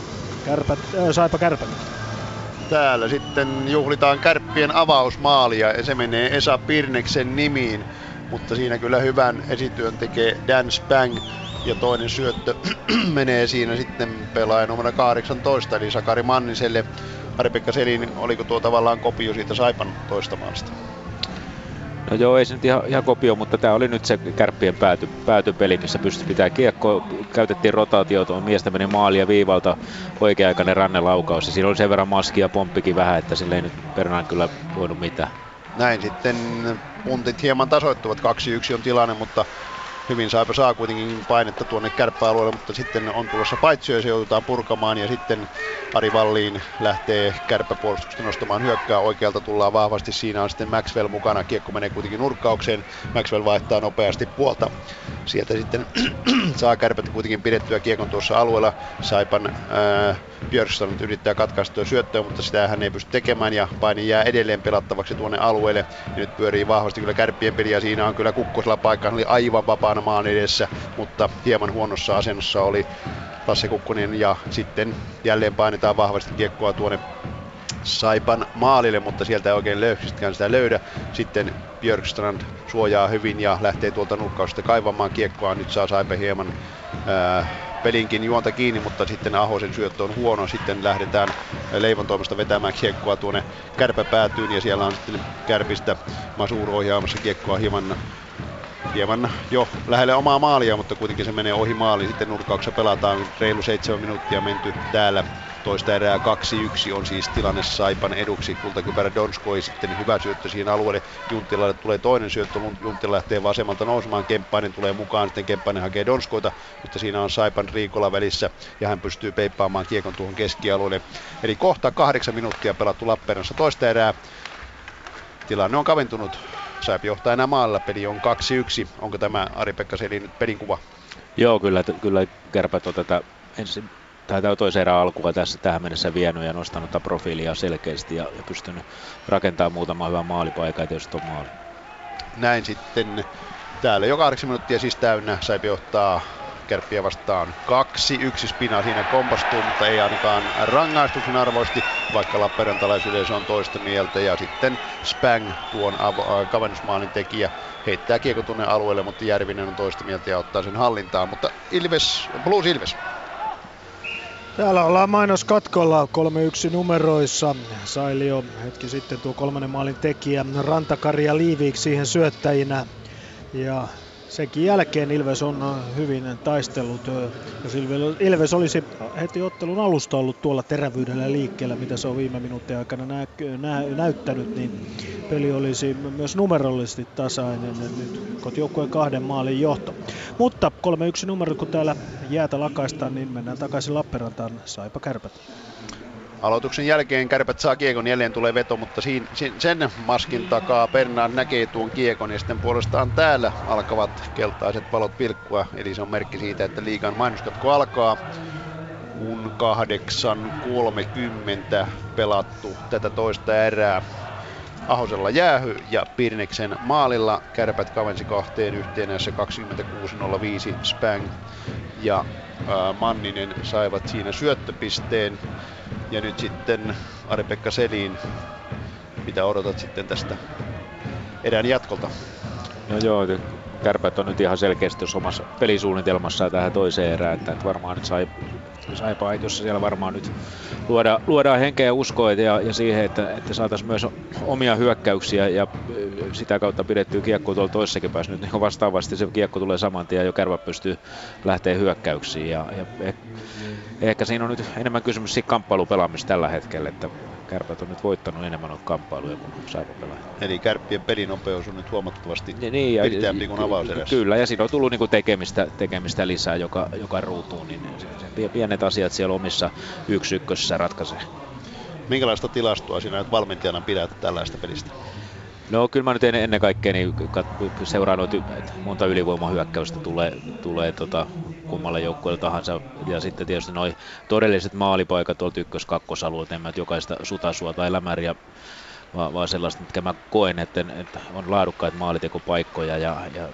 Saipa Kärpät. Täällä sitten juhlitaan Kärppien avausmaalia ja se menee Esa Pirneksen nimiin, mutta siinä kyllä hyvän esityön tekee Dan Spang ja toinen syöttö menee siinä sitten pelaajan numero 18 eli Sakari Manniselle. Ari-Pekka Selin, oliko tuo tavallaan kopio siitä Saipan toista maalista? No joo, ei se nyt ihan kopio, mutta tämä oli nyt se Kärppien päätypeli, missä pystyi pitää kiekkoa. Käytettiin rotaatiota, miestä meni maalia viivalta, oikea-aikainen rannelaukaus. Ja siinä oli sen verran maski ja pomppikin vähän, että sille ei nyt perään kyllä voinut mitään. Näin sitten puntit hieman tasoittuvat, 2-1 on tilanne, mutta hyvin Saipa saa kuitenkin painetta tuonne kärppäalueelle, mutta sitten on tulossa paitsio ja se joudutaan purkamaan ja sitten Ari Valliin lähtee kärppäpuolustuksesta nostamaan hyökkää. Oikealta tullaan vahvasti, siinä on sitten Maxwell mukana, kiekko menee kuitenkin nurkkaukseen, Maxwell vaihtaa nopeasti puolta. Sieltä sitten saa Kärpät kuitenkin pidettyä kiekon tuossa alueella. Saipan Björkstrand yrittää katkaistua syöttöä, mutta sitä hän ei pysty tekemään ja paini jää edelleen pelattavaksi tuonne alueelle. Ja nyt pyörii vahvasti kyllä Kärppien peli ja siinä on kyllä Kukkosella paikka, hän oli aivan vapaana maan edessä, mutta hieman huonossa asennossa oli Lasse Kukkonen ja sitten jälleen painetaan vahvasti kiekkoa tuonne Saipan maalille, mutta sieltä ei oikein Löfqvistkään sitä löydä. Sitten Björkstrand suojaa hyvin ja lähtee tuolta nurkkauksesta kaivamaan kiekkoa. Nyt saa Saipa hieman pelinkin juonta kiinni, mutta sitten Ahosen syöttö on huono. Sitten lähdetään Leivon toimesta vetämään kiekkoa tuonne kärpäpäätyyn ja siellä on sitten Kärpistä Masur ohjaamassa kiekkoa hieman jo lähelle omaa maalia, mutta kuitenkin se menee ohi maaliin. Sitten nurkkauksessa pelataan reilu 7 minuuttia menty täällä. Toista erää 2-1 on siis tilanne Saipan eduksi. Kultakypärä Donskoi sitten hyvä syöttö siihen alueelle. Junttilalle tulee toinen syöttö. Junttila lähtee vasemmalta nousemaan. Kemppainen tulee mukaan. Sitten Kemppainen hakee Donskoita, mutta siinä on Saipan Riikola välissä ja hän pystyy peippaamaan kiekon tuohon keskialueelle. Eli kohta 8 minuuttia pelattu Lappeenrannassa toista erää. Tilanne on kaventunut. Saipa johtaa enää maalla. Peli on 2-1. Onko tämä Ari-Pekka Selin nyt pelin kuva? Joo, kyllä Kärpät on tätä ensin toisen erän alkua tässä tähän mennessä vienyt ja nostanut profiilia selkeästi ja pystynyt rakentamaan muutama hyvän maalipaikan ja tietysti on maali. Näin sitten täällä jo 8 minuuttia siis täynnä. Saipa johtaa Kärppiä vastaan 2-1. Spina siinä kompastuu, mutta ei ainakaan rangaistuksen arvoisesti, vaikka lappeenrantalaisyleisö on toista mieltä. Ja sitten Spang, tuon kavennusmaalin tekijä, heittää kiekko tuonne alueelle, mutta Järvinen on toista mieltä ja ottaa sen hallintaan. Mutta Blues Ilves. Täällä ollaan mainoskatkolla 3-1 numeroissa. Saili jo hetki sitten tuo 3. maalin tekijä Rantakari ja Liivik siihen syöttäjinä. Ja senkin jälkeen Ilves on hyvin taistellut. Jos Ilves olisi heti ottelun alusta ollut tuolla terävyydellä liikkeellä, mitä se on viime minuuttien aikana näyttänyt, niin peli olisi myös numerollisesti tasainen. Nyt kotijoukkueen 2 maalin johto. Mutta 3-1 numero, kun täällä jäätä lakaistaan, niin mennään takaisin Lappeenrantaan. Saipa Kärpät. Aloituksen jälkeen Kärpät saa kiekon, jälleen tulee veto, mutta sen maskin takaa Bernard näkee tuon kiekon ja sitten puolestaan täällä alkavat keltaiset valot pilkkua. Eli se on merkki siitä, että liigan mainoskatko alkaa. Kun 8.30 pelattu tätä toista erää. Ahosella jäähy ja Pirneksen maalilla Kärpät kavensi 2-1 26.05. Spang ja Manninen saivat siinä syöttöpisteen. Ja nyt sitten Ari-Pekka Selin, mitä odotat sitten tästä erän jatkolta? No joo, Kärpät on nyt ihan selkeästi omassa pelisuunnitelmassaan tähän toiseen erään, että varmaan nyt Saipa, jossa siellä varmaan nyt luodaan henkeä ja uskoa ja siihen, että saataisiin myös omia hyökkäyksiä ja sitä kautta pidettyä kiekkoa tuolla toisessakin päässä. Nyt niin vastaavasti se kiekko tulee saman tien ja jo Kärpät pystyy lähteä hyökkäyksiin ja ehkä siinä on nyt enemmän kysymys siitä kamppailupelaamista tällä hetkellä, että Kärpät on nyt voittanut enemmän noita kamppailuja kuin Saipa pelaa. Eli Kärppien pelinopeus on nyt huomattavasti pidetäämpi kuin avauserässä. Kyllä, ja siinä on tullut niinku tekemistä lisää joka ruutuun, niin se pienet asiat siellä omissa yksikössä ratkaisee. Minkälaista tilastoa sinä nyt valmentajana pidät tällaista pelistä? No kyllä mä nyt ennen kaikkea niin seuraan noita, että monta ylivoimahyökkäystä tulee kummalle joukkueelle tahansa. Ja sitten tietysti noi todelliset maalipaikat tuolta ykkös-kakkosalueelta, en mä jokaista Sutasua tai Lämäriä, vaan sellaista, mitkä mä koen, että on laadukkaita maalitekopaikkoja. Ja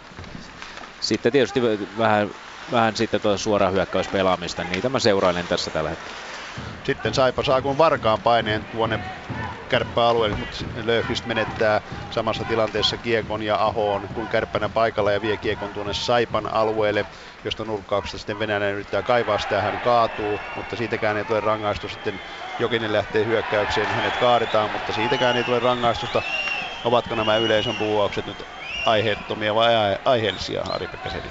sitten tietysti vähän sitten suoraan hyökkäyspelaamista, niin niitä mä seurailen tässä tällä hetkellä. Sitten Saipa saa kun Varkaan paineen tuonne kärppäalueelle, mutta Löfqvist menettää samassa tilanteessa kiekon ja Aho on kuin kärppänä paikalla ja vie kiekon tuonne Saipan alueelle, josta nurkkauksesta sitten venäläinen yrittää kaivaa sitä, hän kaatuu, mutta siitäkään ei tule rangaistus. Sitten Jokinen lähtee hyökkäykseen, hänet kaadetaan, mutta siitäkään ei tule rangaistusta. Ovatko nämä yleisön puhuaukset nyt aiheettomia vai aiheellisia, Ari-Pekka Selin?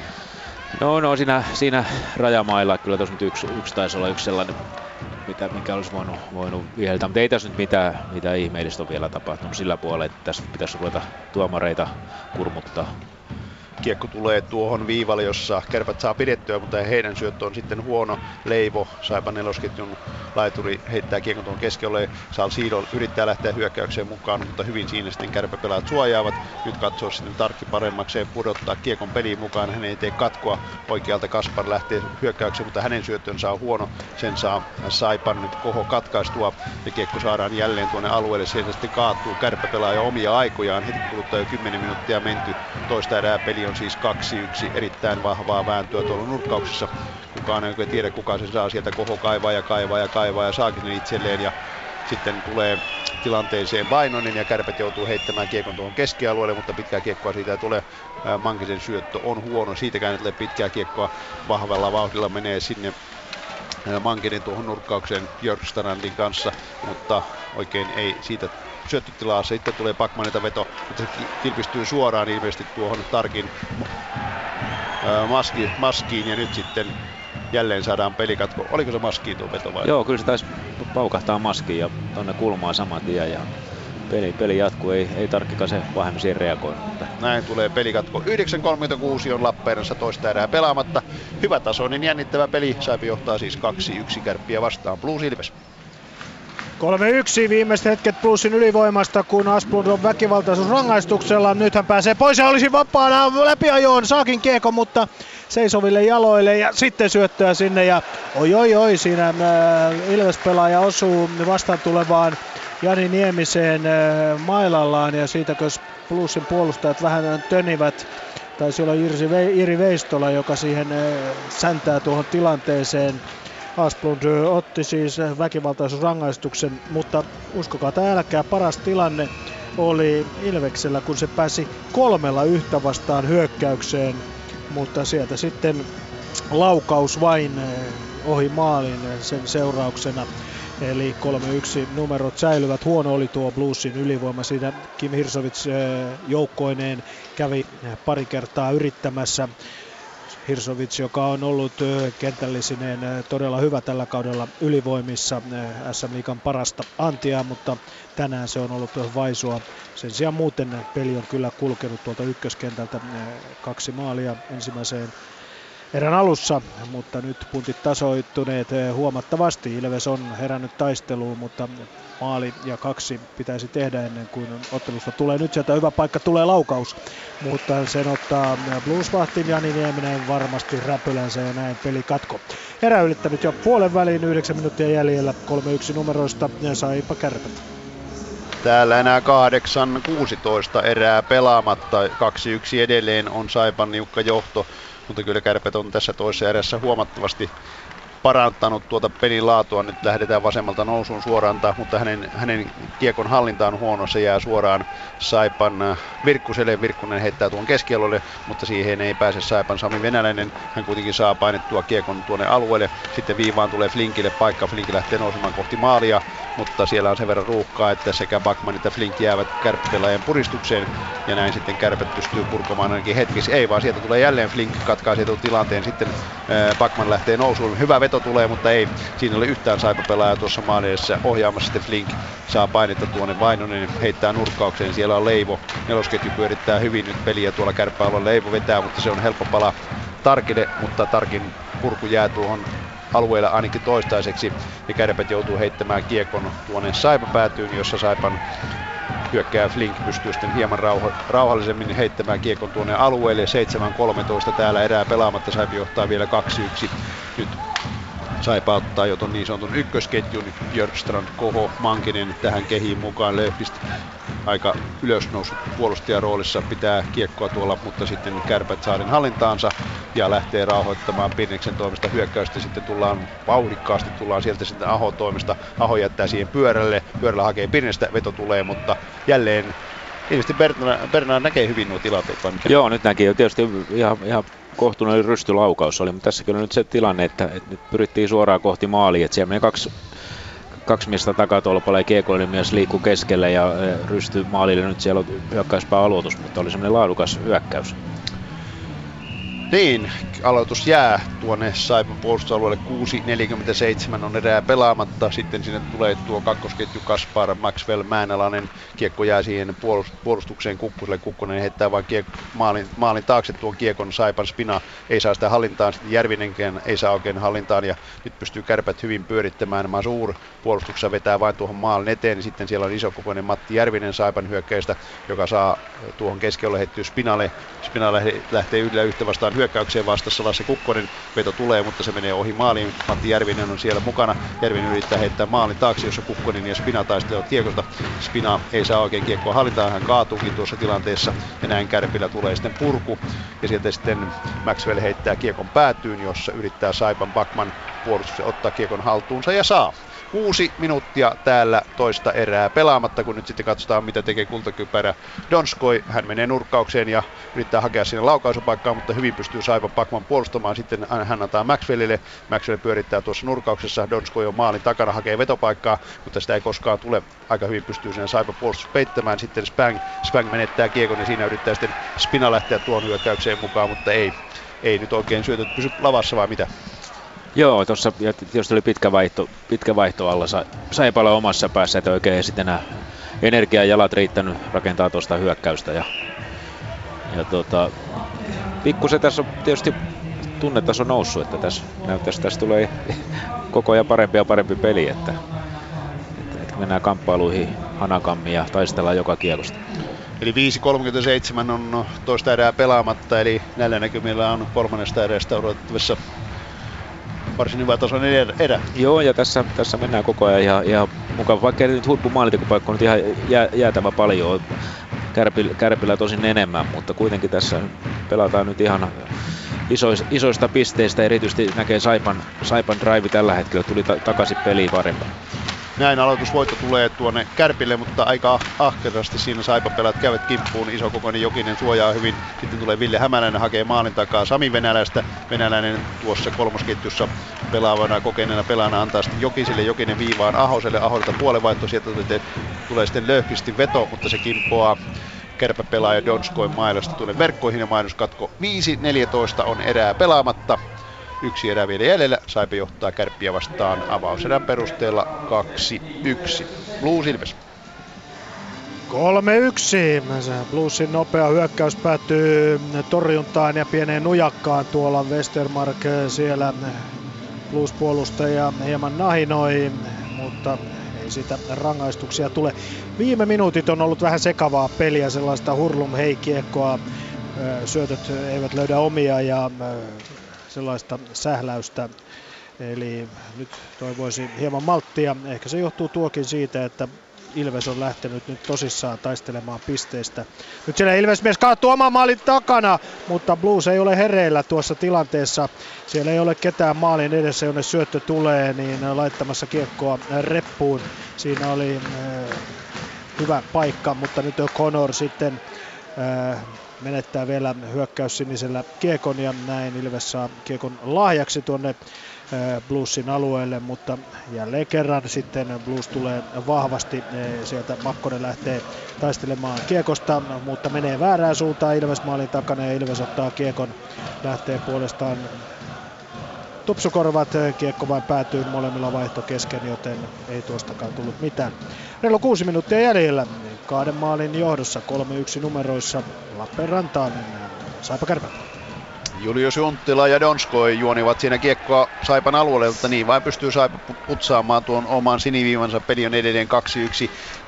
No siinä rajamailla kyllä tuossa nyt yksi taisi olla yksi sellainen, mikä olisi voinut viheltää, mutta ei tässä nyt mitään ihmeellistä ole vielä tapahtunut sillä puolella, että tässä pitäisi ruveta tuomareita kurmuttaa. Kiekko tulee tuohon viivalle, jossa Kärpät saa pidettyä, mutta heidän syöttö on sitten huono. Leivo, Saipan nelosketjun laituri, heittää kiekon tuon keskelle. Salcido yrittää lähteä hyökkäykseen mukaan, mutta hyvin siinä sitten Kärpäpelaat suojaavat. Nyt katsoo sitten Tarkki paremmakseen pudottaa kiekon peliin mukaan. Hän ei tee katkoa. Oikealta Kaspar lähtee hyökkäykseen, mutta hänen syöttönsä on huono. Sen saa Saipan nyt Koho katkaistua ja kiekko saadaan jälleen tuonne alueelle. Sieltä sitten kaatuu. Kärppä pelaa jo omia aikojaan. Heti kuluttaa jo 10 minuuttia menty. Toista erää peli on siis 2-1, erittäin vahvaa vääntöä tuolla nurkkauksessa. Kukaan ei oikein tiedä, kuka se saa sieltä. Koho kaivaa ja saakin sen itselleen ja sitten tulee tilanteeseen Vainonen ja Kärpät joutuu heittämään kiekon tuohon keskialueelle, mutta pitkää kiekkoa siitä ei tule. Mankisen syöttö on huono, siitäkään ei tule pitkää kiekkoa, vahvalla vauhdilla menee sinne Mankinen tuohon nurkkaukseen Björkstrandin kanssa, mutta oikein ei siitä syöttötilaa. Sitten tulee Backmanilta veto, mutta se kilpistyy suoraan ilmeisesti tuohon Tarkin maskiin ja nyt sitten jälleen saadaan pelikatko. Oliko se maskiin tuo veto vai? Joo, kyllä se taisi paukahtaa maskiin ja tonne kulmaan saman tien ja peli jatkuu, ei Tarkkikaan se pahemmin siihen reagoinut. Näin tulee pelikatko. 9.36 on Lappeenrannassa toista erää pelaamatta. Hyvä tasoinen jännittävä peli. Saipa johtaa siis 2-1 Kärppiä vastaan. Blues Ilves. 3-1 viimeiset hetket Bluesin ylivoimasta, kun Asplund on väkivaltaisuusrangaistuksella. Nyt hän pääsee pois ja olisi vapaana läpiajoon. Saakin kiekon, mutta seisoville jaloille ja sitten syöttöä sinne. Ja oi, siinä Ilves-pelaaja osuu vastaan tulevaan Jani Niemiseen mailallaan ja siitäkö Bluesin puolustajat vähän tönivät. Taisi olla Iri Veistola, joka siihen säntää tuohon tilanteeseen. Asplund otti siis väkivaltaisuusrangaistuksen, mutta uskokaa tai älkää, paras tilanne oli Ilveksellä, kun se pääsi 3-1 vastaan hyökkäykseen, mutta sieltä sitten laukaus vain ohi maalin sen seurauksena. Eli 3-1 numerot säilyvät. Huono oli tuo Bluesin ylivoima. Siinä Kim Hirsovits joukkoineen kävi pari kertaa yrittämässä. Hirsovits, joka on ollut kentällisineen todella hyvä tällä kaudella ylivoimissa, SM-liigan parasta antia, mutta tänään se on ollut vaisua. Sen sijaan muuten peli on kyllä kulkenut tuolta ykköskentältä 2 maalia ensimmäiseen erän alussa, mutta nyt puntit tasoittuneet huomattavasti. Ilves on herännyt taisteluun, mutta maali ja 2 pitäisi tehdä ennen kuin ottelusta tulee. Nyt sieltä hyvä paikka, tulee laukaus, mutta sen ottaa Blues-vahtin Jani Nieminen varmasti räpylänsä ja näin peli katko. Erä ylittänyt jo puolen väliin, 9 minuuttia jäljellä, 3-1 numeroista ja Saipa Kärpät. Täällä enää 8.16 erää pelaamatta, 2-1 edelleen on Saipan niukka johto, mutta kyllä Kärpät on tässä toisessa erässä huomattavasti parantanut tuota pelin laatua. Nyt lähdetään vasemmalta nousuun suoraan, mutta hänen kiekon hallinta on huono. Se jää suoraan Saipan Virkkuselle. Virkkunen heittää tuon keskialueelle, mutta siihen ei pääse Saipan Sami Venäläinen. Hän kuitenkin saa painettua kiekon tuonne alueelle. Sitten viivaan tulee Flinkille paikka. Flink lähtee nousemaan kohti maalia, mutta siellä on sen verran ruuhkaa, että sekä Backman että Flink jäävät Kärppipelaajien puristukseen. Ja näin sitten Kärpät pystyy purkamaan ainakin hetkessä. Ei vaan sieltä tulee jälleen Flink, katkaisee tuon tilanteen. Sitten Backman lähtee nousuun. Hyvä veto tulee, mutta ei. Siinä oli yhtään Saipa-pelaajaa tuossa maali edessä ohjaamassa. Sitten Flink saa painetta tuonne. Vainonen heittää nurkkaukseen. Siellä on Leivo. Nelosketju pyörittää hyvin nyt peliä tuolla kärppäalueella. Leivo vetää, mutta se on helppo pala Tarkille, mutta Tarkin purku jää tuohon alueella ainakin toistaiseksi. Ja Kärpät joutuu heittämään kiekon tuonne Saipa-päätyyn, jossa Saipan hyökkääjä Flink pystyy sitten hieman rauhallisemmin heittämään kiekon tuonne alueelle. 7.13 täällä erää pelaamatta. Saipa johtaa vielä 2-1. Nyt Saipa ottaa jo ton niin sanotun ykkösketjun. Björkstrand, Koho, Mankinen tähän kehiin mukaan. Löfqvist aika ylösnoussut puolustajan roolissa, pitää kiekkoa tuolla, mutta sitten Kärpät saaden hallintaansa ja lähtee rauhoittamaan Pirneksen toimesta hyökkäystä. Sitten tullaan vauhdikkaasti, tullaan sieltä sitten Ahon toimesta. Aho jättää siihen pyörälle hakee Pirnestä, veto tulee, mutta jälleen ilmeisesti Bernard näkee hyvin nuo tilanteet. Joo, nyt näki tietysti ihan kohtuullinen rystylaukaus oli, mutta tässä kyllä nyt se tilanne, että nyt pyrittiin suoraan kohti maalia, että siellä meni kaksi miestä takatolpalla ja kiekollinen mies liikkuu keskelle ja rysty maalille. Nyt siellä on hyökkäyspää aloitus, mutta oli semmoinen laadukas hyökkäys. Niin, aloitus jää tuonne Saipan puolustusalueelle. 6.47 on erää pelaamatta. Sitten sinne tulee tuo kakkosketju Kaspar, Maxwell, Mäenalainen. Kiekko jää siihen puolustukseen Kukkoselle. Kukkonen heittää vain maalin taakse tuon kiekon. Saipan Spina ei saa sitä hallintaan. Sitten Järvinenkään ei saa oikein hallintaan. Ja nyt pystyy Kärpät hyvin pyörittämään. Masur puolustuksessa vetää vain tuohon maalin eteen. Sitten siellä on isokokoinen Matti Järvinen Saipan hyökkäistä, joka saa tuohon keskelle heittyä Spinalle. Spina lähtee yhdellä yhtä vastaan hyökkäykseen vastassa. Lasse Kukkonen veto tulee, mutta se menee ohi maaliin. Matti Järvinen on siellä mukana. Järvinen yrittää heittää maalin taakse, jossa Kukkonen ja Spina taistelevat kiekosta. Spina ei saa oikein kiekkoa hallintaan, hän kaatuukin tuossa tilanteessa ja näin Kärpillä tulee sitten purku. Ja sieltä sitten Maxwell heittää kiekon päätyyn, jossa yrittää Saipan Backman puolustuksen ottaa kiekon haltuunsa ja saa. 6 minuuttia täällä toista erää pelaamatta, kun nyt sitten katsotaan mitä tekee kultakypärä Donskoi. Hän menee nurkkaukseen ja yrittää hakea sinne laukaisupaikkaa, mutta hyvin pystyy Saipan Backman puolustamaan. Sitten hän antaa Maxwellille. Maxwell pyörittää tuossa nurkkauksessa. Donskoi on maalin takana, hakee vetopaikkaa, mutta sitä ei koskaan tule. Aika hyvin pystyy sinne Saipan puolustus peittämään. Sitten Spang menettää kiekon ja siinä yrittää sitten Spina lähteä tuon hyökkäykseen mukaan, mutta ei nyt oikein syötöt pysy lavassa vai mitä? Joo, tuossa tietysti oli pitkä vaihto alla Saipalla omassa päässä, että oikein sitten enää energiaa jalat riittänyt rakentaa tuosta hyökkäystä. Ja pikkusen tässä on tietysti tunnetaso noussut, että tässä tulee koko ajan parempi peli, että mennään kamppailuihin hanakammin ja taistellaan joka kiekosta. Eli 5.37 on toista erää pelaamatta, eli näillä näkymillä on kolmannesta erästä odotettavissa varsin hyvä tasoinen erä. Joo, ja tässä mennään koko ajan ihan mukava, vaikka ei nyt huippumaalitekopaikka on nyt ihan jäätävä paljon. Kärpillä tosin enemmän, mutta kuitenkin tässä pelataan nyt ihan isoista pisteistä, erityisesti näkee Saipan drive tällä hetkellä, tuli takaisin peliin parempaan. Näin aloitusvoitto tulee tuonne Kärpille, mutta aika ahkerasti siinä Saipan pelaat käyvät kimppuun. Isokokoinen Jokinen suojaa hyvin. Sitten tulee Ville Hämäläinen, hakee maalin takaa Sami Venäläistä. Venäläinen tuossa kolmosketjussa pelaavana kokeneena pelaana antaa sitten Jokiselle. Jokinen viivaan Ahoselle. Ahoselta puolenvaihto. Sieltä tulee sitten Löfqvistin veto, mutta se kimpoaa kärpäpelaaja Donskoin mailasta tuonne verkkoihin ja mainoskatko 5.14 on erää pelaamatta. 1 erää vielä jäljellä. Saipa johtaa Kärppiä vastaan avauserän perusteella 2-1. Blues Ilves. 3-1. Bluesin nopea hyökkäys päättyy torjuntaan ja pieneen nujakkaan tuolla. Westermark siellä Blues-puolustaja hieman nahinoi, mutta ei siitä rangaistuksia tule. Viime minuutit on ollut vähän sekavaa peliä, sellaista hurlum-hei-kiekkoa. Syötöt eivät löydä omia ja sellaista sähläystä. Eli nyt toivoisi hieman malttia. Ehkä se johtuu tuokin siitä, että Ilves on lähtenyt nyt tosissaan taistelemaan pisteistä. Nyt siellä Ilves-mies kaatuu oman maalin takana, mutta Blues ei ole hereillä tuossa tilanteessa. Siellä ei ole ketään maalin edessä, jonne syöttö tulee, niin laittamassa kiekkoa reppuun. Siinä oli hyvä paikka, mutta nyt O'Connor sitten menettää vielä hyökkäys sinisellä kiekon ja näin Ilves saa kiekon lahjaksi tuonne Bluesin alueelle, mutta jälleen kerran sitten Blues tulee vahvasti, sieltä Makkonen lähtee taistelemaan kiekosta, mutta menee väärään suuntaan Ilves maalin takana ja Ilves ottaa kiekon, lähtee puolestaan tupsukorvat, kiekko vain päätyy molemmilla vaihto kesken, joten ei tuostakaan tullut mitään. Reilu 6 minuuttia jäljellä, 2 maalin johdossa, 3-1 numeroissa Lappeenrantaan, Saipa Kärpät. Julius Junttila ja Donskoi juonivat siinä kiekkoa Saipan alueelle, mutta niin vain pystyy Saipa putsaamaan tuon oman siniviivansa. Peli on edelleen 2-1,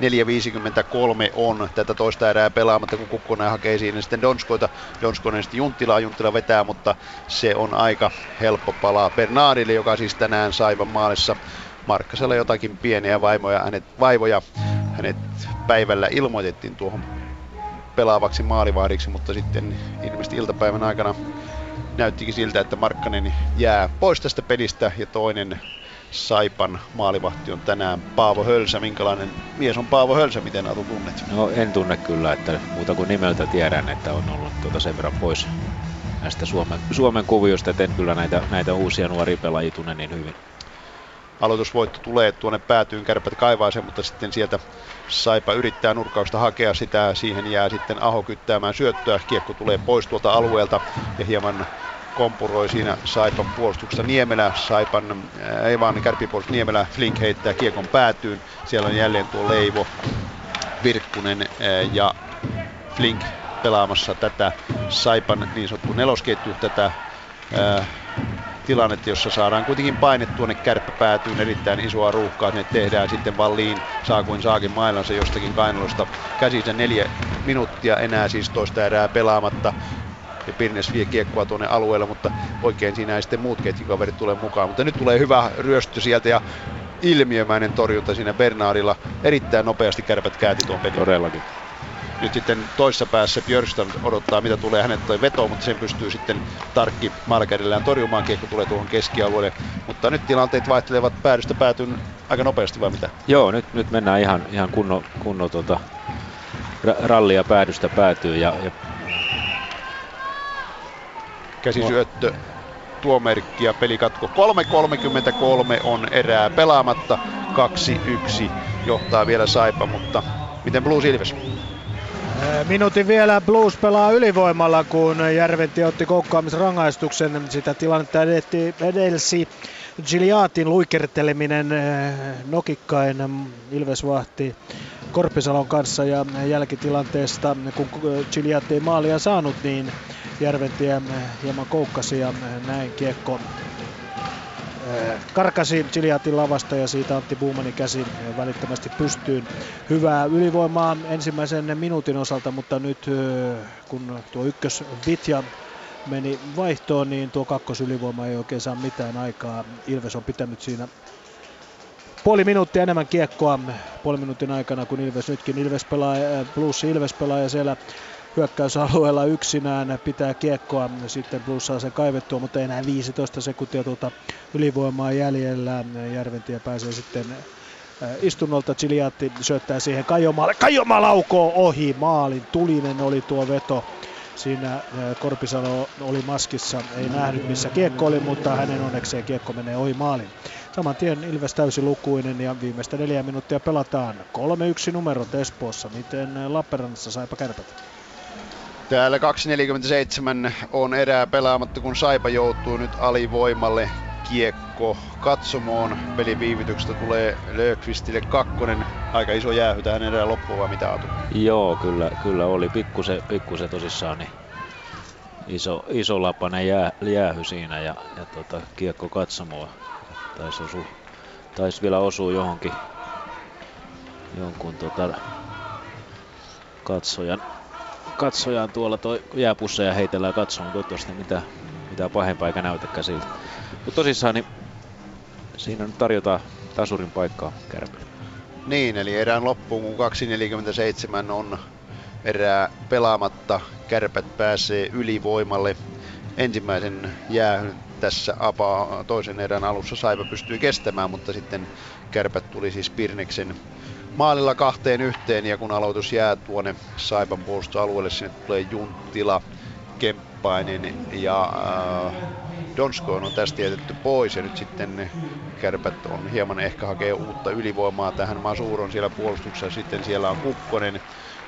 4.53 on tätä toista erää pelaamatta, kun Kukkonen hakee siinä sitten Donskoita. Donskoinen sitten Junttila vetää, mutta se on aika helppo palaa Bernardille, joka siis tänään Saipan maalissa. Markkasella jotakin pieniä vaivoja. Hänet päivällä ilmoitettiin tuohon pelaavaksi maalivahdiksi, mutta sitten ilmeisesti iltapäivän aikana näyttikin siltä, että Markkanen jää pois tästä pelistä ja toinen Saipan maalivahti on tänään Paavo Hölsä. Minkälainen mies on Paavo Hölsä, miten Atu tunnet? No en tunne kyllä, että muuta kuin nimeltä tiedän, että on ollut sen verran pois näistä Suomen kuviosta, että en kyllä näitä uusia nuoria pelaajia tunne niin hyvin. Aloitusvoitto tulee tuonne päätyyn, Kärpät kaivaa sen, mutta sitten sieltä Saipa yrittää nurkkausta hakea sitä, siihen jää sitten Aho kyttäämään syöttöä, kiekko tulee pois tuolta alueelta ja hieman kompuroi siinä Saipan puolustuksesta Niemelä, Kärppien puolustus Niemelä, Flink heittää kiekon päätyyn, siellä on jälleen tuo Leivo, Virkkunen ja Flink pelaamassa tätä Saipan niin sanottu nelosketju, tätä tilannetta, jossa saadaan kuitenkin paine tuonne kärppäpäätyyn, erittäin isoa ruuhkaa, ne tehdään sitten Wallin saa kuin saakin mailansa jostakin kainalosta käsinsä. 4 minuuttia enää siis toista erää pelaamatta. ja Pirnes vie kiekkoa tuonne alueelle, mutta oikein siinä ei sitten muut ketjukaverit tule mukaan. Mutta nyt tulee hyvä ryöstö sieltä ja ilmiömäinen torjunta siinä Bernardilla. Erittäin nopeasti Kärpät käänti tuon pelin. Todellakin. Nyt sitten toisessa päässä Björkstrand odottaa, mitä tulee hänet toi veto, mutta sen pystyy sitten Tarkki maalkädellään torjumaan. Kiekko tulee tuohon keskialueelle, mutta nyt tilanteet vaihtelevat päädystä päätyyn aika nopeasti, vai mitä? Joo, nyt mennään ihan kunnon rallia päädystä päätyy. Ja käsisyöttö, tuo merkki ja pelikatko. 3.33 on erää pelaamatta, 2-1 johtaa vielä Saipa, mutta miten Blues Ilves? Minuutin vielä Blues pelaa ylivoimalla, kun Järventie otti koukkaamisrangaistuksen. Sitä tilannetta edelsi Giliatin luikerteleminen nokikkain Ilves-vahti Korpisalon kanssa, ja jälkitilanteesta, kun Giliat ei maalia saanut, niin Järventie hieman koukkasi ja näin kiekko karkasi Giliatin lavasta ja siitä Antti Buumanin käsi välittömästi pystyyn. Hyvää ylivoimaa ensimmäisen minuutin osalta, mutta nyt kun tuo ykkösvitja meni vaihtoon, niin tuo kakkosylivoima ei oikein saa mitään aikaa. Ilves on pitänyt siinä puoli minuuttia enemmän kiekkoa puoli minuutin aikana kuin Ilves nytkin. Ilves pelaa ja siellä hyökkäysalueella yksinään pitää kiekkoa, sitten Blues saa sen kaivettua, mutta enää 15 sekuntia tuota ylivoimaa jäljellä. Järventie pääsee sitten istunnolta, Giliatti syöttää siihen Kaijomalle. Kaijomaa laukoo ohi maalin, tulinen oli tuo veto. Siinä Korpisalo oli maskissa, ei nähnyt missä kiekko oli, mutta hänen onnekseen kiekko menee ohi maalin. Saman tien Ilves täysilukuinen ja viimeistä 4 minuuttia pelataan. 3-1 numerot Espoossa. Miten Lappeenrannassa Saipa Kärpät? Täällä 2.47 on erää pelaamatta, kun Saipa joutuu nyt alivoimalle. Kiekko katsomoon. Pelin viivytyksestä tulee Löfqvistille 2. Aika iso jäähy tähän erään loppuun, vai mitä, Aatu? Joo, kyllä oli pikkusen tosissaan niin iso lapainen jäähy siinä ja kiekko katsomoon. Taisi vielä osua jonkun katsojan tuolla toi jääpusseja heitellään katsomaan, toivottavasti mitään pahempaa eikä näytäkään siltä. Mutta tosissaan niin siinä nyt tarjotaan tasurin paikkaa Kärpille. Niin, eli erään loppuun, kun 2.47 on erää pelaamatta, Kärpät pääsee ylivoimalle. Ensimmäisen jäähyn tässä toisen erän alussa Saipa pystyy kestämään, mutta sitten Kärpät tuli siis Pirneksen maalilla 2-1, ja kun aloitus jää tuonne Saipan puolustusalueelle, sinne tulee Junttila, Kemppainen ja Donsko on tästä jätetty pois, ja nyt sitten Kärpät on hieman ehkä hakee uutta ylivoimaa tähän. Masur on siellä puolustuksessa, sitten siellä on Kukkonen,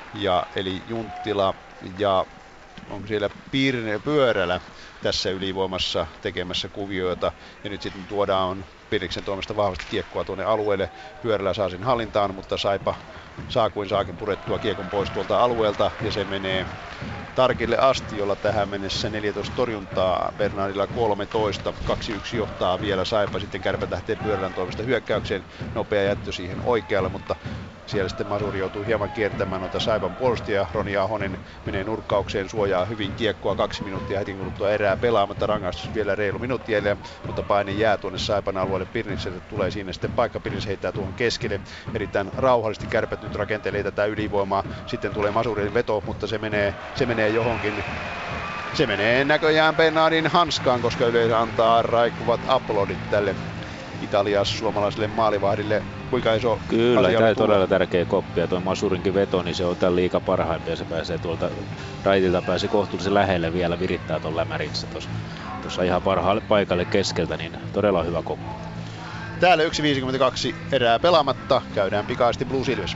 eli Junttila, ja onko siellä Pyörälä tässä ylivoimassa tekemässä kuvioita, ja nyt sitten tuodaan Piriksen toimesta vahvasti kiekkoa tuonne alueelle. Pyörälä saa sen hallintaan, mutta Saipa saa kuin saakin purettua kiekon pois tuolta alueelta, ja se menee Tarkille asti, jolla tähän mennessä 14 torjuntaa, Bernardilla 13, 2-1 johtaa vielä Saipa, sitten Kärpät lähtee Pyörälän toimesta hyökkäykseen, nopea jättö siihen oikealle, mutta siellä sitten Masuri joutuu hieman kiertämään noita Saipan puolustajia. Roni Ahonen menee nurkkaukseen, suojaa hyvin kiekkoa, 2 minuuttia heti kuluttua erää pelaamatta, rangaistus vielä reilu minuutti jäljellä, mutta paine jää tuonne Saipan alueelle. Pirnikseltä tulee siinä sitten paikka, Pirnis heittää tuohon keskelle, erittäin rauhallisesti Kärpät nyt rakentelee tätä ylivoimaa, sitten tulee Masurin veto, mutta se menee johonkin. Se menee näköjään Bernardin hanskaan, koska yleensä antaa raikkuvat aplodit tälle Italias-suomalaiselle maalivahdille. Kuinka iso Kyllä, tämä on todella tärkeä koppi, ja tuo Masurinkin veto, niin se on tämän liigan parhaimpia, se pääsee tuolta raitilta, pääsee kohtuullisen lähelle vielä, virittää tuon lämärinsä tuossa ihan parhaalle paikalle keskeltä, niin todella hyvä koppi. Täällä 1.52 erää pelaamatta, käydään pikaisesti Blues Ilves.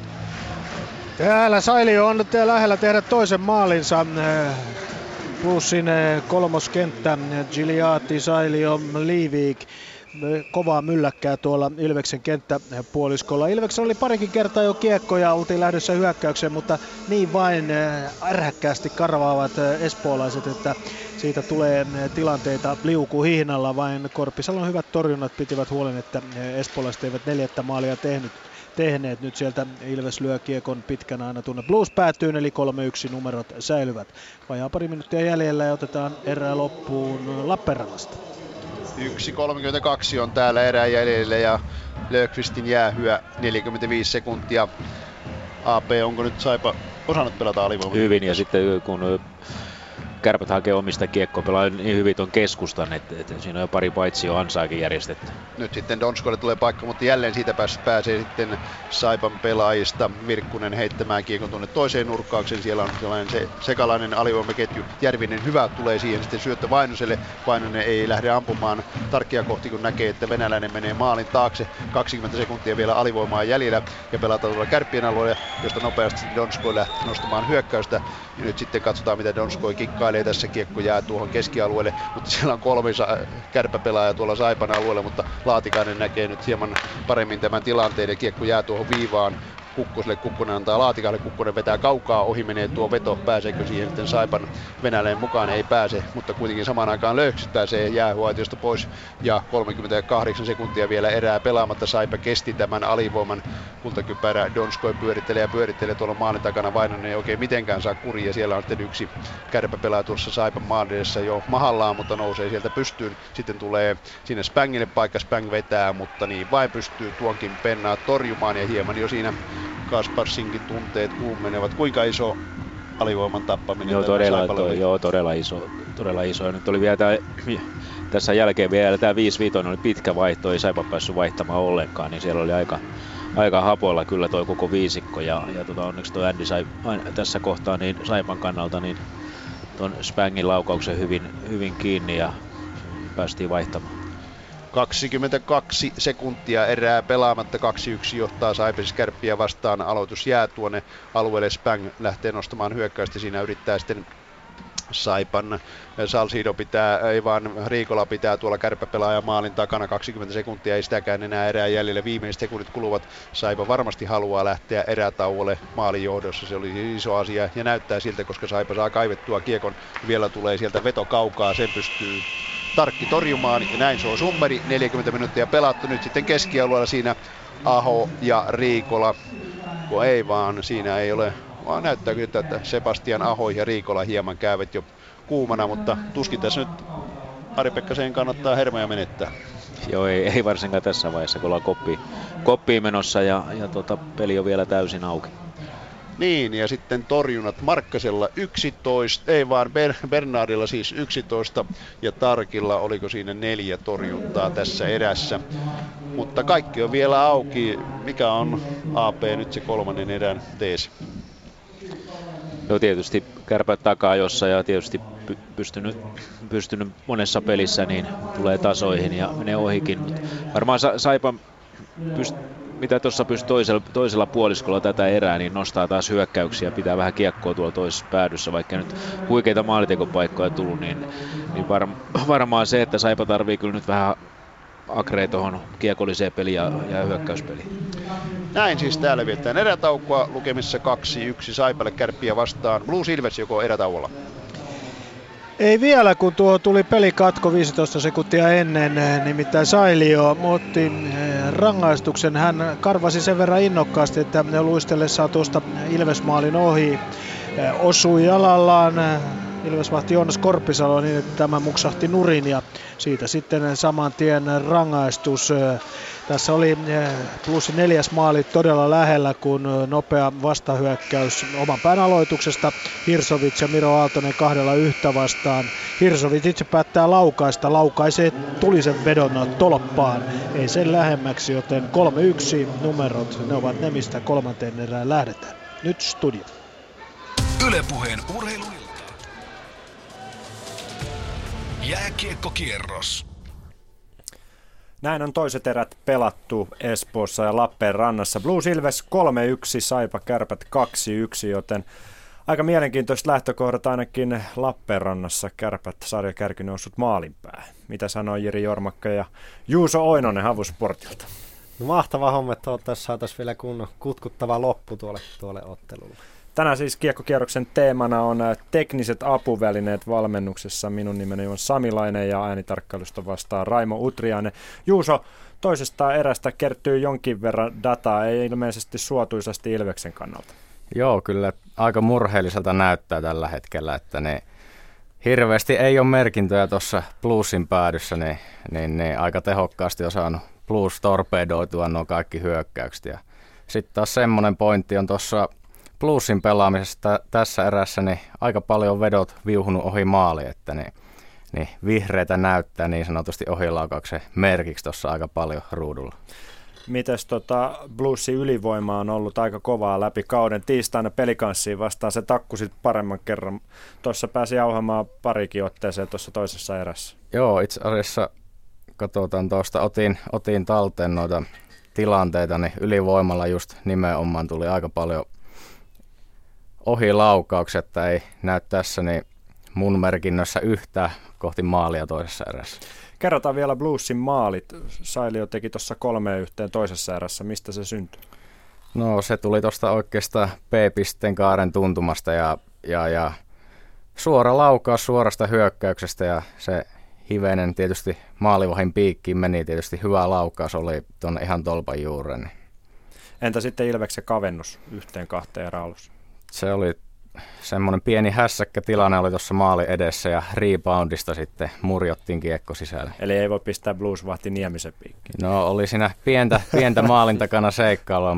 Täällä Sailio on nyt lähellä tehdä toisen maalinsa. Bluesin kolmoskenttä, Giliatti, Sailio, Liivik. Kovaa mylläkkää tuolla Ilveksen kenttäpuoliskolla. Ilveksen oli parikin kertaa jo kiekkoja, oltiin lähdössä hyökkäykseen, mutta niin vain ärhäkkäästi karvaavat espoolaiset, että siitä tulee tilanteita liukuhihnalla. Vain Korpisalon hyvät torjunnat pitivät huolen, että espoolaiset eivät 4. maalia tehnyt. tehneet. Nyt sieltä Ilves lyö kiekon pitkän aina tuonne Blues päätyyn, eli 3-1 numerot säilyvät. Vajaa pari minuuttia jäljellä ja otetaan erää loppuun Lappeenrannasta. 1.32 on täällä erää jäljellä ja Löfqvistin jäähyä 45 sekuntia. AP, onko nyt Saipa osannut pelata alivoimaa? Hyvin, ja sitten kun Kärpät hakee omista kiekkoa, pelaa niin hyvin tuon keskustan, että siinä on jo pari paitsi ansaakin järjestetty. Nyt sitten Donskoille tulee paikka, mutta jälleen siitä pääsee sitten Saipan pelaajista Virkkunen heittämään kiekon tuonne toiseen nurkkaukseen. Siellä on sellainen sekalainen alivoimaketju. Järvinen hyvä tulee siihen sitten syöttö Vainoselle. Vainonen ei lähde ampumaan tarkkia kohti, kun näkee, että venäläinen menee maalin taakse. 20 sekuntia vielä alivoimaa jäljellä ja pelataan tuolla Kärppien alueella, josta nopeasti Donskoi lähtee nostamaan hyökkäystä. Ja nyt sitten katsotaan, mitä Donskoi kikkailee. Tässä kiekko jää tuohon keskialueelle, mutta siellä on 3 kärppäpelaajaa tuolla Saipan alueella, mutta Laatikainen näkee nyt hieman paremmin tämän tilanteen ja kiekko jää tuohon viivaan Kukkoselle. Kukkonen antaa Laatikalle, Kukkonen vetää kaukaa, ohi menee tuo veto, pääseekö siihen sitten Saipan venäläinen mukaan, ei pääse, mutta kuitenkin samaan aikaan Löfqvist pääsee jäähuaitiosta pois ja 38 sekuntia vielä erää pelaamatta. Saipa kesti tämän alivoiman, kultakypärä Donskoi pyörittelee tuolla maalin takana. Vainonen ei oikein mitenkään saa kuria ja siellä on sitten yksi kärppäpelaaja tuossa Saipan maalin edessä jo mahallaan, mutta nousee sieltä pystyyn. Sitten tulee sinne Spangille paikka, Spang vetää, mutta niin vain pystyy tuonkin pennaa torjumaan ja hieman jo siinä Kasparsinkin tunteet kuumenevat. Kuinka iso alivoiman tappaminen? Todella iso. Ja nyt oli vielä tässä jälkeen vielä tämä 5-5 oli pitkä vaihto, ei Saipa päässyt vaihtamaan ollenkaan, niin siellä oli aika hapoilla kyllä toi koko viisikko ja onneksi toi Andy sai tässä kohtaa niin Saipan kannalta niin ton Spangin laukauksen hyvin kiinni ja päästiin vaihtamaan. 22 sekuntia erää pelaamatta, 2-1 johtaa Saipa Kärppiä vastaan. Aloitus jää tuonne alueelle, Spang lähtee nostamaan hyökkäystä, siinä yrittää sitten Saipan Salcido Riikola pitää tuolla kärppäpelaajan maalin takana, 20 sekuntia, ei sitäkään enää erää jäljellä, viimeiset sekunnit kuluvat. Saipa varmasti haluaa lähteä erätauolle maalin johdossa, se oli iso asia ja näyttää siltä, koska Saipa saa kaivettua kiekon, vielä tulee sieltä veto kaukaa, sen pystyy Tarkki torjumaan ja näin se on summeri, 40 minuuttia pelattu, nyt sitten keskialueella siinä Aho ja Riikola, kun ei vaan siinä ei ole, vaan näyttää kyllä, että Sebastian Aho ja Riikola hieman käyvät jo kuumana, mutta tuskin tässä nyt Ari-Pekka kannattaa hermoja menettää. Joo, ei varsinkaan tässä vaiheessa, kun ollaan koppiin menossa ja peli on vielä täysin auki. Niin, ja sitten torjunnat Markkasella 11, ei vaan Bernardilla siis 11 ja Tarkilla oliko siinä 4 torjuntaa tässä erässä. Mutta kaikki on vielä auki. Mikä on AP nyt se kolmannen erän teesi? No tietysti Kärpät takaa jossa ja tietysti pystynyt monessa pelissä niin tulee tasoihin ja menee ohikin. Mutta varmaan Saipa mitä tuossa pystyy toisella puoliskolla tätä erää, niin nostaa taas hyökkäyksiä, pitää vähän kiekkoa tuolla toisessa päädyssä, vaikka nyt huikeita maalitekopaikkoja tullut, niin varmaan se, että Saipa tarvii kyllä nyt vähän akrea tuohon kiekolliseen peliin ja hyökkäyspeliin. Näin siis täällä viettään erätaukoa, lukemissa 2-1 Saipalle Kärppiä vastaan. Blues Ilves joko erätauolla? Ei vielä, kun tuo tuli pelikatko 15 sekuntia ennen, nimittäin Sailio otti rangaistuksen. Hän karvasi sen verran innokkaasti, että luistellessaan tuosta Ilves-maalin ohi osui jalallaan Ilves-vahti Joonas Korpisalo niin, että tämä muksahti nurin ja siitä sitten saman tien rangaistus. Tässä oli Bluesin 4. maali todella lähellä, kun nopea vastahyökkäys oman pään aloituksesta. Hirsovic ja Miro Aaltonen 2-1 vastaan. Hirsovic itse päättää laukaista, laukaisee tulisen vedon tolppaan. Ei sen lähemmäksi, joten 3-1 numerot, ne ovat ne, mistä kolmanteen erään lähdetään. Nyt studio. Yle Puheen urheiluilta. Jääkiekkokierros. Näin on toiset erät pelattu Espoossa ja Lappeenrannassa. Blues Ilves 3-1, Saipa Kärpät 2-1, joten aika mielenkiintoiset lähtökohdat ainakin Lappeenrannassa. Kärpät sarjakärki noussut maalinpää. Mitä sanoi Jiri Jormakka ja Juuso Oinonen HuVu-Sportilta? No mahtava homma, että saataisiin vielä kunnon kutkuttava loppu tuolle ottelulle. Tänään siis Kiekkokierroksen teemana on tekniset apuvälineet valmennuksessa. Minun nimeni on Samilainen ja äänitarkkailusta vastaa Raimo Utriainen. Juuso, toisesta erästä kertyy jonkin verran dataa, ei ilmeisesti suotuisasti Ilveksen kannalta. Joo, kyllä aika murheelliselta näyttää tällä hetkellä, että ne hirveästi ei ole merkintöjä tuossa Bluesin päädyssä, niin aika tehokkaasti on saanut Blues torpedoitua nuo kaikki hyökkäykset. Ja sitten taas semmoinen pointti on tuossa Bluesin pelaamisesta tässä erässä, niin aika paljon vedot viuhunut ohi maali, että niin vihreitä näyttää niin sanotusti ohilaukauksen merkiksi tuossa aika paljon ruudulla. Mites Bluesin ylivoima on ollut aika kovaa läpi kauden. Tiistaina Pelikanssiin vastaan se takkusit paremman kerran. Tuossa pääsi jauhamaan parikin otteeseen tuossa toisessa erässä. Joo, itse asiassa katsotaan tuosta, otin talteen noita tilanteita, niin ylivoimalla just nimenomaan tuli aika paljon ohilaukauksia, että ei näy tässä niin mun merkinnössä yhtään kohti maalia toisessa erässä. Kerrotaan vielä Bluesin maalit. Sailio teki tuossa 3-1 toisessa erässä. Mistä se syntyi? No se tuli tuosta oikeastaan P-pisteen kaaren tuntumasta ja suora laukaus suorasta hyökkäyksestä ja se hivenen tietysti maalivahin piikkiin meni tietysti hyvä laukaus, oli tuonne ihan tolpan juureen. Entä sitten Ilveksen kavennus 1-2 erää alussa? Se oli semmoinen pieni hässäkkä tilanne oli tuossa maali edessä ja reboundista sitten murjottiin kiekko sisälle. Eli ei voi pistää Blues-vahti Niemisen piikkiin. No oli siinä pientä maalin takana seikkailua,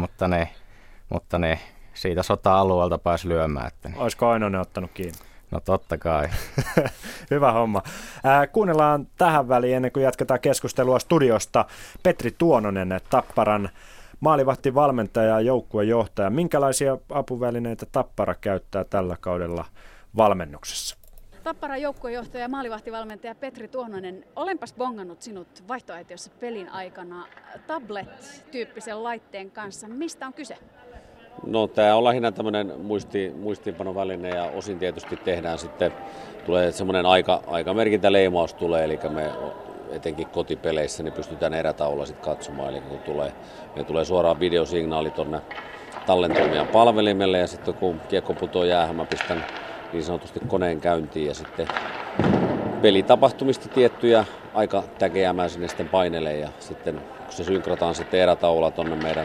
mutta ne siitä sota-alueelta pääsi lyömään. Että olisiko Oinonen ottanut kiinni? No totta kai. Hyvä homma. Kuunnellaan tähän väliin ennen kuin jatketaan keskustelua studiosta. Petri Tuononen, Tapparan maalivahtivalmentaja ja joukkuejohtaja. Minkälaisia apuvälineitä Tappara käyttää tällä kaudella valmennuksessa? Tapparan joukkuejohtaja ja maalivahtivalmentaja Petri Tuononen, olenpas bongannut sinut vaihtoaitiossa pelin aikana tablet-tyyppisen laitteen kanssa. Mistä on kyse? No tämä on lähinnä tämmöinen muistiinpanoväline ja osin tietysti tehdään sitten, tulee semmoinen aikamerkintäleimaus tulee, eli me etenkin kotipeleissä niin pystytään erätaululla sitten katsomaan, eli kun me tulee suoraan videosignaali tuonne tallentamien palvelimelle ja sitten kun kiekko putoaa jäähän, mä pistän niin sanotusti koneen käyntiin ja sitten pelitapahtumista tiettyjä aikatägejä mä sinne sitten painelen ja sitten kun se synkrataan sitten erätaululla tuonne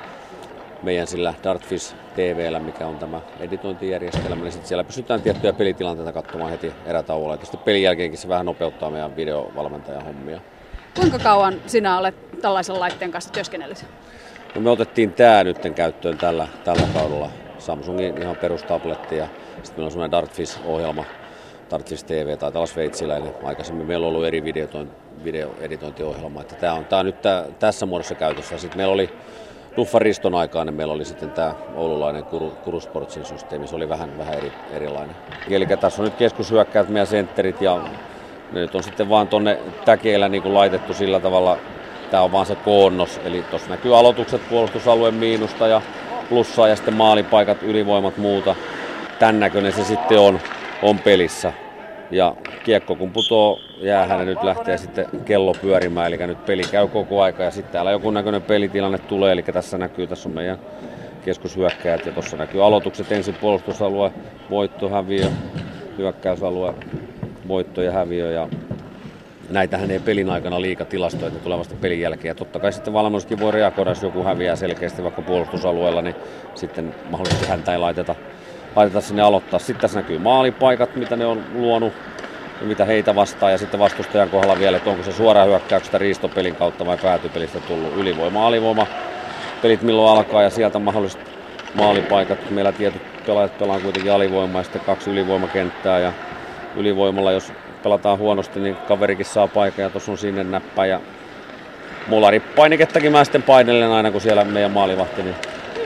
meidän sillä Dartfish TV:llä, mikä on tämä editointijärjestelmä, niin sitten siellä pystytään tiettyjä pelitilanteita katsomaan heti erätauolla. Ja sitten pelin jälkeenkin se vähän nopeuttaa meidän videovalmentajan hommia. Kuinka kauan sinä olet tällaisen laitteen kanssa työskennellyt? No me otettiin tämä nyt käyttöön tällä kaudella. Samsungin ihan perustabletti ja sitten meillä on semmoinen Dartfish-ohjelma, Dartfish TV tai taas sveitsiläinen. Aikaisemmin meillä on ollut eri videoeditointiohjelma. Tämä on nyt tässä muodossa käytössä. Sitten meillä oli Luffan Riston aikaan niin meillä oli sitten tämä oululainen Kurusportsin systeemi, se oli vähän erilainen. Eli tässä on nyt keskushyökkäät, meidän sentterit ja ne nyt on sitten vaan tuonne täkeillä niin kuin laitettu sillä tavalla, tämä on vaan se koonnos, eli tuossa näkyy aloitukset puolustusalueen miinusta ja plussaa ja sitten maalipaikat, ylivoimat muuta. Tän näköinen se sitten on pelissä. Ja kiekko kun putoo jäähän, niin nyt lähtee sitten kello pyörimään, eli nyt peli käy koko aika ja sitten täällä joku näköinen pelitilanne tulee, eli tässä on meidän keskushyökkäjät ja tuossa näkyy aloitukset ensin puolustusalue, voitto, häviö, hyökkäysalue, voitto ja häviö ja näitähän ei pelin aikana liika tilastoja, ne tulee vasta pelin jälkeen ja totta kai sitten valmennuskin voi reagoida, jos joku häviää selkeästi vaikka puolustusalueella, niin sitten mahdollisesti häntä ei laiteta sinne aloittaa. Sitten tässä näkyy maalipaikat, mitä ne on luonut ja mitä heitä vastaan ja sitten vastustajan kohdalla vielä, että onko se suora hyökkäyksestä riistopelin kautta vai päätypelistä tullut ylivoima, alivoima, pelit milloin alkaa ja sieltä mahdolliset maalipaikat. Meillä tietyt pelaajat pelaa kuitenkin alivoimaa ja sitten 2 ylivoimakenttää ja ylivoimalla jos pelataan huonosti, niin kaverikin saa paikan ja tuossa on sinne näppä ja mularipainikkettakin mä sitten painelen aina kun siellä meidän maalivahti niin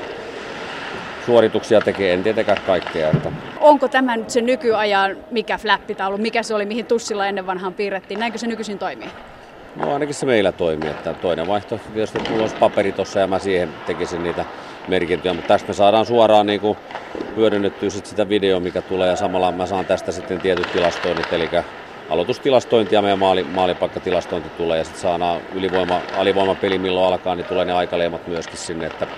suorituksia tekee, en tietenkään kaikkea. Että. Onko tämä nyt se nykyajan, mikä flappitaulu, mikä se oli, mihin tussilla ennen vanhaan piirrettiin, näinkö se nykyisin toimii? No ainakin se meillä toimii, että toinen vaihtoehto tietysti tulos paperi tuossa ja mä siihen tekisin niitä merkintöjä, mutta tästä me saadaan suoraan niin kuin hyödynnettyä sit sitä videoa, mikä tulee ja samalla mä saan tästä sitten tietyt tilastoinnit, eli aloitustilastointi ja meidän maalipaikkatilastointi tulee ja sitten saadaan alivoimapeli milloin alkaa, niin tulee ne aikaleimat myöskin sinne, että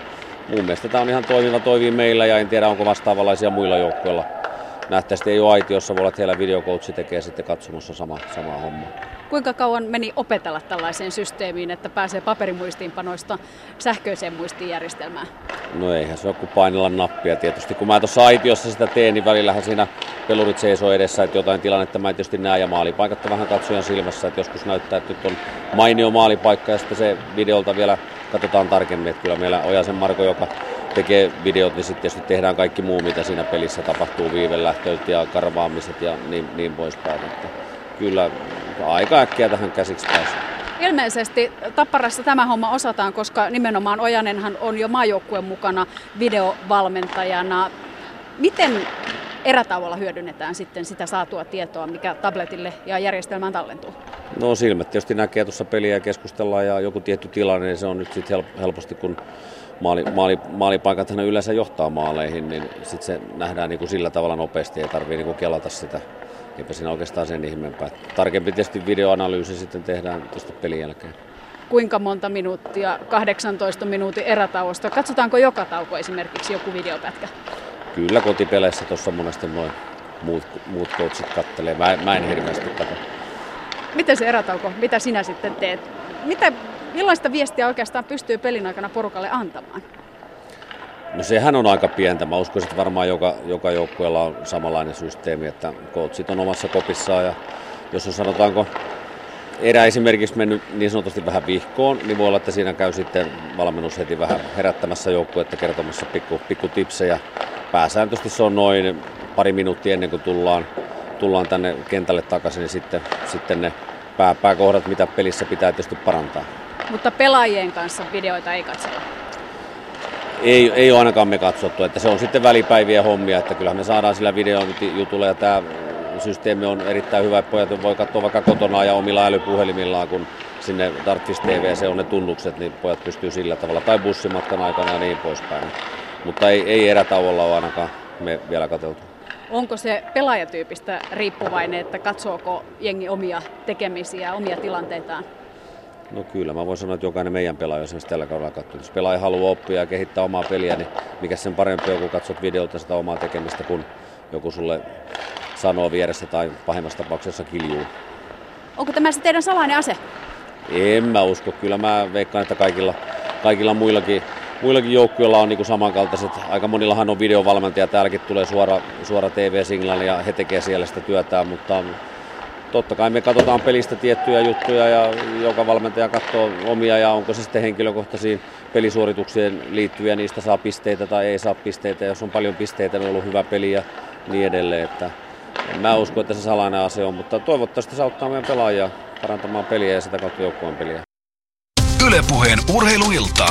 mun mielestä tämä on ihan toimii meillä ja en tiedä onko vastaavanlaisia muilla joukkoilla. Nähtävästi ei ole aitiossa, voi olla, että heillä videocoachi tekee sitten katsomossa samaa hommaa. Kuinka kauan meni opetella tällaiseen systeemiin, että pääsee paperimuistiinpanoista sähköiseen muistijärjestelmään? No eihän se ole kuin painella nappia tietysti. Kun mä tuossa aitiossa sitä teen, niin välillähän siinä pelurit seisoo edessä, että jotain tilannetta mä en tietysti näe ja maalipaikat on vähän katsojan silmässä, että joskus näyttää, että nyt on mainio maalipaikka ja sitten se videolta vielä katsotaan tarkemmin, että kyllä meillä Ojasen Marko, joka tekee videot, niin sitten tietysti tehdään kaikki muu, mitä siinä pelissä tapahtuu, viivelähtöt ja karvaamiset ja niin poispäin. Että kyllä aika äkkiä tähän käsiksi pääsee. Ilmeisesti Tapparassa tämä homma osataan, koska nimenomaan Ojanenhan on jo maajoukkueen mukana videovalmentajana. Miten erätauolla hyödynnetään sitten sitä saatua tietoa, mikä tabletille ja järjestelmään tallentuu? No silmät tietysti näkee tuossa peliä ja keskustellaan ja joku tietty tilanne, niin se on nyt sitten helposti, kun maalipaikathan yleensä johtaa maaleihin, niin sitten se nähdään niin kuin sillä tavalla nopeasti, ei tarvitse niin kuin kelata sitä. Eipä siinä oikeastaan sen ihmeempää. Tarkempi tietysti videoanalyysi sitten tehdään tuosta pelin jälkeen. Kuinka monta minuuttia 18 minuutin erätauosta? Katsotaanko joka tauko esimerkiksi joku videopätkä? Kyllä kotipeleissä tuossa monesti noin muut coachit kattelee. Mä en hirveästi katso. Miten se erätauko? Mitä sinä sitten teet? Millaista viestiä oikeastaan pystyy pelin aikana porukalle antamaan? No sehän on aika pientä. Mä uskoisin, että varmaan joka joukkueella on samanlainen systeemi, että coachit on omassa kopissaan ja jos on sanotaanko erä esimerkiksi mennyt niin sanotusti vähän vihkoon, niin voi olla, että siinä käy sitten valmennus heti vähän herättämässä joukkuetta kertomassa pikku tipsejä. Pääsääntöisesti se on noin pari minuuttia ennen kuin tullaan tänne kentälle takaisin, niin sitten ne pääkohdat, mitä pelissä pitää tietysti parantaa. Mutta pelaajien kanssa videoita ei katsella? Ei ole ainakaan me katsottu, että se on sitten välipäivien hommia, että kyllähän me saadaan sillä videojutulla ja tämä systeemi on erittäin hyvä, että pojat voi katsoa vaikka kotona ja omilla älypuhelimillaan, kun sinne Dartfish TV se on ne tunnukset, niin pojat pystyy sillä tavalla tai bussimatkan aikana ja niin poispäin. Mutta ei erätauolla ole ainakaan me vielä katseltu. Onko se pelaajatyypistä riippuvainen, että katsooko jengi omia tekemisiä, omia tilanteitaan? No kyllä, mä voin sanoa, että jokainen meidän pelaaja on tällä kaudella katsonut. Jos pelaaja haluaa oppia ja kehittää omaa peliä, niin mikä sen parempi on, kun katsot videolta sitä omaa tekemistä, kun joku sulle sanoo vieressä tai pahimmassa tapauksessa kiljuu. Onko tämä se teidän salainen ase? En mä usko. Kyllä mä veikkaan, että kaikilla muillakin joukkueilla on niinku samankaltaiset. Aika monillahan on videovalmentaja. Täälläkin tulee suora TV-signaali ja he tekee siellä sitä työtään, mutta totta kai me katsotaan pelistä tiettyjä juttuja ja joka valmentaja katsoo omia ja onko se sitten henkilökohtaisiin pelisuorituksien liittyviä, niistä saa pisteitä tai ei saa pisteitä. Jos on paljon pisteitä, niin on ollut hyvä peli ja niin edelleen. Että mä uskon, että se salainen ase on, mutta toivottavasti se auttaa meidän pelaajia parantamaan peliä ja sitä kautta joukkueen peliä. Yle Puheen urheiluilta.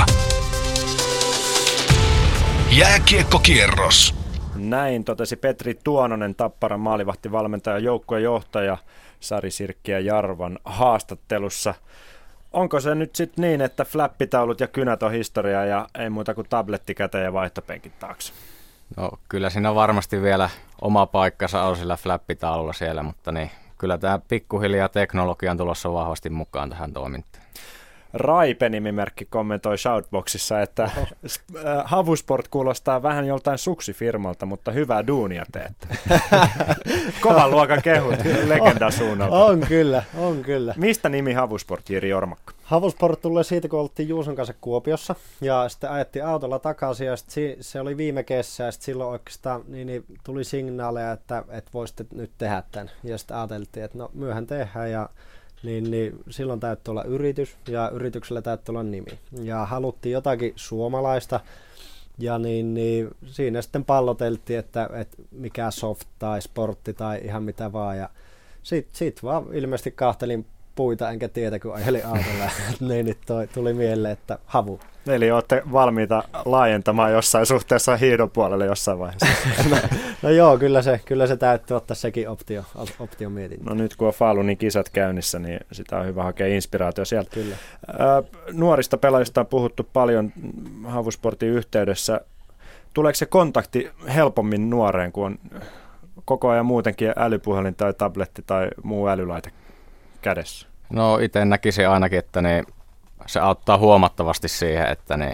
Jääkiekkokierros. Näin totesi Petri Tuononen, Tapparan maalivahtivalmentaja, joukkuejohtaja Sari Sirkki ja Jarvan haastattelussa. Onko se nyt sitten niin, että flappitaulut ja kynät on historiaa ja ei muuta kuin tabletti käteen ja vaihtopenkin taakse? No kyllä siinä varmasti vielä oma paikkansa on sillä flappitaululla siellä, mutta niin, kyllä tämä pikkuhiljaa teknologia on tulossa vahvasti mukaan tähän toimintaan. Raipe-nimimerkki kommentoi Shoutboxissa, että Havusport kuulostaa vähän joltain suksifirmalta, mutta hyvää duunia teette. Kovan luokan kehut legendan suunnalta. On kyllä. Mistä nimi Havusport, Jiri Jormakko? Havusport tulee siitä, kun oltiin Juuson kanssa Kuopiossa ja sitten ajettiin autolla takaisin ja se oli viime kesä ja sitten silloin oikeastaan niin tuli signaaleja, että voisitte nyt tehdä tämän. Ja sitten ajateltiin, että no myöhän tehdään ja niin silloin täytyy olla yritys ja yrityksellä täytyy olla nimi. Ja haluttiin jotakin suomalaista ja niin siinä sitten palloteltiin, että mikä soft tai sportti tai ihan mitä vaan. Ja sit vaan ilmeisesti kahtelin puita enkä tiedä, kun ajelin autolla. niin tuli mieleen, että havu. Eli olette valmiita laajentamaan jossain suhteessa hiidon puolelle jossain vaiheessa. No joo, kyllä se täytyy ottaa sekin optio mietintä. No nyt kun on Falunin kisat käynnissä, niin sitä on hyvä hakea inspiraatio sieltä. Kyllä. Nuorista pelaajista on puhuttu paljon Havusportin yhteydessä. Tuleeko se kontakti helpommin nuoreen, kun on koko ajan muutenkin älypuhelin tai tabletti tai muu älylaite kädessä? No itse näkisin ainakin, että se auttaa huomattavasti siihen, että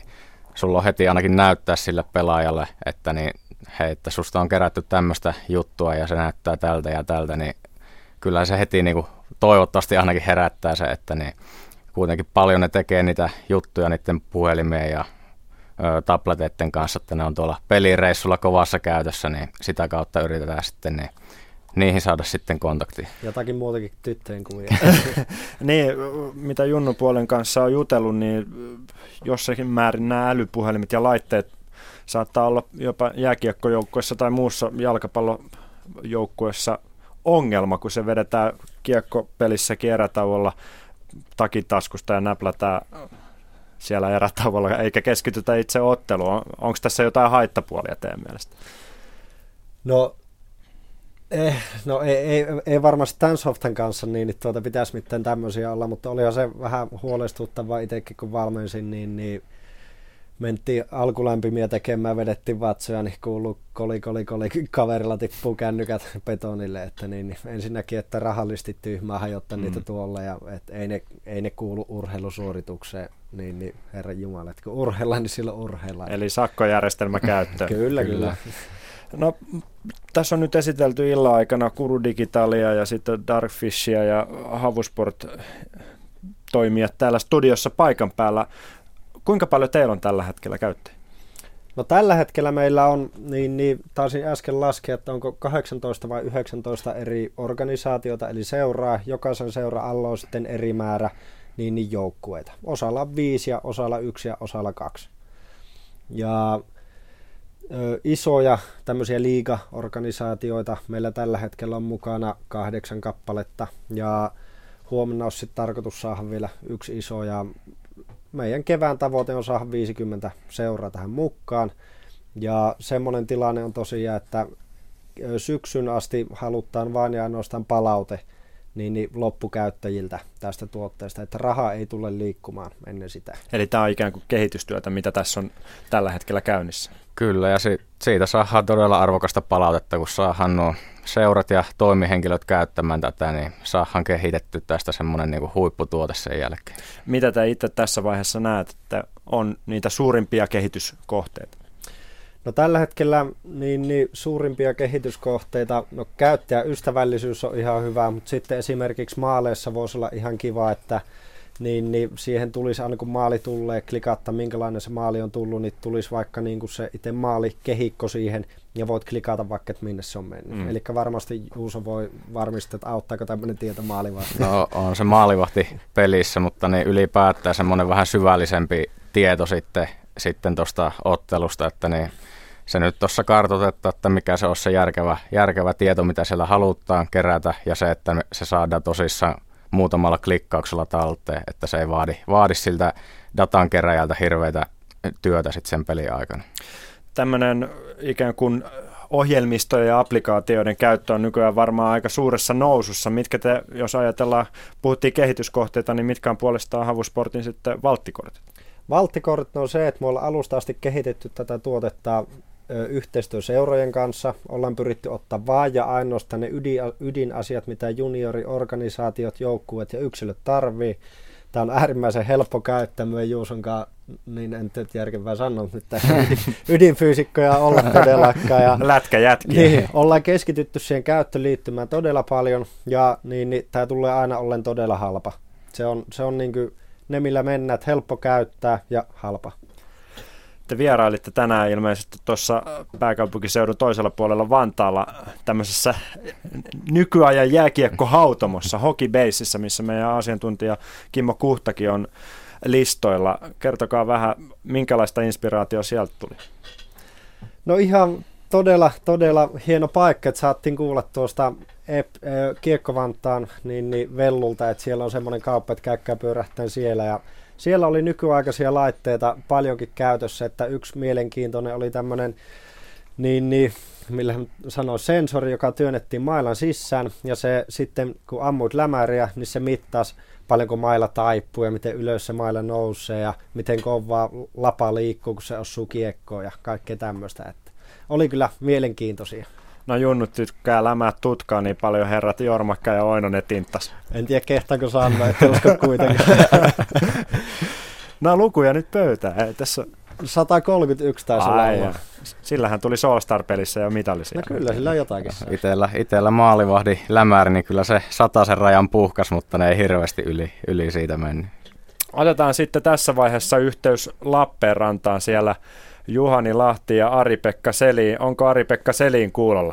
sulla on heti ainakin näyttää sille pelaajalle, että niin, hei, että susta on kerätty tämmöistä juttua ja se näyttää tältä ja tältä, niin kyllä se heti niin kuin toivottavasti ainakin herättää se, että niin kuitenkin paljon ne tekee niitä juttuja niiden puhelimien ja tableteiden kanssa, että ne on tuolla pelireissulla kovassa käytössä, niin sitä kautta yritetään sitten niin niihin saada sitten kontaktia. Jotakin muutakin tyttöjen kuvia. Niin, mitä Junnu puolen kanssa on jutellut, niin jossakin määrin nämä älypuhelimet ja laitteet saattaa olla jopa jääkiekkojoukkuessa tai muussa jalkapallojoukkuessa ongelma, kun se vedetään kiekkopelissäkin erätauolla takitaskusta ja näplätään siellä erätauolla, eikä keskitytä itse otteluun. Onko tässä jotain haittapuolia teidän mielestä? No ei varmasti tämän softan kanssa niin pitäisi mitään tämmöisiä olla, mutta olihan se vähän huolestuttavaa itsekin, kun valmensin, niin mentiin alkulämpimiä tekemään, vedettiin vatsoja, niin kuuluu koli, kaverilla tippuu kännykät betonille, että niin ensinnäkin, että rahallisesti tyhmää hajottaa niitä tuolla, ja että ei ne kuulu urheilusuoritukseen, niin herran jumala, että kun urheillaan, niin silloin urheillaan. Eli sakkojärjestelmä käyttöön. Kyllä. No, tässä on nyt esitelty illan aikana Kuru Digitalia ja sitten Darkfishia ja Havusport toimijat täällä studiossa paikan päällä. Kuinka paljon teillä on tällä hetkellä käyttäjiä? No tällä hetkellä meillä on, niin taisin äsken laskea, että onko 18 vai 19 eri organisaatiota, eli seuraa. Jokaisen seura alla on sitten eri määrä niin joukkueita. Osalla on 5 ja osalla 1 ja osalla 2. Ja isoja tämmöisiä liiga-organisaatioita meillä tällä hetkellä on mukana 8 kappaletta ja huomenna olisi sitten tarkoitus saada vielä 1 iso ja meidän kevään tavoite on saada 50 seuraa tähän mukaan ja semmoinen tilanne on tosiaan, että syksyn asti halutaan vain ja ainoastaan palaute niin loppukäyttäjiltä tästä tuotteesta, että raha ei tule liikkumaan ennen sitä. Eli tämä on ikään kuin kehitystyötä, mitä tässä on tällä hetkellä käynnissä. Kyllä, ja siitä saadaan todella arvokasta palautetta, kun saadaan nuo seurat ja toimihenkilöt käyttämään tätä, niin saadaan kehitetty tästä semmoinen niin kuin huipputuote sen jälkeen. Mitä te itse tässä vaiheessa näet, että on niitä suurimpia kehityskohteita? No tällä hetkellä niin suurimpia kehityskohteita, no käyttäjäystävällisyys on ihan hyvä, mutta sitten esimerkiksi maaleissa voisi olla ihan kiva, että niin siihen tulisi aina kun maali tulee klikata, minkälainen se maali on tullut, niin tulisi vaikka niin kuin se itse maalikehikko siihen ja voit klikata vaikka, että minne se on mennyt. Eli varmasti Juuso voi varmistaa, että auttaako tämmöinen tieto maalivahti. No on se maalivahti pelissä, mutta niin ylipäätään semmoinen vähän syvällisempi tieto sitten tuosta ottelusta, että niin se nyt tuossa kartoitetaan, että mikä se on se järkevä tieto, mitä siellä halutaan kerätä ja se, että se saadaan tosissaan muutamalla klikkauksella talteen, että se ei vaadi siltä datan keräjältä hirveitä työtä sitten sen pelin aikana. Tämmöinen ikään kuin ohjelmistojen ja applikaatioiden käyttö on nykyään varmaan aika suuressa nousussa. Mitkä te, jos ajatellaan, puhuttiin kehityskohteita, niin mitkä on puolestaan Havusportin sitten valttikortit? Valttikortit on se, että me ollaan alusta asti kehitetty tätä tuotetta yhteistyöseurojen kanssa. Ollaan pyritty ottaa vaan ja ainoastaan ne ydinasiat, mitä junioriorganisaatiot, joukkueet ja yksilöt tarvii. Tämä on äärimmäisen helppo käyttää myös Juuson kanssa, niin en tiedä järkevää sanoa, mutta ydinfyysikkoja olla todellakaan. Ja lätkäjätkiä. Niin, ollaan keskitytty siihen käyttöliittymään todella paljon ja niin tämä tulee aina ollen todella halpa. Se on niin kuin ne, millä mennään, että helppo käyttää ja halpa. Te vierailitte tänään ilmeisesti tuossa pääkaupunkiseudun toisella puolella Vantaalla tämmöisessä nykyajan jääkiekkohautomossa, Hockey Basessa, missä meidän asiantuntija Kimmo Kuhtakin on listoilla. Kertokaa vähän, minkälaista inspiraatiota sieltä tuli? No ihan todella hieno paikka, että saattiin kuulla tuosta Kiekko-Vantaan niin Vellulta, että siellä on semmoinen kauppa, että käykää pyörähtään siellä ja siellä oli nykyaikaisia laitteita paljonkin käytössä, että yksi mielenkiintoinen oli tämmöinen, millä sanoisi sensori, joka työnnettiin mailan sisään ja se sitten kun ammuit lämäriä, niin se mittasi paljonko maila taipuu ja miten ylös se maila nousee ja miten kovaa lapa liikkuu, kun se osuu kiekkoon ja kaikkea tämmöistä. Että oli kyllä mielenkiintoisia. No Junnut tykkää lämää tutkaa niin paljon herrat Jormakka ja Oinonen tinttas. En tiedä kehtaanko sanoa, että usko kuitenkaan. No lukuja nyt pöytään. Ei, tässä 131 taisi olla. Sillähän tuli All-Star-pelissä jo mitallisia. No kyllä, sillä on jotakin. Itellä maalivahdi Lämäri, niin kyllä se 100 rajan puhkas, mutta ne ei hirveästi yli siitä mennyt. Otetaan sitten tässä vaiheessa yhteys Lappeenrantaan, siellä Juhani Lahti ja Ari-Pekka Selin. Onko Ari-Pekka Selin kuulolla?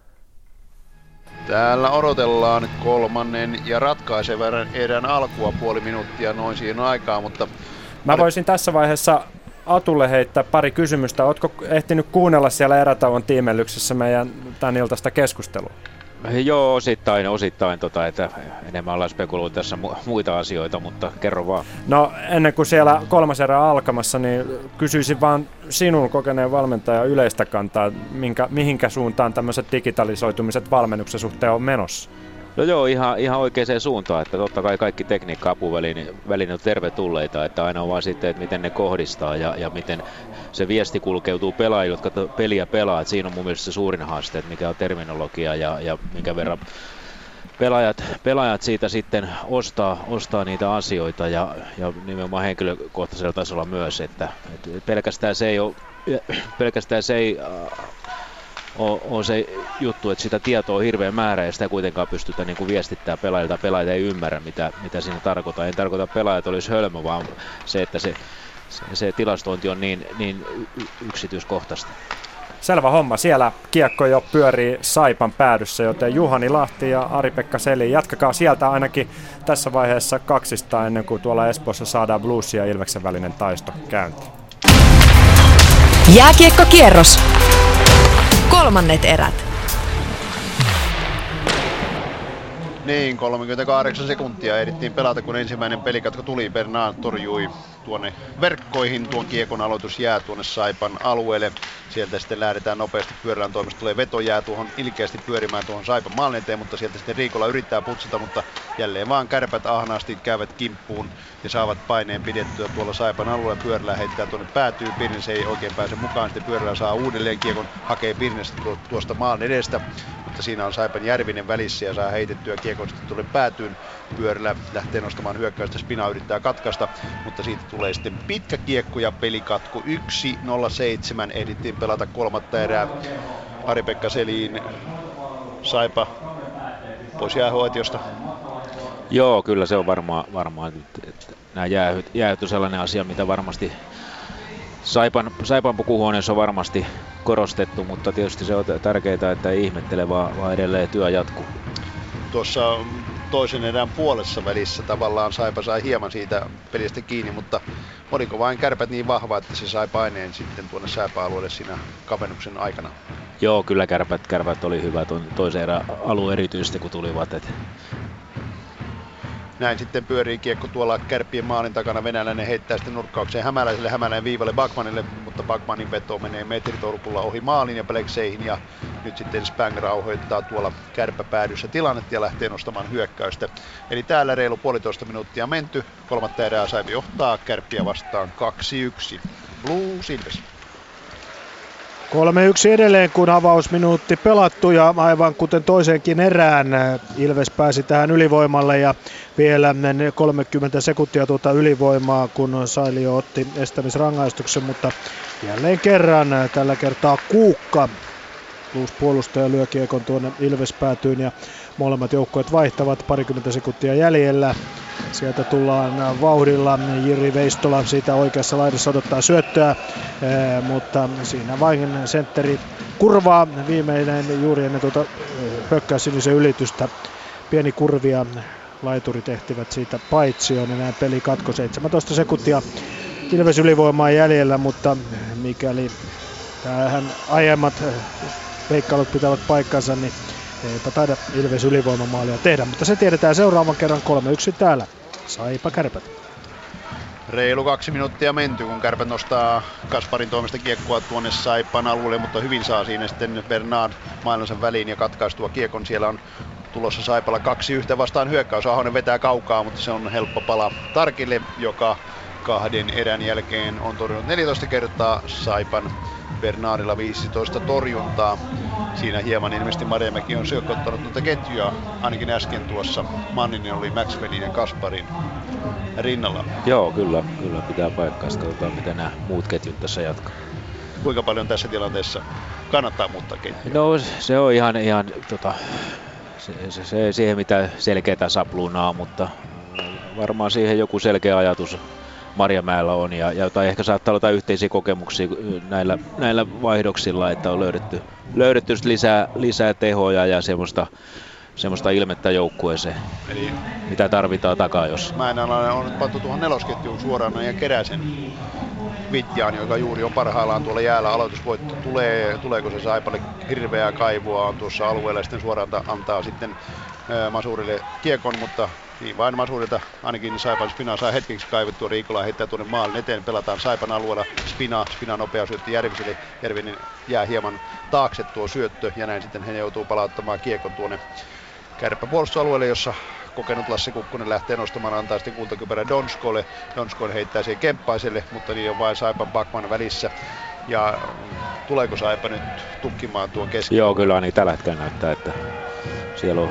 Täällä odotellaan kolmannen ja ratkaisevan erän alkua, puoli minuuttia noin siihen aikaa, mutta... Mä voisin tässä vaiheessa Atulle heittää pari kysymystä. Ootko ehtinyt kuunnella siellä erätauon tiimellyksessä meidän tän iltaista keskustelua? Joo, osittain, että enemmän ollaan spekuloitu tässä muita asioita, mutta kerro vaan. No ennen kuin siellä kolmas erä alkamassa, niin kysyisin vaan sinun kokeneen valmentajan yleistä kantaa, mihinkä suuntaan tämmöiset digitalisoitumiset valmennuksen suhteen on menossa? No joo, ihan oikeaan suuntaan, että totta kai kaikki tekniikka-apuvälineet on tervetulleita, että aina on vaan sitten, että miten ne kohdistaa ja miten se viesti kulkeutuu pelaajille, jotka peliä pelaa. Että siinä on mun mielestä se suurin haaste, että mikä on terminologia ja minkä verran pelaajat siitä sitten ostaa niitä asioita ja nimenomaan henkilökohtaisella tasolla myös, että pelkästään se ei on se juttu, että sitä tietoa on hirveän määrä ja sitä ei kuitenkaan pystytä niin kuin viestittämään pelaajilta. Pelaajat ei ymmärrä, mitä siinä tarkoittaa. En tarkoita pelaajat olisi hölmö, vaan se, että se tilastointi on niin yksityiskohtaista. Selvä homma. Siellä kiekko jo pyörii Saipan päädyssä, joten Juhani Lahti ja Ari-Pekka Selin, jatkakaa sieltä ainakin tässä vaiheessa kaksista ennen kuin tuolla Espoossa saadaan Bluesin ja Ilveksen välinen taisto käyntiin. Jääkiekkokierros. Kolmannet erät. Niin, 38 sekuntia ehdittiin pelata, kun ensimmäinen pelikatko tuli. Bernard torjui tuonne verkkoihin. Tuon kiekon aloitus jää tuonne Saipan alueelle. Sieltä sitten lähdetään nopeasti pyörällään toimesta. Tulee veto, jää tuohon ilkeästi pyörimään tuohon Saipan maalin eteen, mutta sieltä sitten Riikola yrittää putsata, mutta jälleen vaan kärpät ahnaasti käyvät kimppuun ja saavat paineen pidettyä tuolla Saipan alueella. Pyörällä heittää tuonne päätyy. Pirnes ei oikein pääse mukaan. Sitten pyörällä saa uudelleen kiekon, hakee Pirnes tuosta maalin edestä. Mutta siinä on Saipan Järvinen välissä ja saa heitettyä kiekon sitten tuonne päätyyn. Pyörällä lähtee nostamaan hyökkäystä, Spina yrittää katkaista, mutta siitä tulee sitten pitkä kiekko ja pelikatko 1-0-7. Ehdittiin pelata kolmatta erää. Ari-Pekka Selin, Saipa pois jäähyötiosta. Joo, kyllä se on varmaan että nämä jäähyt on sellainen asia, mitä varmasti Saipan pukuhuoneessa on varmasti korostettu, mutta tietysti se on tärkeää, että ei ihmettele, vaan edelleen työ jatkuu. Tuossa toisen erän puolessa välissä tavallaan Saipa sai hieman siitä pelistä kiinni, mutta oliko vain kärpät niin vahva, että se sai paineen sitten tuonne Saipa-alueelle siinä kavennuksen aikana? Joo, kyllä kärpät oli hyvä toisen erän alun erityisesti, kun tulivat. Näin sitten pyörii kiekko tuolla Kärppien maalin takana. Venäläinen heittää sitten nurkkaukseen Hämäläiselle, Hämäläinen viivalle Backmanille, mutta Backmanin veto menee metritolkulla ohi maalin ja Plekseihin. Ja nyt sitten Spang rauhoittaa tuolla kärppäpäädyssä tilannetta ja lähtee nostamaan hyökkäystä. Eli täällä reilu 1,5 minuuttia menty. Kolmatta erää Saipa johtaa Kärppiä vastaan 2-1. Blues Ilves. 3-1 edelleen, kun avausminuutti pelattu ja aivan kuten toiseenkin erään Ilves pääsi tähän ylivoimalle ja vielä 30 sekuntia tuota ylivoimaa, kun Sailio otti estämisrangaistuksen, mutta jälleen kerran tällä kertaa Kuukka Blues puolustaja lyö kiekon tuonne Ilves päätyyn ja molemmat joukkueet vaihtavat, parikymmentä sekuntia jäljellä. Sieltä tullaan vauhdilla, Jiri Veistola siitä oikeassa laidassa odottaa syöttöä, mutta siinä vain sentteri kurvaa viimeinen juuri ennen tuota hyökkäyssinisen ylitystä. Pieni kurvia, laiturit ehtivät siitä paitsioon ja näin peli katko 17 sekuntia. Ilves ylivoimaa jäljellä, mutta mikäli tähän aiemmat veikkailut pitävät paikkansa, niin eipä taida Ilves ylivoimamaalia tehdä, mutta se tiedetään seuraavan kerran 3-1 täällä. Saipa Kärpät. Reilu 2 minuuttia menty, kun Kärpät nostaa Kasparin toimesta kiekkoa tuonne Saipan alueelle, mutta hyvin saa siinä sitten Bernard Mailasen väliin ja katkaistua kiekon. Siellä on tulossa Saipalla 2-1 vastaan hyökkäys. Ahonen vetää kaukaa, mutta se on helppo pala Tarkille, joka 2 erän jälkeen on torjunut 14 kertaa Saipan Bernardilla 15 torjuntaa. Siinä hieman ilmeisesti Marjamäki on sekoittanut tuota ketjua. Ainakin äsken tuossa Manninen oli Maxwellin ja Kasparin rinnalla. Joo, kyllä pitää paikkaansa. Katsotaan, miten nämä muut ketjut tässä jatkaa. Kuinka paljon tässä tilanteessa kannattaa muuttaa ketjua? No se on ihan se siihen mitä selkeää sapluunaa, mutta varmaan siihen joku selkeä ajatus Marjamäellä on ja jotain ehkä saattaa olla jotain yhteisiä kokemuksia näillä vaihdoksilla, että on löydetty lisää tehoja ja semmoista ilmettä joukkueeseen, eli mitä tarvitaan takaa jos. Mäenalainen on nyt pantu tuohon nelosketjuun suoraan ja Keräsen Vitjaan, joka juuri on parhaillaan tuolla jäällä. Aloitusvoitto tuleeko se Saipalle hirveää kaivua on tuossa alueella, sitten suoraan antaa sitten Masurille kiekon, mutta niin vain Masurilta ainakin Saipan Spina saa hetkeksi kaivettua. Riikola heittää tuonne maalin eteen, pelataan Saipan alueella. Spina nopea syöttö Järviselle. Järvinen jää hieman taakse tuo syöttö ja näin sitten hän joutuu palauttamaan kiekon tuonne kärppäpuolustusalueelle, jossa kokenut Lasse Kukkonen lähtee nostamaan, antaa sitten kultakypärä Donskolle. Donskon heittää siihen Kemppaiselle, mutta niin on vain Saipan Backman välissä. Ja tuleeko Saipa nyt tukkimaan tuon kesken? Joo, kyllä ainakin tällä hetkellä näyttää, että siellä on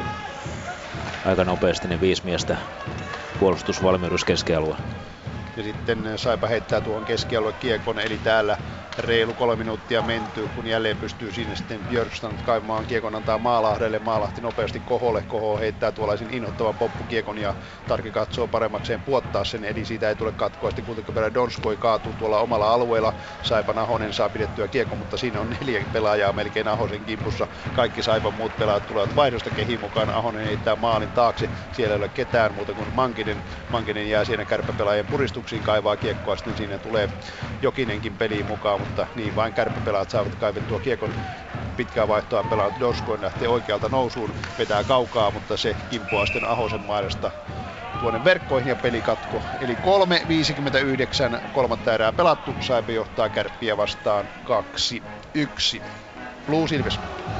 aika nopeasti ne 5 miestä puolustusvalmiudus keskialueella. Ja sitten Saipa heittää tuohon keskialue kiekon, eli täällä reilu 3 minuuttia menty, kun jälleen pystyy sinne sitten Björkstrand kaivamaan kiekon, antaa Maalahdelle. Maalahti nopeasti Koholle. Koho heittää tuollaisen inhottavan poppukiekon ja Tarki katsoo paremmakseen puottaa sen, eli siitä ei tule katkoa. Sitten kultakypärä Donskoi kaatuu tuolla omalla alueella. Saipan Ahonen saa pidettyä kiekon, mutta siinä on 4 pelaajaa melkein Ahosen kimpussa. Kaikki Saipan muut pelaajat tulevat vaihdosta kehiin mukaan. Ahonen heittää maalin taakse. Siellä ei ole ketään muuta kuin Mankinen. Mankinen jää siinä kärppäpelaajien puristuksiin, kaivaa kiekkoa. Sitten siinä tulee Jokinenkin peliin mukaan, mutta niin vain kärppäpelaajat saavat kaivettua kiekon. Pitkää vaihtoa pelaa Donskoin, lähtee oikealta nousuun, vetää kaukaa, mutta se kimpoaa sitten Ahosen maidasta tuonne verkkoihin ja pelikatko. Eli 3.59, kolmatta erää pelattu. Saipa johtaa Kärppiä vastaan 2-1. Blues Ilves.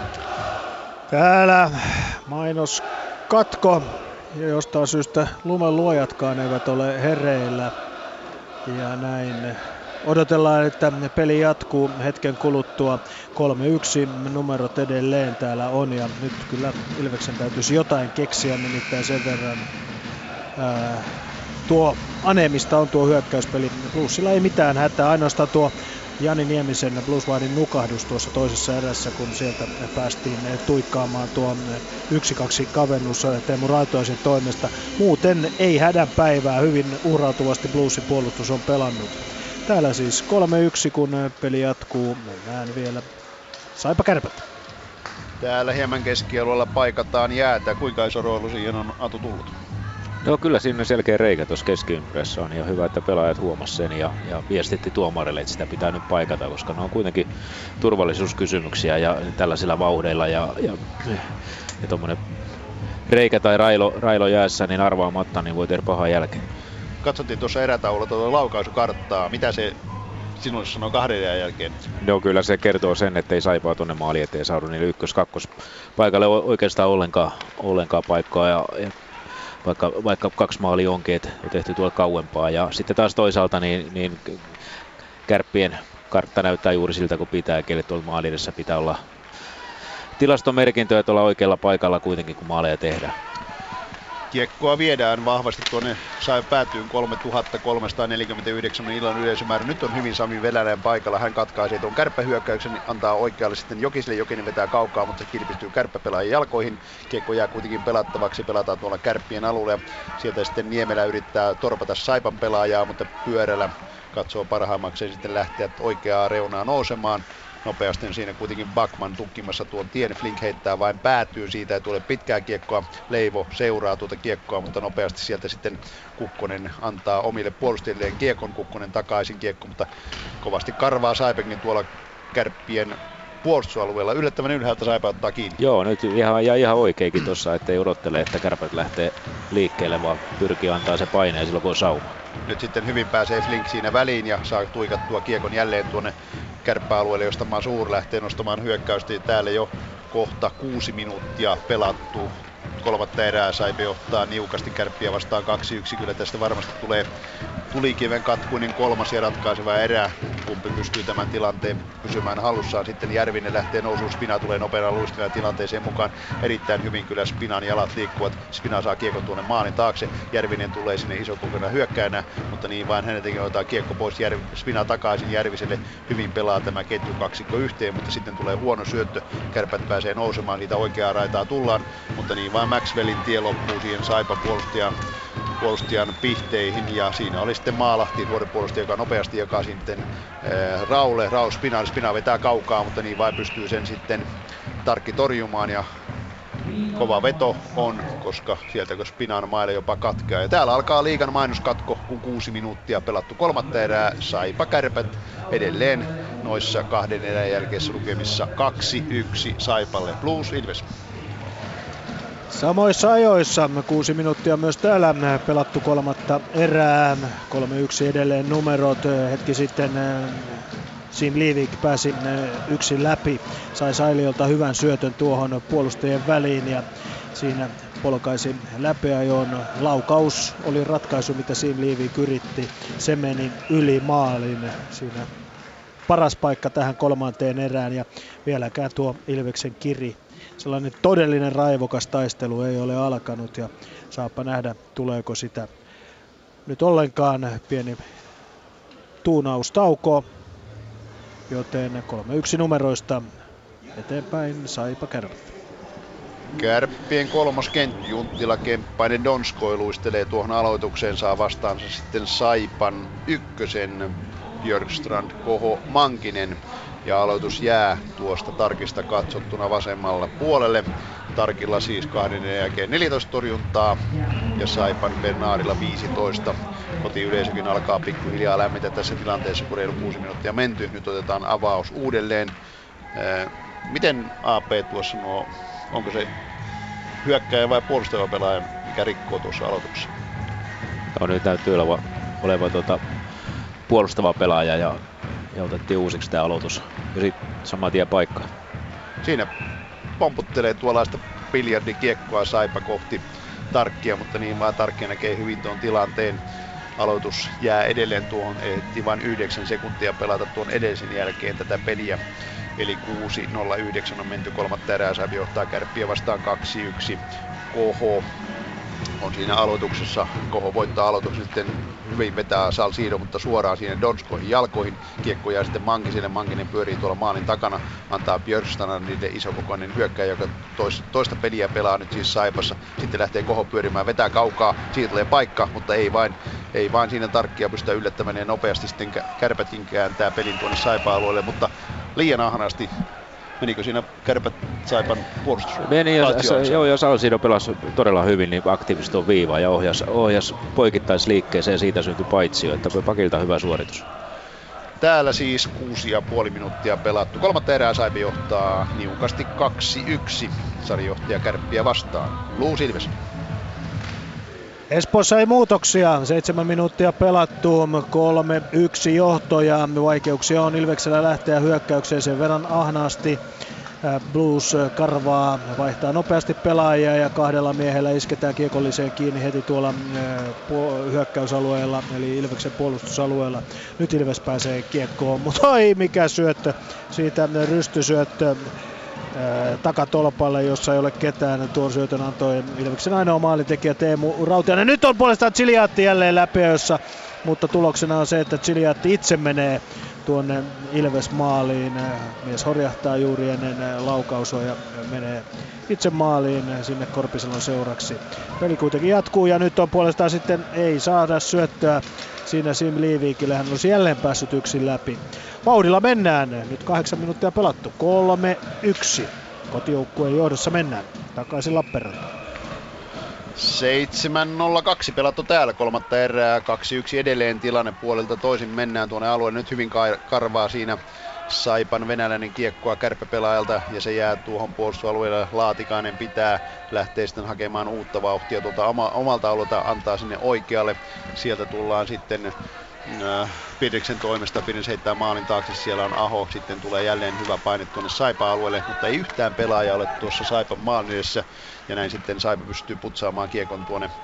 Täällä mainoskatko ja jostain syystä lumenluojatkaan eivät ole hereillä. Ja näin odotellaan, että peli jatkuu hetken kuluttua. 3-1 numerot edelleen täällä on ja nyt kyllä Ilveksen täytyisi jotain keksiä, nimittäin sen verran tuo anemista on tuo hyökkäyspeli. Bluesilla ei mitään hätää, ainoastaan tuo Jani Niemisen Blueswardin nukahdus tuossa toisessa erässä, kun sieltä päästiin tuikkaamaan tuo 1-2 kavennus Teemu Raitoisen toimesta. Muuten ei hädän päivää, hyvin uhrautuvasti Bluesin puolustus on pelannut. Täällä siis 3-1, kun peli jatkuu. Mennään vielä Saipa Kärpät. Täällä hieman keskialueella paikataan jäätä. Kuinka iso rooli siihen on Atu tullut? No kyllä siinä selkeä reikä tuossa keskiympyrässä on ja hyvä, että pelaajat huomasi sen ja viestitti tuomarille, että sitä pitää nyt paikata, koska ne on kuitenkin turvallisuuskysymyksiä ja tällaisilla vauhdeilla ja tommonen reikä tai railo jäässä niin arvaamatta niin voi tehdä pahaa jälkeen. Katsottiin tuossa erätaululla tuota laukaisukarttaa. Mitä se sinulle sanoo 2 erän jälkeen? No kyllä se kertoo sen, että ei Saipaa tuonne maali eteen saadu niille 1-2 paikalle oikeastaan ollenkaan paikkaa ja vaikka 2 maalia onkin, että on tehty tuolla kauempaa. Ja sitten taas toisaalta niin Kärppien kartta näyttää juuri siltä kun pitää, kelle tuolla maali edessä pitää olla tilastomerkintöjä tuolla oikealla paikalla kuitenkin kun maaleja tehdään. Kiekkoa viedään vahvasti tuonne päätyyn 3349 illan yleisömäärä. Nyt on hyvin Sami Venäläinen paikalla. Hän katkaisee tuon kärppähyökkäyksen, antaa oikealle sitten Jokiselle. Jokinen vetää kaukaa, mutta se kilpistyy kärppäpelaajien jalkoihin. Kiekko jää kuitenkin pelattavaksi. Pelataan tuolla Kärppien alueella. Sieltä sitten Niemelä yrittää torpata Saipan pelaajaa, mutta pyörällä katsoo parhaimmakseen sitten lähteä oikeaa reunaa nousemaan. Nopeasti siinä kuitenkin Backman tukkimassa tuon tien. Flink heittää vain päätyyn, siitä ei tule pitkää kiekkoa. Leivo seuraa tuota kiekkoa, mutta nopeasti sieltä sitten Kukkonen antaa omille puolustajilleen kiekon. Kukkonen takaisin kiekko, mutta kovasti karvaa Saipenkin tuolla Kärppien puolustusalueella. Yllättävän ylhäältä Saipa ottaa kiinni. Joo, nyt ihan oikeinkin tuossa, ettei odottele, että Kärpät lähtee liikkeelle, vaan pyrkii antaa se paineen silloin kun on sauma. Nyt sitten hyvin pääsee Flink siinä väliin ja saa tuikattua kiekon jälleen tuonne kärppäalueelle, josta Masur lähtee nostamaan hyökkäystä. Täällä jo kohta 6 minuuttia pelattu. Kolmatta erää Saipa johtaa niukasti Kärppiä vastaan 2-1. Kyllä tästä varmasti tulee tulikiven katkuinen 3. ja ratkaiseva erä, kun Tumpi pystyy tämän tilanteen pysymään hallussaan. Sitten Järvinen lähtee nousuun, Spina tulee nopeana luistelua tilanteeseen mukaan. Erittäin hyvin kyllä Spinan jalat liikkuvat. Spina saa kiekon tuonne maalin taakse. Järvinen tulee sinne isokokoisena hyökkäänä, mutta niin vain häneltäkin otetaan kiekko pois. Spina takaisin Järviselle. Hyvin pelaa tämä ketjukaksikko yhteen, mutta sitten tulee huono syöttö. Kärpät pääsee nousemaan, siitä oikeaa raitaa tullaan, mutta niin vain Maxwellin tie loppuu siihen Saipan puolustajan pihteihin, ja siinä oli sitten Maalahti, nuori puolustaja, joka nopeasti jakaa sitten Raule Spina vetää kaukaa, mutta niin vain pystyy sen sitten Tarkki torjumaan, ja kova veto on, koska sieltä kun Spinan maille jopa katkeaa. Ja täällä alkaa liigan mainoskatko, kun 6 minuuttia pelattu kolmatta erää. Saipa Kärpät edelleen noissa 2 erän jälkeessä lukemissa 2-1 Saipalle. Blues Ilves. Samoissa ajoissa 6 minuuttia myös täällä pelattu kolmatta erää. 3-1 edelleen numerot. Hetki sitten Sim Liivik pääsi yksin läpi. Sai Sailiolta hyvän syötön tuohon puolustajien väliin ja siinä polkaisi läpiajoon. Laukaus oli ratkaisu, mitä Sim Liivik yritti. Se meni yli maalin. Siinä paras paikka tähän kolmanteen erään ja vieläkään tuo Ilveksen Kiri. Sellainen todellinen raivokas taistelu ei ole alkanut ja saapa nähdä, tuleeko sitä nyt ollenkaan. Pieni tuunaustauko, joten 3-1 numeroista eteenpäin Saipa Kärpät. Kärppien kolmoskenttä, Junttila, Kemppainen, Donskoi luistelee tuohon aloitukseen, saa vastaansa sitten Saipan ykkösen Björkstrand, Koho, Mankinen. Ja aloitus jää tuosta Tarkista katsottuna vasemmalla puolelle. Tarkilla siis 2 jälkeen 14 torjuntaa ja Saipan Bernardilla 15. Kotiyleisökin alkaa pikkuhiljaa lämmitä tässä tilanteessa, kun reilu 6 minuuttia menty. Nyt otetaan avaus uudelleen. Miten AP tuossa onko se hyökkääjä vai puolustava pelaaja, mikä rikkoo tuossa aloituksessa? No, nyt näytyy oleva puolustava pelaaja ja otettiin uusiksi tämä aloitus ja sitten saman tien paikkaan. Siinä pomputtelee tuollaista biljardikiekkoa Saipa kohti Tarkkia, mutta niin vaan Tarkki näkee hyvin tuon tilanteen. Aloitus jää edelleen tuohon, ehti vain 9 sekuntia pelata tuon edellisen jälkeen tätä peliä. Eli 6-0-9 on menty kolmatta erää, Saipa johtaa Kärppiä vastaan 2-1. Koho on siinä aloituksessa. Koho voittaa aloituksen, sitten hyvin vetää Salcido, mutta suoraan siinä Donskoihin jalkoihin. Kiekko jää sitten Mankiselle. Mankinen pyörii tuolla maalin takana. Antaa Björkstrandille isokokoinen hyökkäjä, joka toista peliä pelaa nyt siis Saipassa. Sitten lähtee Koho pyörimään, vetää kaukaa. Siitä tulee paikka, mutta ei vain siinä Tarkkia pystytä yllättämään ja nopeasti sitten Kärpätkin kääntää pelin tuonne Saipa-alueelle, mutta liian ahnaasti. Menikö siinä Kärpät Saipan puolustus? Meni ja Salcido pelasi todella hyvin niin aktiivisesti tuon viivaan ja ohjas poikittaisliikkeeseen, siitä syntyi paitsio, että pakilta hyvä suoritus. Täällä siis 6,5 minuuttia pelattu. Kolmatta erää Saipa johtaa niukasti 2-1 sarjajohtaja Kärppiä vastaan. Blues Ilves. Espoossa ei muutoksia, 7 minuuttia pelattu, 3-1 johto ja vaikeuksia on Ilveksellä lähteä hyökkäykseen sen verran ahnaasti. Blues karvaa, vaihtaa nopeasti pelaajia ja 2 miehellä isketään kiekolliseen kiinni heti tuolla hyökkäysalueella, eli Ilveksen puolustusalueella. Nyt Ilves pääsee kiekkoon, mutta ei mikä syöttö, siitä rystysyöttö takatolpalle, jossa ei ole ketään. Tuon syötön antoi Ilveksen ainoa maalintekijä Teemu Rautiainen. Nyt on puolestaan Chiliatti jälleen läpiössä, mutta tuloksena on se, että Chiliatti itse menee tuonne Ilves-maaliin. Mies horjahtaa juuri ennen laukausua ja menee itse maaliin sinne Korpisalon seuraksi. Peli kuitenkin jatkuu ja nyt on puolestaan sitten ei saada syöttöä siinä Sim Liivikille. Hän olisi jälleen päässyt yksin läpi. Vauhdilla mennään. Nyt 8 minuuttia pelattu. 3-1. Kotijoukkueen johdossa mennään. Takaisin Lappeenrantaan. 7:02 pelattu täällä kolmatta erää. 2-1 edelleen tilanne puolelta toisin mennään tuonne alueelle. Nyt hyvin karvaa siinä Saipan venäläinen kiekkoa kärppäpelaajalta ja se jää tuohon puolustusalueelle. Laatikainen pitää lähteä sitten hakemaan uutta vauhtia tuolta omalta alueelta, antaa sinne oikealle. Sieltä tullaan sitten Pideksen toimesta, Pideks heittää maalin taakse, siellä on Aho, sitten tulee jälleen hyvä paine tuonne Saipa-alueelle, mutta ei yhtään pelaaja ole tuossa Saipan maalin edessä, ja näin sitten Saipa pystyy putsaamaan kiekon tuonne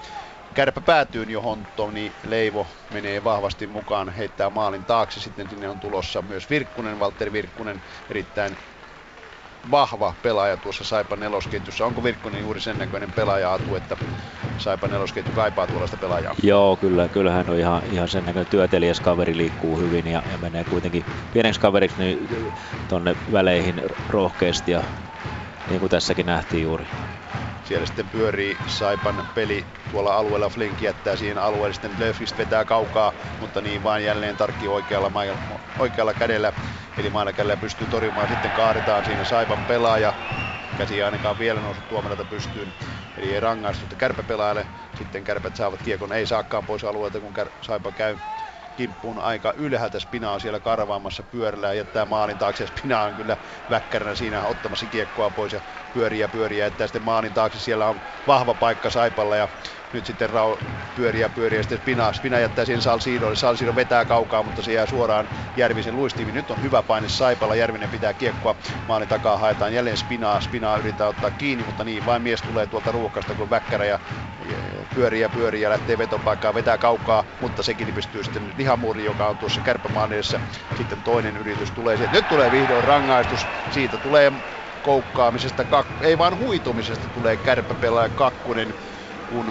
Kärppä päätyyn, johon Toni Leivo menee vahvasti mukaan, heittää maalin taakse. Sitten sinne on tulossa myös Virkkunen, Valtteri Virkkunen, erittäin vahva pelaaja tuossa Saipan nelosketjussa. Onko Virkkunen juuri sen näköinen pelaaja, Atu, että Saipan nelosketju kaipaa tuollaista pelaajaa? Joo, kyllä hän on ihan sen näköinen työtelijäs kaveri, liikkuu hyvin ja menee kuitenkin pieneksi kaveriksi niin tonne väleihin rohkeasti ja niin kuin tässäkin nähtiin juuri. Siellä sitten pyörii Saipan peli tuolla alueella. Flink jättää siihen alueelle, sitten Löfqvist vetää kaukaa, mutta niin vaan jälleen Tarkki oikealla kädellä. Eli mailla kädellä pystyy torjumaan, sitten kaadetaan siinä Saipan pelaaja. Käsi ei ainakaan vielä noussut tuomarilta pystyyn, eli ei rangaistusta Kärppäpelaajalle. Sitten Kärpät saavat kiekon, ei saakaan pois alueelta, kun Saipa käy kimppuun aika ylhäältä. Spina on siellä karvaamassa pyörällä ja jättää maalin taakse. Spina on kyllä väkkäränä siinä ottamassa kiekkoa pois ja pyöriä ja jättää sitten maalin taakse. Siellä on vahva paikka Saipalla ja nyt sitten pyöriä ja sitten Spina jättää siihen Salcidolle. Salcido vetää kaukaa, mutta se jää suoraan Järvisen luistiimiin. Nyt on hyvä paine Saipalla. Järvinen pitää kiekkoa. Maalin takaa haetaan jälleen Spinaa yritetään ottaa kiinni, mutta niin vain mies tulee tuolta ruuhkasta kuin väkkärä ja pyörii ja lähtee vetopaikkaan, vetää kaukaa, mutta sekin pystyy sitten Lihamuuri, joka on tuossa Kärppämaan edessä. Sitten toinen yritys tulee sieltä. Nyt tulee vihdoin rangaistus. Siitä tulee koukkaamisesta, ei vaan huitumisesta tulee Kärppäpelaaja Kakkonen, kun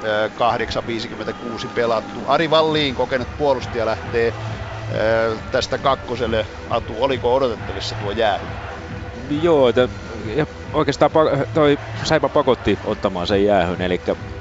8.56 pelattu. Ari Vallin, kokenut puolustaja, lähtee tästä Kakkoselle. Atu, oliko odotettavissa tuo jäähy? Joo, ja oikeastaan toi Saipa pakotti ottamaan sen jäähyn, eli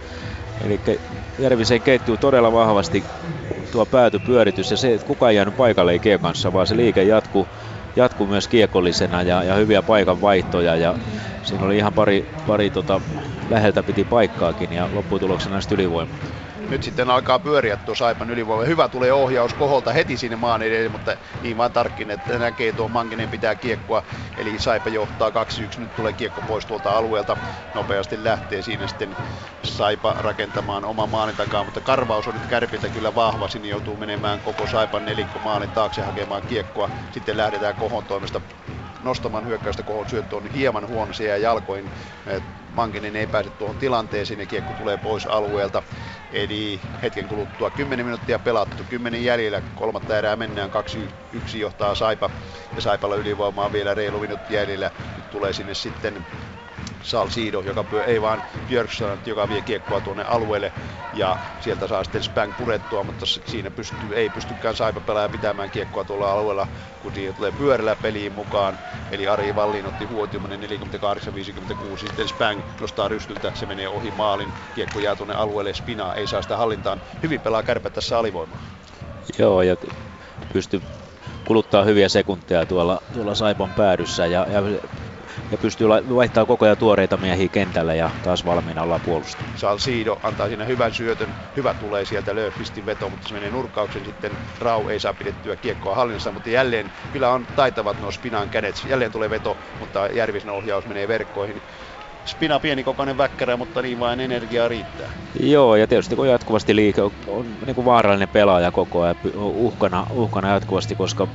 Järvisen ketjuu todella vahvasti tuo päätypyöritys ja se, että kukaan ei jäänyt paikalle ei kiekanssa, vaan se liike jatkuu myös kiekollisena ja hyviä paikan vaihtoja ja siinä oli ihan pari läheltä piti paikkaakin ja lopputuloksena sitten ylivoima. Nyt sitten alkaa pyöriä tuo Saipan ylivoima. Hyvä tulee ohjaus Koholta heti sinne maan edelle, mutta niin vaan Tarkkinen, että näkee tuon Mankinen pitää kiekkoa. Eli Saipa johtaa 2-1. Nyt tulee kiekko pois tuolta alueelta. Nopeasti lähtee siinä sitten Saipa rakentamaan oman maalin takaa, mutta karvaus on nyt Kärpiltä kyllä vahva. Sinne joutuu menemään koko Saipan nelikko maalin taakse hakemaan kiekkoa. Sitten lähdetään Kohon toimesta nostamaan hyökkäystä. Kohon syöttö on hieman huono, se jää jalkoihin. Mankinen ei pääse tuohon tilanteeseen ja kiekko tulee pois alueelta. Eli hetken kuluttua 10 minuuttia pelattu, 10 jäljellä, kolmatta erää mennään, 2-1 johtaa Saipa ja Saipalla ylivoimaa vielä reilu minuutti jäljellä. Nyt tulee sinne sitten Salcido, ei vaan Björksson, joka vie kiekkoa tuonne alueelle ja sieltä saa sitten Spang purettua, mutta siinä ei pystykään Saipa pelaaja pitämään kiekkoa tuolla alueella, kun siihen tulee pyörällä peliin mukaan. Eli Ari Vallin otti huotiomainen 48-56, sitten Spang nostaa rystyltä, se menee ohi maalin, kiekko jää tuonne alueelle, Spina ei saa sitä hallintaan. Hyvin pelaa Kärpät tässä alivoimaa. Joo, ja pystyy kuluttaa hyviä sekunteja tuolla Saipan päädyssä ja pystyy vaihtamaan koko ajan tuoreita miehiä kentälle ja taas valmiina ollaan puolustamaan. Salcido antaa siinä hyvän syötön. Hyvä tulee sieltä Löfqvistin veto, mutta se menee nurkkauksen. Sitten Rau ei saa pidettyä kiekkoa hallinnassa, mutta jälleen kyllä on taitavat nuo Spinan kädet. Jälleen tulee veto, mutta Järvisen ohjaus menee verkkoihin. Spina pienikokoinen väkkärä, mutta niin vain energiaa riittää. Joo, ja tietysti kun jatkuvasti liike on niin kuin vaarallinen pelaaja koko ajan, uhkana jatkuvasti, koska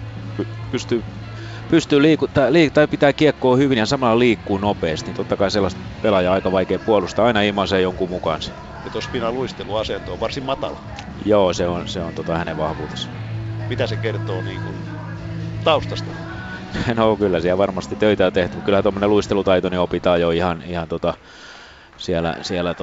pystyy tai pitää kiekkoa hyvin ja samalla liikkuu nopeasti, niin totta kai sellaista pelaajaa aika vaikea puolustaa, aina ilmaisee jonkun mukaansa. Ja tuo Spinan luisteluasento on varsin matala. Joo, se on hänen vahvuutensa. Mitä se kertoo niin kuin taustasta? No kyllä siellä varmasti töitä on tehty, mutta kyllähän tuommoinen luistelutaito niin opitaan jo ihan siellä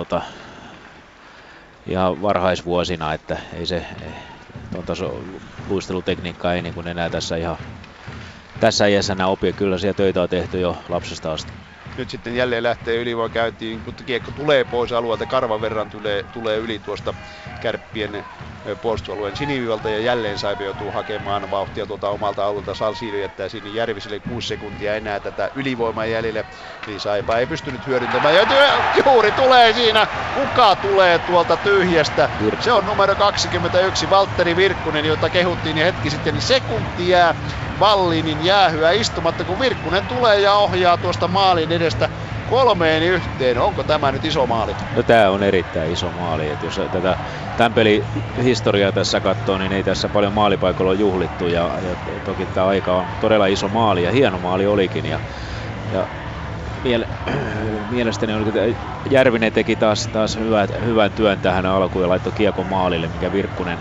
ihan varhaisvuosina, että ei se luistelutekniikkaa ei niin kuin enää tässä iässä enää opi, kyllä siellä töitä on tehty jo lapsesta asti. Nyt sitten jälleen lähtee ylivoima käyntiin, mutta kiekko tulee pois alueelta, karvan verran tulee yli tuosta Kärppien puolustusalueen siniviivalta ja jälleen Saipa joutuu hakemaan vauhtia tuolta omalta alueelta. Salcido jättää sinne Järviselle 6 sekuntia enää tätä ylivoimaa jäljelle, eli Saipa ei pystynyt hyödyntämään. Ja juuri tulee siinä, kuka tulee tuolta tyhjästä? Se on numero 21, Valtteri Virkkunen, jota kehuttiin ja hetki sitten, niin sekunti jää Vallinin jäähyä istumatta, kun Virkkunen tulee ja ohjaa tuosta maalin edestä 3-1. Onko tämä nyt iso maali? No tämä on erittäin iso maali. Et jos tämän pelin historiaa tässä katsoo, niin ei tässä paljon maalipaikoilla ole juhlittu. Ja toki tämä aika on todella iso maali ja hieno maali olikin. Ja mielestäni Järvinen teki taas hyvän työn tähän alkuun ja laittoi kiekon maalille, mikä Virkkunen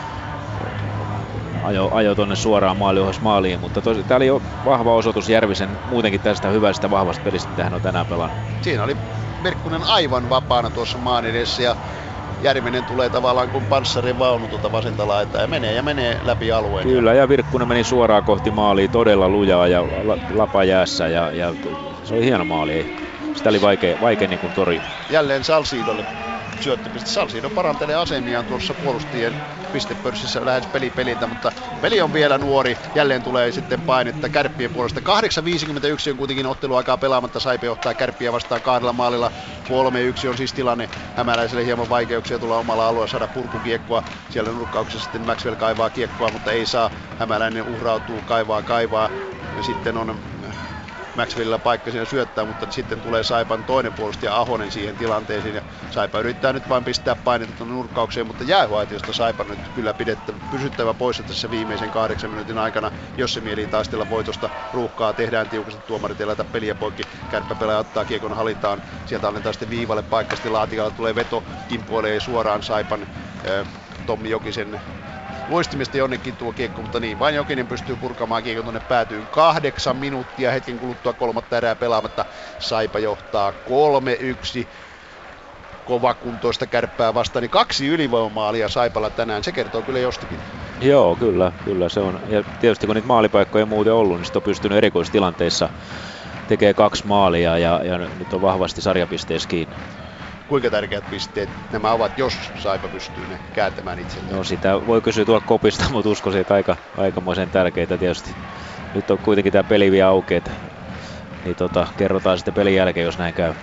ajo tuonne suoraan maaliin, mutta tämä oli jo vahva osoitus Järvisen muutenkin tästä hyvästä vahvasta pelistä, mitä hän on tänään pelannut. Siinä oli Virkkunen aivan vapaana tuossa maan edessä ja Järvinen tulee tavallaan kuin panssarin vaunu tuota vasenta laitaa ja menee läpi alueen. Kyllä, ja Virkkunen meni suoraan kohti maalia todella lujaa ja lapa jäässä ja se oli hieno maali. Sitä oli vaikea niin kuin torjua. Jälleen Salsiidolle syöttöpiste. Salsiido parantelee asemiaan tuossa puolustajien pistepörssissä lähes peliltä, mutta peli on vielä nuori. Jälleen tulee sitten painetta Kärppien puolesta. 8.51 on kuitenkin otteluaikaa pelaamatta. Saipa johtaa Kärppiä vastaan 2 maalilla. 3-1 on siis tilanne. Hämäläiselle hieman vaikeuksia tulla omalla alueella saada purkukiekkoa. Siellä nurkkauksessa sitten Maxwell kaivaa kiekkoa, mutta ei saa. Hämäläinen uhrautuu, kaivaa. Ja sitten on Maxwellilla paikka siinä syöttää, mutta sitten tulee Saipan toinen puolustaja Ahonen siihen tilanteeseen ja Saipa yrittää nyt vain pistää painetta tuonne nurkkaukseen, mutta jäähuaitiosta Saipan nyt kyllä pysyttävä poissa tässä viimeisen 8 minuutin aikana, jos se mielii taistella voitosta. Ruuhkaa tehdään tiukasti, tuomarit ei laita peliä poikki, Kärppäpelaaja ottaa kiekon hallintaan, sieltä annetaan sitten viivalle paikka, sitten Laatikalla tulee veto, kimpoilee suoraan Saipan Tommi Jokisen luistimista jonnekin tuo kiekko, mutta niin vain Jokinen pystyy purkamaan kiekon tuonne päätyyn. 8 minuuttia hetken kuluttua 3. erää pelaamatta. Saipa johtaa 3-1. Kovakuntoista Kärppää vastaan, niin 2 ylivoimamaalia Saipalla tänään. Se kertoo kyllä jostakin. Joo, kyllä se on. Ja tietysti kun niitä maalipaikkoja ei muuten ollut, niin sitten on pystynyt erikoistilanteissa tekemään 2 maalia ja nyt on vahvasti sarjapisteissä kiinni. Kuinka tärkeät pisteet nämä ovat, jos Saipa pystyy ne kääntämään itselleen? No sitä voi kysyä tuolla kopista, mutta uskoisin, että aikamoisen tärkeitä tietysti. Nyt on kuitenkin tämä peli vielä auki, niin kerrotaan sitten pelin jälkeen, jos näin käy.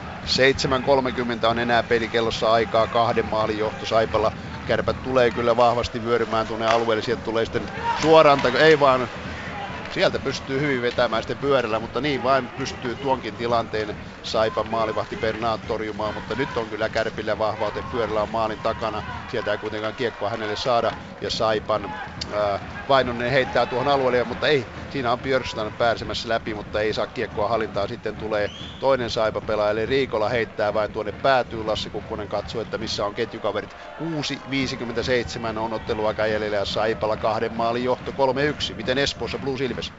7.30 on enää pelikellossa aikaa, 2 maalin johto Saipalla. Kärpät tulee kyllä vahvasti vyörymään tuonne alueelle, sieltä tulee sitten suoraan, ei vaan sieltä pystyy hyvin vetämään sitten pyörällä, mutta niin vain pystyy tuonkin tilanteen Saipan maalivahti Bernard torjumaan, mutta nyt on kyllä Kärpillä vahva ote, pyörällä on maalin takana, sieltä ei kuitenkaan kiekkoa hänelle saada ja Saipan Vainonen heittää tuohon alueelle, mutta ei, siinä on Björkstan pääsemässä läpi, mutta ei saa kiekkoa hallintaa, sitten tulee toinen Saipa-pelaaja, eli Riikola heittää vain tuonne päätyyn, Lassi Kukkonen katsoo, että missä on ketjukaverit. 6.57 on otteluaika jäljellä ja Saipalla 2 maalin johto 3-1. Miten Espoossa Blues Ilves?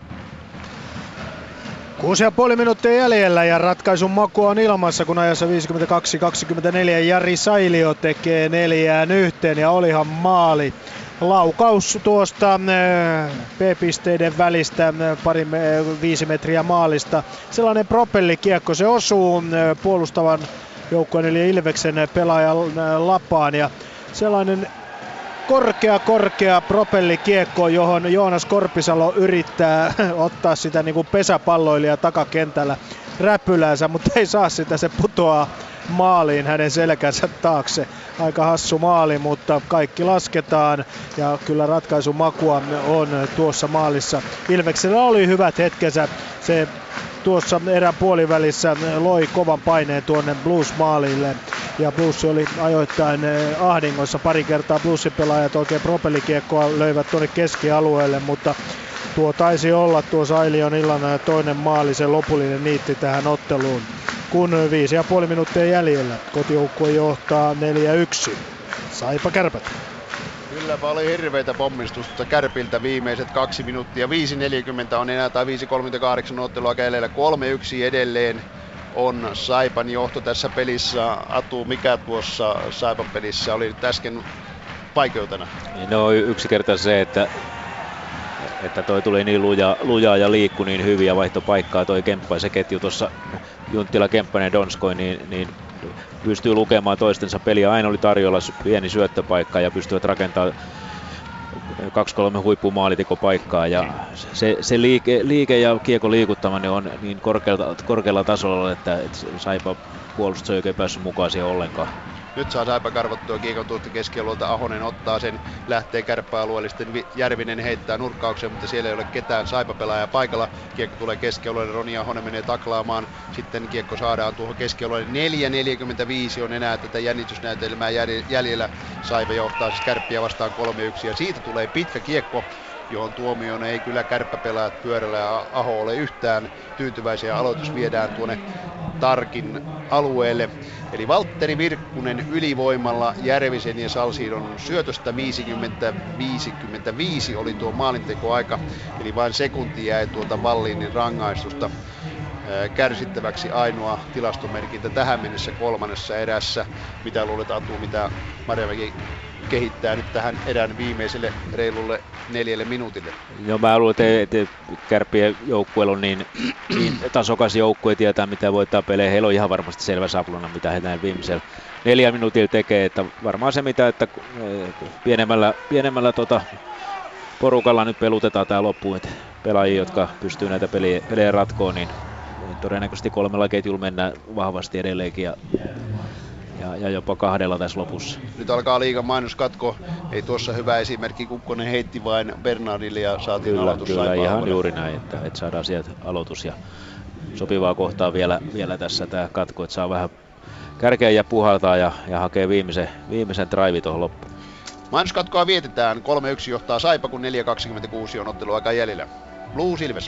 6,5 minuuttia jäljellä ja ratkaisun maku on ilmassa, kun ajassa 52-24 Jari Sailio tekee 4-1 ja olihan maali. Laukaus tuosta P-pisteiden välistä 5 metriä maalista. Sellainen propellikiekko, se osuu puolustavan joukkueen eli Ilveksen pelaajan lapaan ja sellainen korkea propellikiekko, johon Joonas Korpisalo yrittää ottaa sitä niin kuin pesäpalloilija takakentällä räpyläänsä, mutta ei saa sitä, se putoaa maaliin hänen selkänsä taakse. Aika hassu maali, mutta kaikki lasketaan ja kyllä ratkaisun makua on tuossa maalissa. Ilveksellä oli hyvät hetkensä, se tuossa erän puolivälissä loi kovan paineen tuonne Blues-maalille ja Blues oli ajoittain ahdingossa. Pari kertaa Bluesin pelaajat oikein propellikiekkoa löivät tuonne keskialueelle, mutta tuo taisi olla tuo Sailion illan toinen maali, se lopullinen niitti tähän otteluun. Kun 5,5 minuuttia jäljellä, kotijoukkue johtaa 4-1. Saipa Kärpät. Kylläpä oli hirveitä pommistusta Kärpiltä viimeiset 2 minuuttia. 5.40 on enää tai 5.38 ottelua jäljellä. 3-1 edelleen on Saipan johto tässä pelissä. Atu, mikä tuossa Saipan pelissä oli nyt äsken vaikeutena? No yksinkertaisesti se, että toi tuli niin lujaa ja liikkui niin hyvin ja vaihtoi paikkaa toi Kemppa, se ketju tuossa Junttila, Kemppainen, Donskoi, niin pystyy lukemaan toistensa peliä. Aina oli tarjolla pieni syöttöpaikka ja pystyvät rakentamaan 2-3 huippumaalitikopaikkaa ja se liike ja kiekon liikuttaminen on niin korkealla tasolla, että Saipa puolustus ei oikein päässyt mukaan siihen ollenkaan. Nyt saa Saipa karvottua kiekon tuosta keskialueelta. Ahonen ottaa sen, lähtee kärppäalueelle, sitten Järvinen heittää nurkkaukseen, mutta siellä ei ole ketään Saipa-pelaajaa paikalla. Kiekko tulee keskialueelle, Roni Ahonen menee taklaamaan, sitten kiekko saadaan tuohon keskialueelle. 4.45 on enää tätä jännitysnäytelmää jäljellä. Saipa johtaa siis Kärppiä vastaan 3-1 ja siitä tulee pitkä kiekko, johon tuomioon ei kyllä kärppäpelaajat Pyörällä ja Aho ole yhtään tyytyväisiä. Aloitus viedään tuonne Tarkin alueelle. Eli Valtteri Virkkunen ylivoimalla Järvisen ja Salsiidon syötöstä 50-55 oli tuo maalintekoaika. Eli vain sekunti jäi tuolta Wallinin rangaistusta kärsittäväksi, ainoa tilastomerkintä tähän mennessä kolmannessa erässä. Mitä luulet, Atu, mitä Marjamäki kehittää nyt tähän erän viimeiselle reilulle 4 minuutille? Joo, mä luulen, että Kärppien joukkueella on niin tasokas joukkue, tietää mitä voittaa pelejä. Heillä on ihan varmasti selvä sapluna, mitä he näin viimeisellä 4 minuutilla tekee. Että varmaan se, mitä että pienemmällä porukalla nyt pelutetaan tää loppuun, että pelaajia, jotka pystyy näitä pelejä ratkoon, niin todennäköisesti 3 ketjulla mennään vahvasti edelleenkin ja jopa 2 tässä lopussa. Nyt alkaa liigan mainoskatko. Ei tuossa hyvä esimerkki. Kukkonen heitti vain Bernardille ja saatiin aloitus. Kyllä, ihan juuri näin, että saadaan sieltä aloitus ja sopivaa kohtaa vielä tässä tämä katko, että saa vähän kärkeä ja puhaltaa ja hakee viimeisen drive tuohon loppuun. Mainoskatkoa vietetään. 3-1 johtaa Saipa, kun 4.26 on otteluaika jäljellä. Blues Ilves.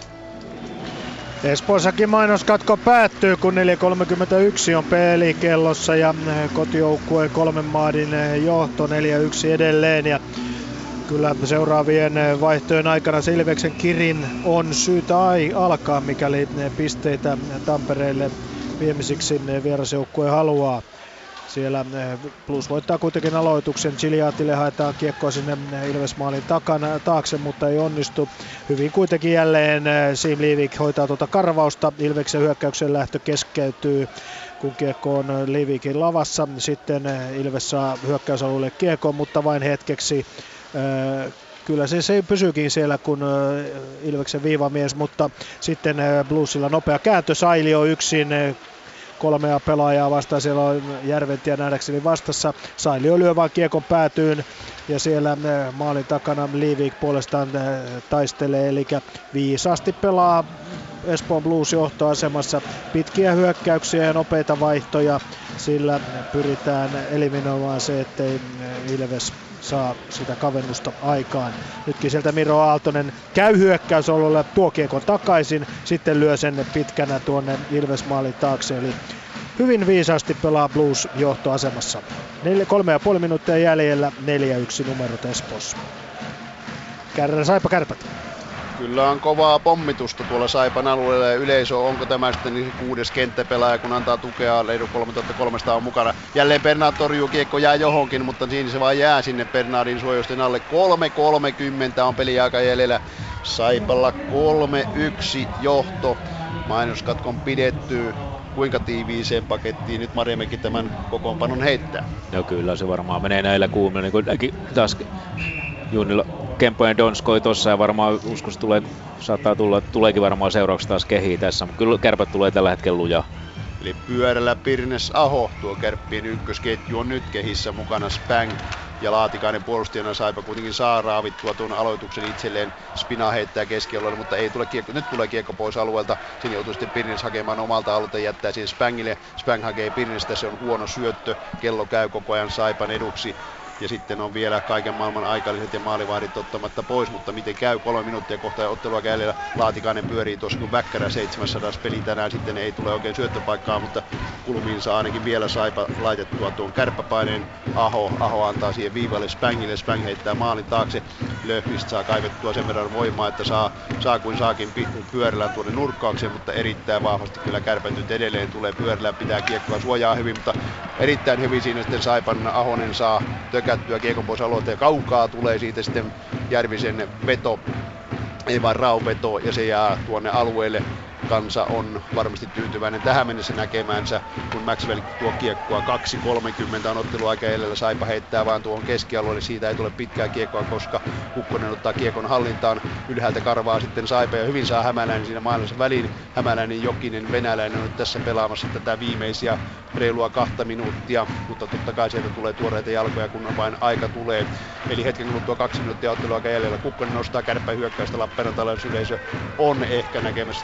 Espoossakin mainoskatko päättyy, kun 4.31 on peli kellossa ja kotijoukkueen 3 maalin johto 4-1 edelleen. Ja kyllä seuraavien vaihtojen aikana Ilveksen kirin on syytä alkaa, mikäli pisteitä Tampereelle viemisiksi vierasjoukkue haluaa. Siellä Blues voittaa kuitenkin aloituksen. Giliatille haetaan kiekkoa sinne Ilves-maalin taakse, mutta ei onnistu. Hyvin kuitenkin jälleen Siim Liivik hoitaa tuota karvausta. Ilveksen hyökkäyksen lähtö keskeytyy, kun kiekko on Liivikin lavassa. Sitten Ilves saa hyökkäysalueelle kiekon, mutta vain hetkeksi. Kyllä se pysyykin siellä, kun Ilveksen viivamies, mutta sitten Bluesilla nopea kääntö. Sailio yksin. 3 pelaajaa vastaan, siellä on Järventie nähdäkseni vastassa. Sailio lyö vaan kiekon päätyyn ja siellä maalin takana Liivik puolestaan taistelee, eli viisaasti pelaa Espoon Blues johtoasemassa. Pitkiä hyökkäyksiä ja nopeita vaihtoja, sillä pyritään eliminoimaan se, ettei Ilves saa sitä kavennusta aikaan. Nytkin sieltä Miro Aaltonen käy hyökkäysololle, tuo kiekon takaisin, sitten lyö sen pitkänä tuonne Ilves-maalin taakse. Eli hyvin viisaasti pelaa Blues johtoasemassa. 3,5 minuuttia jäljellä, 4-1 numerot Espoossa. Saipa Kärpät. Kyllä on kovaa pommitusta tuolla Saipan alueella ja yleisö, onko tämä sitten niin 6. kenttäpelaaja, kun antaa tukea, reilu 3300 on mukana. Jälleen Bernard torjuu, kiekko jää johonkin, mutta siinä se vaan jää sinne Bernardin suojusten alle. 3.30 on peliaika jäljellä. Saipalla 3-1 johto. Mainoskatkon pidetty. Kuinka tiiviiseen pakettiin nyt Marjamäki tämän kokoonpanon heittää? No kyllä se varmaan menee näillä kuumilla, niin kuin taas Junnilla Kemppojen Donskoi tossa ja varmaan uskossa tuleekin varmaan seuraavaksi taas kehiin tässä, mutta kyllä Kärpät tulee tällä hetkellä lujaa. Eli pyörällä Pirnes Aho, tuo Kärppien ykkösketju on nyt kehissä mukana Spang ja Laatikainen puolustajana. Saipa kuitenkin saa raavittua tuon aloituksen itselleen. Spina heittää keskialueelle, mutta ei tule kiekko. Nyt tulee kiekko pois alueelta. Siinä joutuu sitten Pirnes hakemaan omalta alueelta ja jättää siihen Spangille. Spang hakee Pirnestä, se on huono syöttö. Kello käy koko ajan Saipan eduksi. Ja sitten on vielä kaiken maailman aikalliset ja maalivahdit ottamatta pois, mutta miten käy 3 minuuttia kohta ottelua jäljellä. Laatikainen pyörii tuossa kun Väkkärä 700 peli tänään, sitten ei tule oikein syöttöpaikkaa, mutta kulmiin saa ainakin vielä Saipa laitettua tuon kärppäpaineen. Aho antaa siihen viivalle Spangille, Spang heittää maalin taakse. Löfqvist saa kaivettua sen verran voimaa, että saa kuin saakin pyörällä tuonne nurkkaukseen, mutta erittäin vahvasti kyllä Kärpät nyt edelleen tulee pyörällä, pitää kiekkoa suojaa hyvin, mutta erittäin hyvin siinä sitten Saipan Ahonen saa tökättyä kiekon pois alueelta ja kaukaa tulee siitä sitten Järvisen veto, ei vaan raunveto, ja se jää tuonne alueelle. Kansa on varmasti tyytyväinen tähän mennessä näkemäänsä, kun Maxwell tuo kiekkoa 2.30 on otteluaika edellä. Saipa heittää vaan tuohon keskialueelle, siitä ei tule pitkää kiekkoa, koska Kukkonen ottaa kiekon hallintaan. Ylhäältä karvaa sitten Saipa ja hyvin saa Hämäläinen siinä maailmassa väliin. Hämäläinen, Jokinen, Venäläinen on nyt tässä pelaamassa tätä viimeisiä reilua 2 minuuttia, mutta totta kai sieltä tulee tuoreita jalkoja, kun vain aika tulee. Eli hetken kuluttua 2 minuuttia otteluaika jäljellä. Kukkonen nostaa Kärppän hyökkäystä, Lappeenrantalaisyleisö on ehkä näkemässä tämän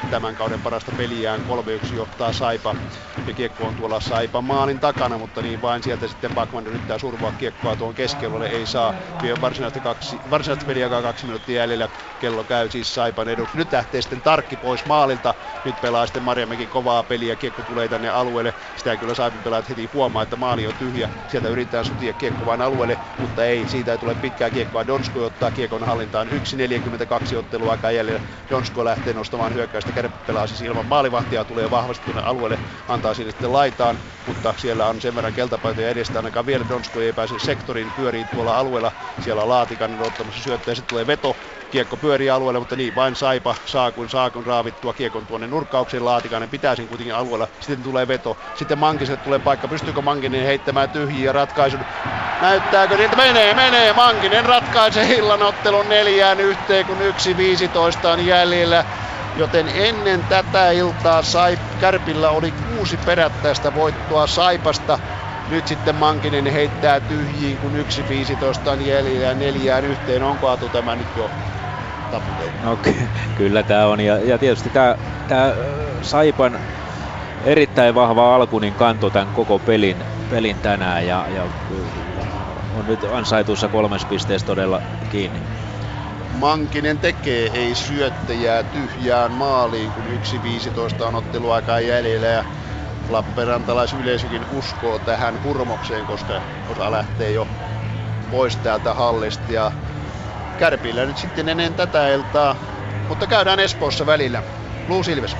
kauden parasta peliään. 3-1 johtaa Saipa ja kiekko on tuolla Saipan maalin takana, mutta niin vain sieltä sitten Backman yrittää survoa kiekkoa tuon keskialueelle, ei saa. Vielä varsinaista peliaikaa 2 minuuttia jäljellä. Kello käy siis Saipan eduksi. Nyt lähtee sitten Tarkki pois maalilta. Nyt pelaa sitten Marjamäki kovaa peliä. Kiekko tulee tänne alueelle. Sitä kyllä Saipan pelaajat heti huomaa, että maali on tyhjä. Sieltä yritetään sutia kiekko vain alueelle, mutta ei. Siitä ei tule pitkää kiekkoa. Donskoi ottaa kiekon hallintaan. 1.42 otteluaikaa jäljellä. Donskoi lähtee nostamaan hyökkäystä. Kärppä pelaa siis ilman maalivahtia. Tulee vahvasti tuonne alueelle. Antaa sinne sitten laitaan, mutta siellä on sen verran keltapaitoja edestä. Ainakaan vielä Donskoi ei pääse sektoriin. Pyörii tuolla alueella. Siellä on Laatikainen ottamassa syöttöä. Sitten tulee veto. Kiekko pyörii alueelle, mutta niin vain Saipa saa kun raavittua kiekon tuonne nurkkaukseen. Laatikainen pitää sen kuitenkin alueella. Sitten tulee veto. Sitten Mankiselle tulee paikka. Pystyykö Mankinen heittämään tyhjiä ratkaisun? Näyttääkö niiltä? Menee. Mankinen ratkaisee illan ottelun 4-1, kun 1.15 on jäljellä. Joten ennen tätä iltaa Kärpillä oli 6 perättäistä voittoa Saipasta. Nyt sitten Mankinen heittää tyhjiin, kun 1.15 on jäljellä 4-1. Onko Atu tämä nyt jo taputeltu? No kyllä tämä on. Ja tietysti tämä Saipan erittäin vahva alku niin kantoi tämän koko pelin tänään. Ja on nyt ansaituissa 3 pisteessä todella kiinni. Mankinen tekee, ei syöttäjää tyhjään maaliin, kun 1.15 on otteluaikaa jäljellä. Ja Lappeenrantalaisyleisökin uskoo tähän hurmokseen, koska osa lähtee jo pois täältä hallista. Ja Kärpillä nyt sitten ennen tätä iltaa, mutta käydään Espoossa välillä. Blues Ilves.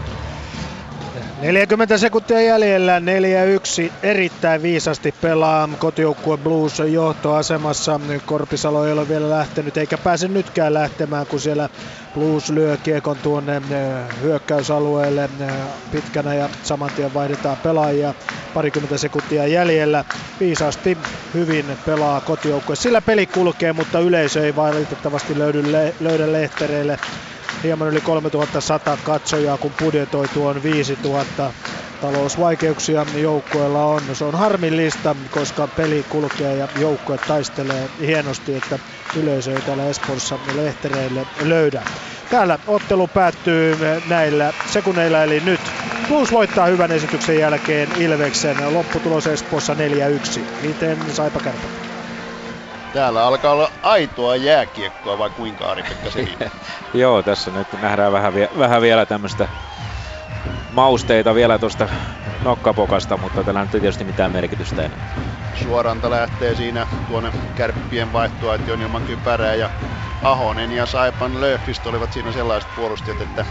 40 sekuntia jäljellä, 4-1, erittäin viisasti pelaa kotijoukkue Blues johtoasemassa. Korpisalo ei ole vielä lähtenyt eikä pääse nytkään lähtemään, kun siellä Blues lyö kiekon tuonne hyökkäysalueelle pitkänä ja saman tien vaihdetaan pelaajia. 20 sekuntia jäljellä, viisasti hyvin pelaa kotijoukkue. Sillä peli kulkee, mutta yleisö ei valitettavasti löydä lehtereille. Hieman yli 3100 katsojaa, kun budjetoi tuon 5000. Talousvaikeuksia joukkueella on. Se on harmillista, koska peli kulkee ja joukkue taistelee hienosti, että yleisö ei täällä Espoossa lehtereille löydä. Täällä ottelu päättyy näillä sekunneilla, eli nyt Blues voittaa hyvän esityksen jälkeen Ilveksen. Lopputulos Espoossa 4-1. Miten Saipa Kärpät? Täällä alkaa olla aitoa jääkiekkoa, vai kuinka, Ari-Pekka Selin? Joo, tässä nyt nähdään vähän vielä tämmöistä mausteita vielä tuosta nokkapokasta, mutta tällä nyt ei tietysti mitään merkitystä enää. Suoranta lähtee siinä tuonne Kärppien vaihtoehtoon ilman kypärää, ja Ahonen ja Saipan Löfqvist olivat siinä sellaiset puolustajat, että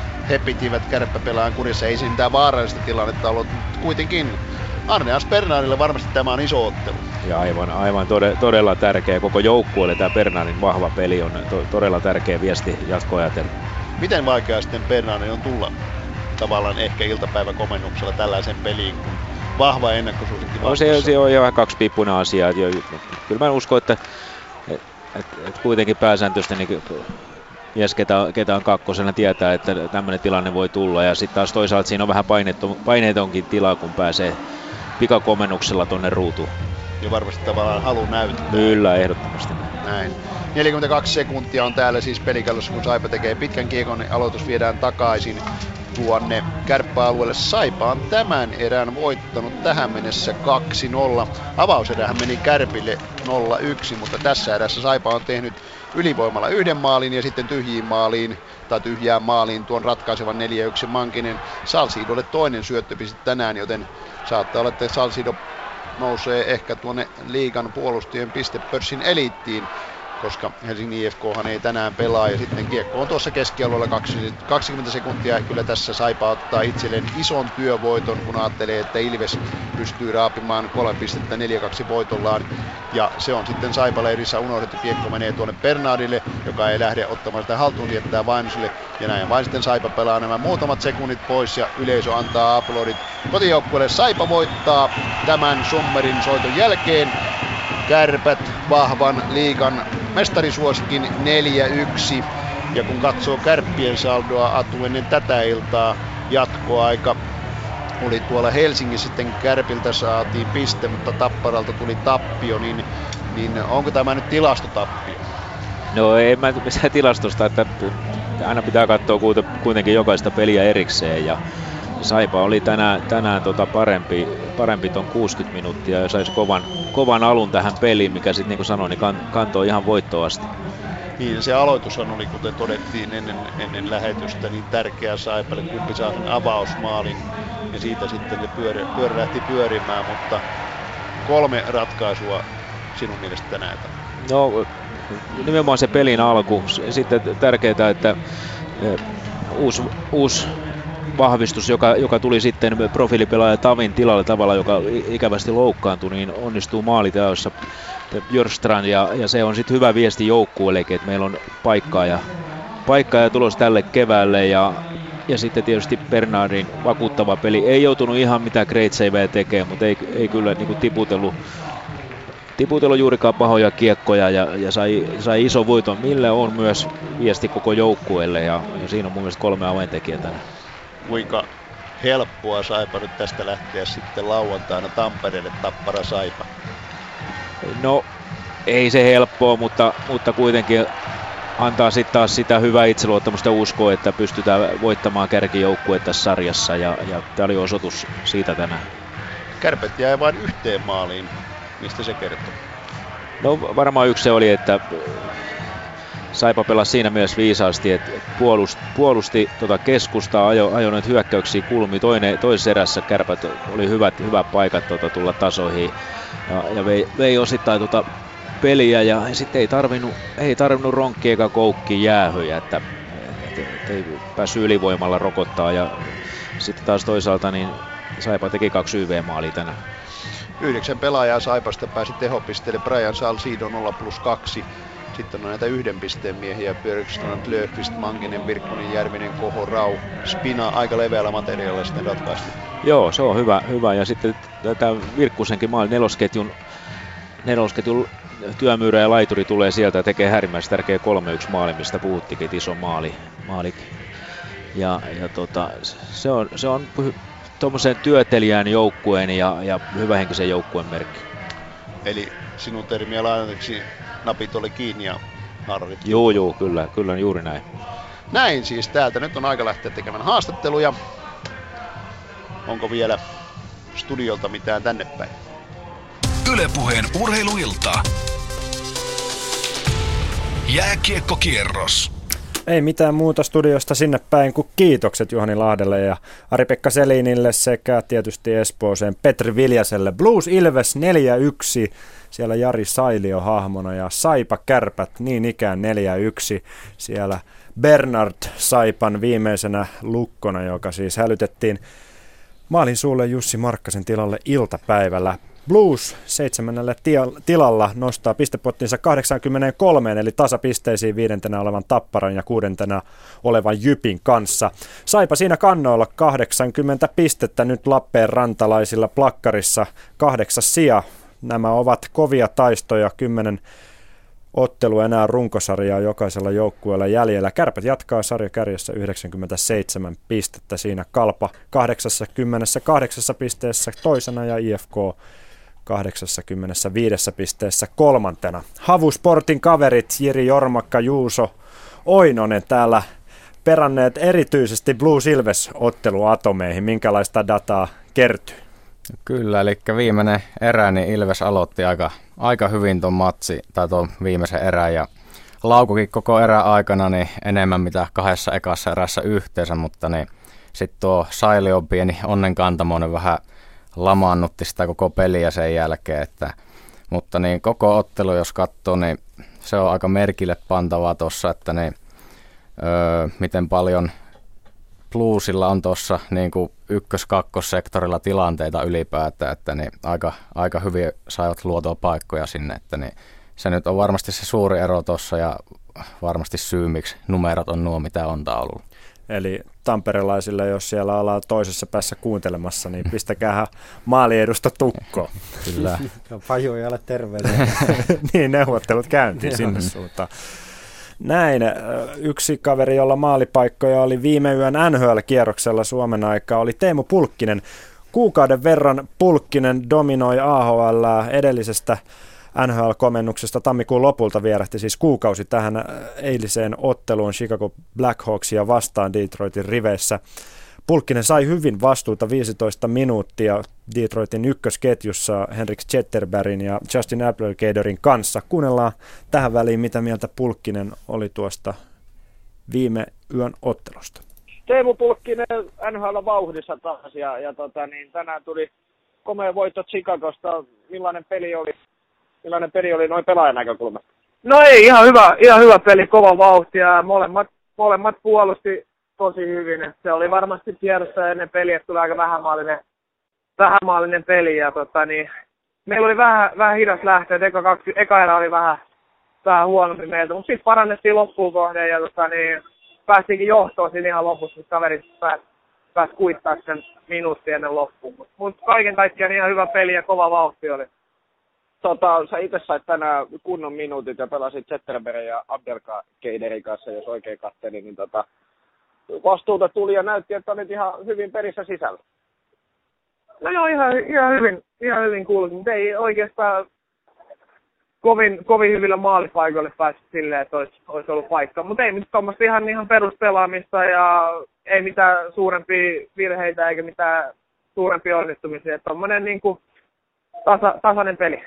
he pitivät Kärppäpelaan kurissa. Ei siinä mitään vaarallista tilannetta ollut, kuitenkin Arne Bernardille varmasti tämä on iso ottelu. Ja aivan todella tärkeä koko joukkueelle. Tämä Bernardin vahva peli on todella tärkeä viesti jatkoa ajatellen. Miten vaikea sitten Bernardin on tulla tavallaan ehkä iltapäiväkomennuksella tällaisen peliin, kun vahva ennakkosuosikki vastassa? Se on ihan kaksipiippuinen asia. Kyllä mä uskon, että kuitenkin pääsääntöistä niin mies, ketä on kakkosena, tietää, että tämmöinen tilanne voi tulla. Ja sitten taas toisaalta siinä on vähän paineetonkin tila, kun pääsee pikakomennuksella tonne ruutuun. Ja varmasti tavallaan halu näyttää. Kyllä, ehdottomasti. Näin. 42 sekuntia on täällä siis pelikellossa, kun Saipa tekee pitkän kiekon. Aloitus viedään takaisin tuonne Kärppäalueelle. Saipa on tämän erän voittanut tähän mennessä 2-0. Avauserähän meni Kärpille 0-1, mutta tässä erässä Saipa on tehnyt ylivoimalla 1 maalin ja sitten tyhjään maaliin tuon ratkaisevan 4-1 Mankinen. Salcidolle toinen syöttöpiste tänään, joten saattaa olla, että Salcido nousee ehkä tuonne liigan puolustajien pistepörssin eliittiin, koska Helsingin IFKhan ei tänään pelaa, ja sitten kiekko on tuossa keskialueella 20 sekuntia. Kyllä tässä Saipa ottaa itselleen ison työvoiton, kun ajattelee, että Ilves pystyy raapimaan 3 pistettä 4-2 voitollaan, ja se on sitten Saipa-leirissä unohdettu. Kiekko menee tuonne Bernardille, joka ei lähde ottamaan sitä haltuun, jättää Vainoselle, ja näin vain sitten Saipa pelaa nämä muutamat sekunnit pois, ja yleisö antaa aplodit kotijoukkueelle. Saipa voittaa tämän Sommerin soiton jälkeen Kärpät vahvan liigan mestarisuosikin 4-1. Ja kun katsoo Kärppien saldoa, Atu, ennen tätä iltaa jatkoaika oli tuolla Helsingissä, sitten Kärpiltä saatiin piste, mutta Tapparalta tuli tappio, niin onko tämä nyt tilastotappio? No ei mä missään tilastosta, että aina pitää katsoa kuitenkin jokaista peliä erikseen ja Saipa oli tänään parempi ton 60 minuuttia ja saisi kovan alun tähän peliin, mikä sitten niin kuin sanoin, niin kantoi ihan voittoon asti. Niin, se aloitushan oli, kuten todettiin ennen lähetystä, niin tärkeä Saipalle, kumpi saa sen avausmaalin ja siitä sitten se pyörä lähti pyörimään, mutta 3 ratkaisua sinun mielestä tänään? No, nimenomaan se pelin alku. Sitten tärkeää, että uusi vahvistus, joka tuli sitten profiilipelaaja Tavin tilalle tavalla, joka ikävästi loukkaantui, niin onnistuu maaliteossa Björstrand ja se on sitten hyvä viesti joukkueellekin, että meillä on paikkaa ja tulos tälle keväälle ja sitten tietysti Bernardin vakuuttava peli. Ei joutunut ihan mitään great saveja tekemään, mutta ei kyllä niin kuin tiputellut juurikaan pahoja kiekkoja ja sai iso voiton, mille on myös viesti koko joukkueelle ja siinä on mun mielestä 3 avaintekijää tänään. Kuinka helppoa Saipa nyt tästä lähteä sitten lauantaina Tampereelle Tappara Saipa? No ei se helppoa, mutta kuitenkin antaa sitten taas sitä hyvää itseluottamusta uskoa, että pystytään voittamaan kärkijoukkue tässä sarjassa ja tämä oli osoitus siitä tänään. Kärpät jäi vain 1 maaliin. Mistä se kertoo? No varmaan yksi se oli, että Saipa pelasi siinä mielessä viisaasti, että puolusti keskustaa, ajoi noita hyökkäyksiä kulmiin. Toisessa erässä Kärpät oli hyvät paikat tulla tasoihin ja vei osittain peliä ja sitten ei tarvinnut ronkkia eikä koukkia jäähyjä, että ei päässyt ylivoimalla rokottaa ja sitten taas toisaalta niin Saipa teki 2 YV-maalia tänään. 9 pelaajaa Saipasta pääsi tehopisteelle. Brian Salcido 0+2. Sitten on näitä 1 pisteen miehiä. Björkstrand, Löfqvist, Mankinen, Virkkunen, Järvinen, Koho, Rau, Spina. Aika leveällä materiaalilla sitten ratkaistu. Joo, se on hyvä. Ja sitten tämä Virkkusenkin maali nelosketjun työmyyrä ja laituri tulee sieltä ja tekee äärimmäisen tärkeä 3-1 maali, mistä puhuttikin, iso maali. Ja se on tuommoisen työtelijän joukkueen ja hyvähenkisen joukkueen merkki. Eli sinun termiä lainataksi napit oli kiinni ja naararit. Joo, kyllä juuri näin. Näin siis täältä. Nyt on aika lähteä tekemään haastatteluja. Onko vielä studiolta mitään tänne päin? Yle Puheen urheiluilta. Jääkiekkokierros. Ei mitään muuta studiosta sinne päin kuin kiitokset Juhani Lahdelle ja Ari-Pekka Selinille sekä tietysti Espooseen Petri Viljaselle. Blues Ilves 4-1, siellä Jari Sailio hahmona ja Saipa Kärpät niin ikään 4-1. Siellä Bernard Saipan viimeisenä lukkona, joka siis hälytettiin maalin suulle Jussi Markkasen tilalle iltapäivällä. Blues 7. tilalla nostaa pistepottinsa 83, eli tasapisteisiin 5. olevan Tapparan ja 6. olevan Jypin kanssa. Saipa siinä kannoilla 80 pistettä nyt Lappeenrantalaisilla plakkarissa 8. sija. Nämä ovat kovia taistoja, 10 ottelua enää runkosarjaa jokaisella joukkueella jäljellä. Kärpät jatkaa sarjakärjessä 97 pistettä, siinä Kalpa 88 pisteessä toisena ja IFK 85 pisteessä 3. Havusportin kaverit Jiri Jormakka, Juuso Oinonen täällä peranneet erityisesti Blues Ilves otteluatomeihin. Minkälaista dataa kertyy? Kyllä, eli viimeinen erä, niin Ilves aloitti aika hyvin tuon matsi tai tuon viimeisen erän ja laukukin koko erän aikana niin enemmän mitä 2 ekassa erässä yhteensä, mutta niin sitten tuo Sailion pieni onnenkantamoinen vähän lamaannutti sitä koko peliä sen jälkeen, mutta niin koko ottelu jos katsoo, niin se on aika merkille pantavaa tuossa, että niin, miten paljon Bluesilla on tuossa niin kuin ykkös-kakkossektorilla tilanteita ylipäätään, että niin aika hyvin saivat luotua paikkoja sinne, että niin se nyt on varmasti se suuri ero tuossa ja varmasti syy, miksi numerot on nuo, mitä on taululla. Eli tamperelaisille, jos siellä ollaan toisessa päässä kuuntelemassa, niin pistäkäähän maaliedusta tukkoon. Kyllä. Pajujalle terveisiä. Niin, neuvottelut käyntiin sinne suuntaan. Näin, yksi kaveri, jolla maalipaikkoja oli viime yön NHL-kierroksella Suomen aikaa, oli Teemu Pulkkinen. Kuukauden verran Pulkkinen dominoi AHL edellisestä NHL-komennuksesta tammikuun lopulta vierähti siis kuukausi tähän eiliseen otteluun Chicago Blackhawksia vastaan Detroitin riveissä. Pulkkinen sai hyvin vastuuta 15 minuuttia Detroitin ykkösketjussa Henrik Zetterbergin ja Justin Abdelkaderin kanssa. Kuunnellaan tähän väliin, mitä mieltä Pulkkinen oli tuosta viime yön ottelusta. Teemu Pulkkinen NHL vauhdissa taas ja tänään tuli komea voitto Chicagosta. Millainen peli oli noin pelaajan näkökulmasta? No ei, ihan hyvä peli, kova vauhti ja molemmat puolusti tosi hyvin. Et se oli varmasti tiedossa ennen peliä, että tuli aika vähämaallinen peli. Ja meillä oli vähän hidas lähtö, eka erä oli vähän huonompi meiltä, mutta sitten parannettiin loppuun kohden ja päästiinkin johtoon siinä ihan lopussa, mutta kaverit pääsi kuittaa sen minuutti ennen loppuun. Mutta kaiken kaikkiaan ihan hyvä peli ja kova vauhti oli. Sä itse sait tänään kunnon minuutit ja pelasit Zetterbergin ja Abdelkaderin kanssa, jos oikein katselin, niin vastuuta tuli ja näytti, että olit ihan hyvin perissä sisällä. No joo, ihan hyvin kuullut, mutta ei oikeastaan kovin hyvillä maalipaikoille päässyt silleen, että olisi ollut paikka. Mutta ei mitään tuommoista ihan peruspelaamista ja ei mitään suurempia virheitä eikä mitään suurempia onnistumisia. Tuommoinen tasainen peli.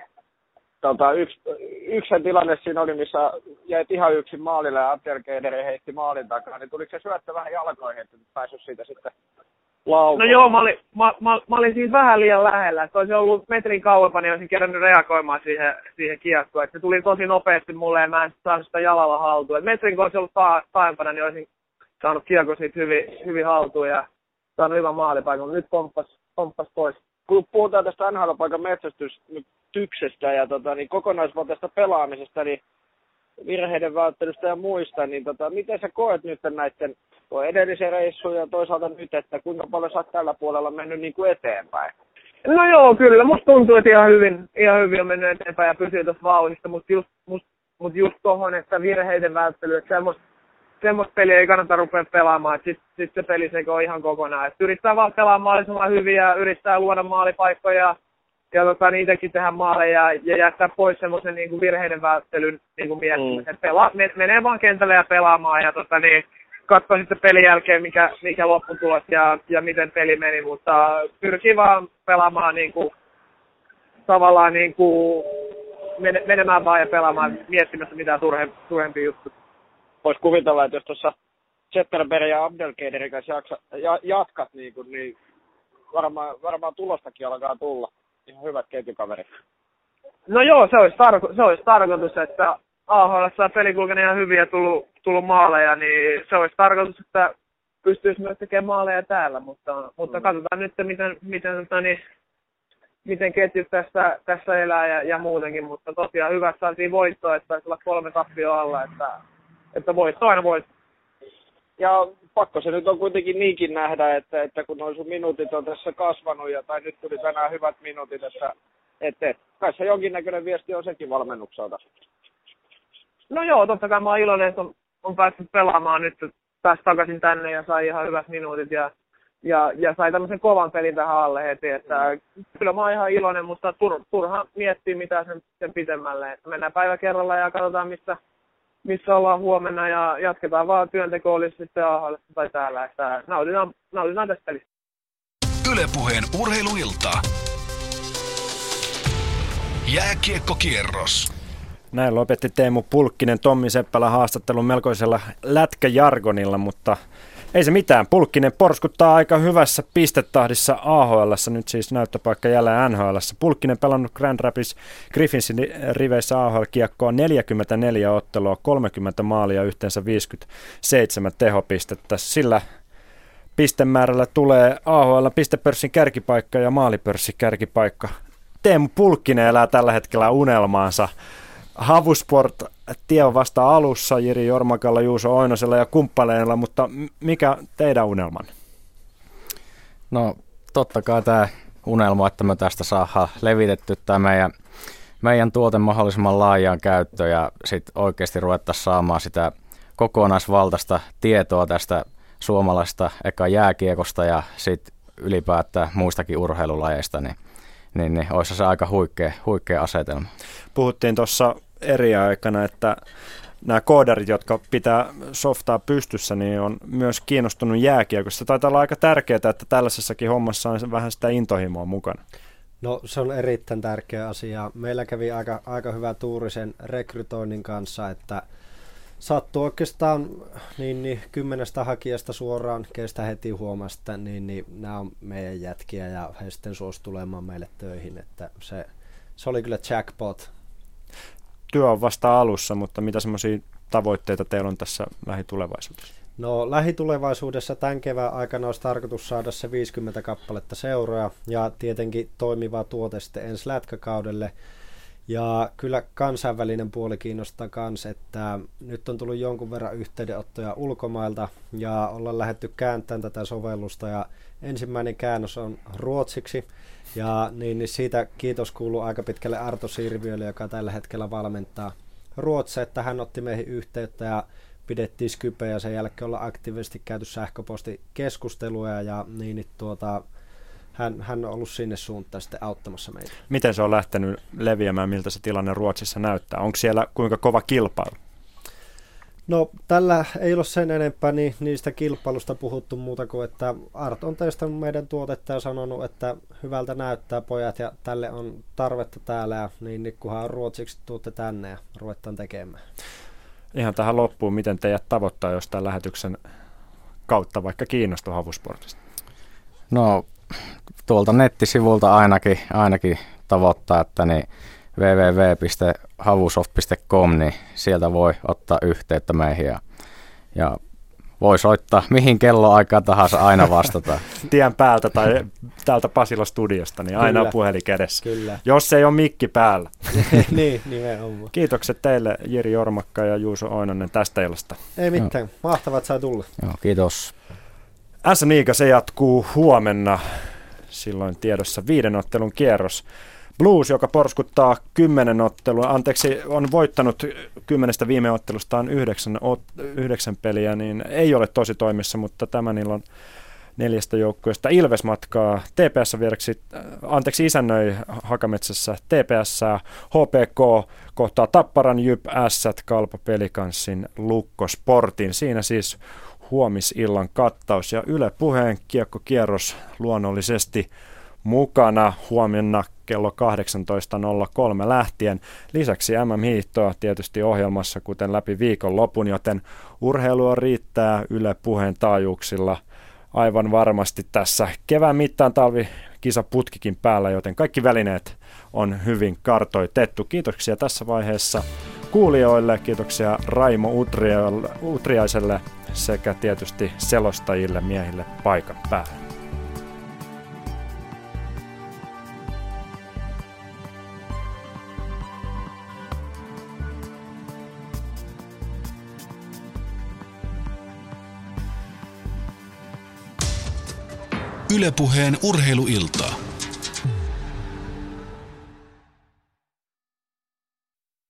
Yksi tilanne siinä oli, missä jäit ihan yksin maalille ja Abdelkader heitti maalin takaa, niin tuliko se syöttö vähän jalkoihin, että päässyt siitä sitten laukoon? No joo, mä olin siis vähän liian lähellä. Että olisi ollut metrin kauempana, niin olisin kerännyt reagoimaan siihen kiekkoon. Että se tuli tosi nopeasti mulle ja mä en saanut sitä jalalla haltuun. Metrin kun olisi ollut taaempana, niin olisin saanut kiekko siitä hyvin haltuun ja saanut hyvän maalipaikan. Nyt pomppas pois. Kun puhutaan tästä NHL-paikan metsästyksestä ja kokonaisvaltaisesta pelaamisesta, niin virheiden välttelystä ja muista, niin miten sä koet nyt näiden edellisen reissun ja toisaalta nyt, että kuinka paljon sä oot tällä puolella mennyt eteenpäin? No joo, kyllä. Musta tuntuu, että ihan hyvin on mennyt eteenpäin ja pysyy tuossa vauhdista, mutta just tohon, että virheiden välttely, että semmoista peliä ei kannata rupea pelaamaan, että sit se peli sekoo ihan kokonaan. Et yrittää vaan pelaa mahdollisimman hyvin ja yrittää luoda maalipaikkoja ja niitäkin tehdä maaleja ja jättää pois semmoisen virheiden välttelyn miettimisen. Menee vaan kentälle ja pelaamaan ja katsoo sitten pelin jälkeen mikä lopputulos ja miten peli meni, mutta pyrkii vaan pelaamaan tavallaan menemään vaan ja pelaamaan miettimässä mitään turhempia juttuja. Voisi kuvitella, että jos tuossa Zetterbergin ja Abdelkaderin kanssa jatkat, niin varmaan tulostakin alkaa tulla. Ihan hyvät ketjukaverit. No joo, se olisi tarkoitus, että AHL:ssa on peli kulkenut ihan hyvin ja tullut maaleja, niin se olisi tarkoitus, että pystyisi myös tekemään maaleja täällä, mutta katsotaan nyt, miten ketjut tässä elää ja muutenkin, mutta tosiaan hyvä saatiin voittoa, että taisi olla 3 tappioa alla, että voitto aina voitto. Ja pakko se nyt on kuitenkin niinkin nähdä, että kun nuo sun minuutit on tässä kasvanut, tai nyt tuli tänään hyvät minuutit, että kai se jonkinnäköinen viesti on sekin valmennukselta. No joo, totta kai mä oon iloinen, että on päässyt pelaamaan nyt, pääsi takaisin tänne ja sai ihan hyvät minuutit ja sai tämmöisen kovan pelin tähän alle heti, että kyllä mä oon ihan iloinen, mutta turha miettiä mitään sen pitemmälle, että mennään päivä kerralla ja katsotaan missä ollaan huomenna ja jatketaan vaan työnteko olisi sitten AHL:ssa tai täällä, että nautitaan tästä pelistä. Yle Puheen urheiluilta. Jääkiekkokierros. Näin lopetti Teemu Pulkkinen Tommi Seppälän haastattelun melkoisella lätkäjargonilla, mutta ei se mitään. Pulkkinen porskuttaa aika hyvässä pistetahdissa AHL:ssä, nyt siis näyttöpaikka jälleen NHL:ssä. Pulkkinen pelannut Grand Rapids Griffinsin riveissä AHL-kiekkoa 44 ottelua, 30 maalia, yhteensä 57 tehopistettä. Sillä pistemäärällä tulee AHL pistepörssin kärkipaikka ja maalipörssin kärkipaikka. Teemu Pulkkinen elää tällä hetkellä unelmaansa. Havusport tie on vasta alussa Jiri Jormakalla, Juuso Oinosella ja kumppaneilla, mutta mikä teidän unelman? No totta kai tämä unelma, että me tästä saadaan levitetty tämä meidän tuote mahdollisimman laajaan käyttöön ja sitten oikeasti ruvettaisiin saamaan sitä kokonaisvaltaista tietoa tästä suomalaisesta eka jääkiekosta ja sitten ylipäätään muistakin urheilulajeista, niin niin olisi se aika huikea asetelma. Puhuttiin tuossa eri aikana, että nämä koodarit, jotka pitää softaa pystyssä, niin on myös kiinnostunut jääkiekosta. Taitaa olla aika tärkeää, että tällaisessakin hommassa on vähän sitä intohimoa mukana. No se on erittäin tärkeä asia. Meillä kävi aika hyvä tuuri sen rekrytoinnin kanssa, että sattui oikeastaan niin 10 hakijasta suoraan, keistä heti huomasta, niin nämä on meidän jätkiä ja he sitten suosivat tulemaan meille töihin, että se oli kyllä jackpot. Työ on vasta alussa, mutta mitä semmoisia tavoitteita teillä on tässä lähitulevaisuudessa? No lähitulevaisuudessa tämän kevään aikana olisi tarkoitus saada se 50 kappaletta seuroja ja tietenkin toimiva tuote sitten ensi lätkäkaudelle. Ja kyllä kansainvälinen puoli kiinnostaa myös, että nyt on tullut jonkun verran yhteydenottoja ulkomailta ja ollaan lähdetty kääntämään tätä sovellusta ja ensimmäinen käännös on ruotsiksi. Ja niin siitä kiitos kuuluu aika pitkälle Arto Sirviölle, joka tällä hetkellä valmentaa Ruotsia, että hän otti meihin yhteyttä ja pidettiin Skype ja sen jälkeen ollaan aktiivisesti käyty sähköpostikeskusteluja ja hän on ollut sinne suuntaan sitten auttamassa meitä. Miten se on lähtenyt leviämään, miltä se tilanne Ruotsissa näyttää? Onko siellä kuinka kova kilpailu? No tällä ei ole sen enempää niistä kilpailusta puhuttu muuta kuin, että Art on testannut meidän tuotetta ja sanonut, että hyvältä näyttää pojat ja tälle on tarvetta täällä ja niin kunhan on ruotsiksi tuutte tänne ja ruvetaan tekemään. Ihan tähän loppuun, miten teidät tavoittaa jostain lähetyksen kautta vaikka kiinnostuu havusportista? No tuolta nettisivulta ainakin tavoittaa, että niin www.havusoft.com, niin sieltä voi ottaa yhteyttä meihin ja voi soittaa mihin kelloaikaan tahansa, aina vastataan. Tien päältä tai täältä Pasilan studiosta, niin aina on puhelin kädessä. Kyllä. Jos ei ole mikki päällä. Niin, nimenomaan. Kiitokset teille Jiri Jormakka ja Juuso Oinonen tästä illasta. Ei mitään, mahtavaa, että sai tulla. Joo, kiitos. SM-liiga se jatkuu huomenna, silloin tiedossa 5 ottelun kierros. Blues, joka porskuttaa 10 ottelua, on voittanut 10 viime ottelustaan 9 peliä, niin ei ole tosi toimissa, mutta tämän illan 4 joukkueesta Ilves matkaa isännöi Hakametsässä TPS, HPK kohtaa Tapparan, Jyp, Ässät, Kalpa, Pelikanssin, Lukko, Sportin. Siinä siis huomisillan kattaus ja Yle Puheen kiekkokierros luonnollisesti mukana huomenna kello 18.03 lähtien. Lisäksi MM-hiihtoa tietysti ohjelmassa, kuten läpi viikonlopun, joten urheilua riittää Yle Puheen taajuuksilla aivan varmasti tässä kevään mittaan, talvikisaputkikin päällä, joten kaikki välineet on hyvin kartoitettu. Kiitoksia tässä vaiheessa kuulijoille, kiitoksia Raimo Utriaiselle sekä tietysti selostajille miehille paikan päällä. Yle Puheen urheiluilta.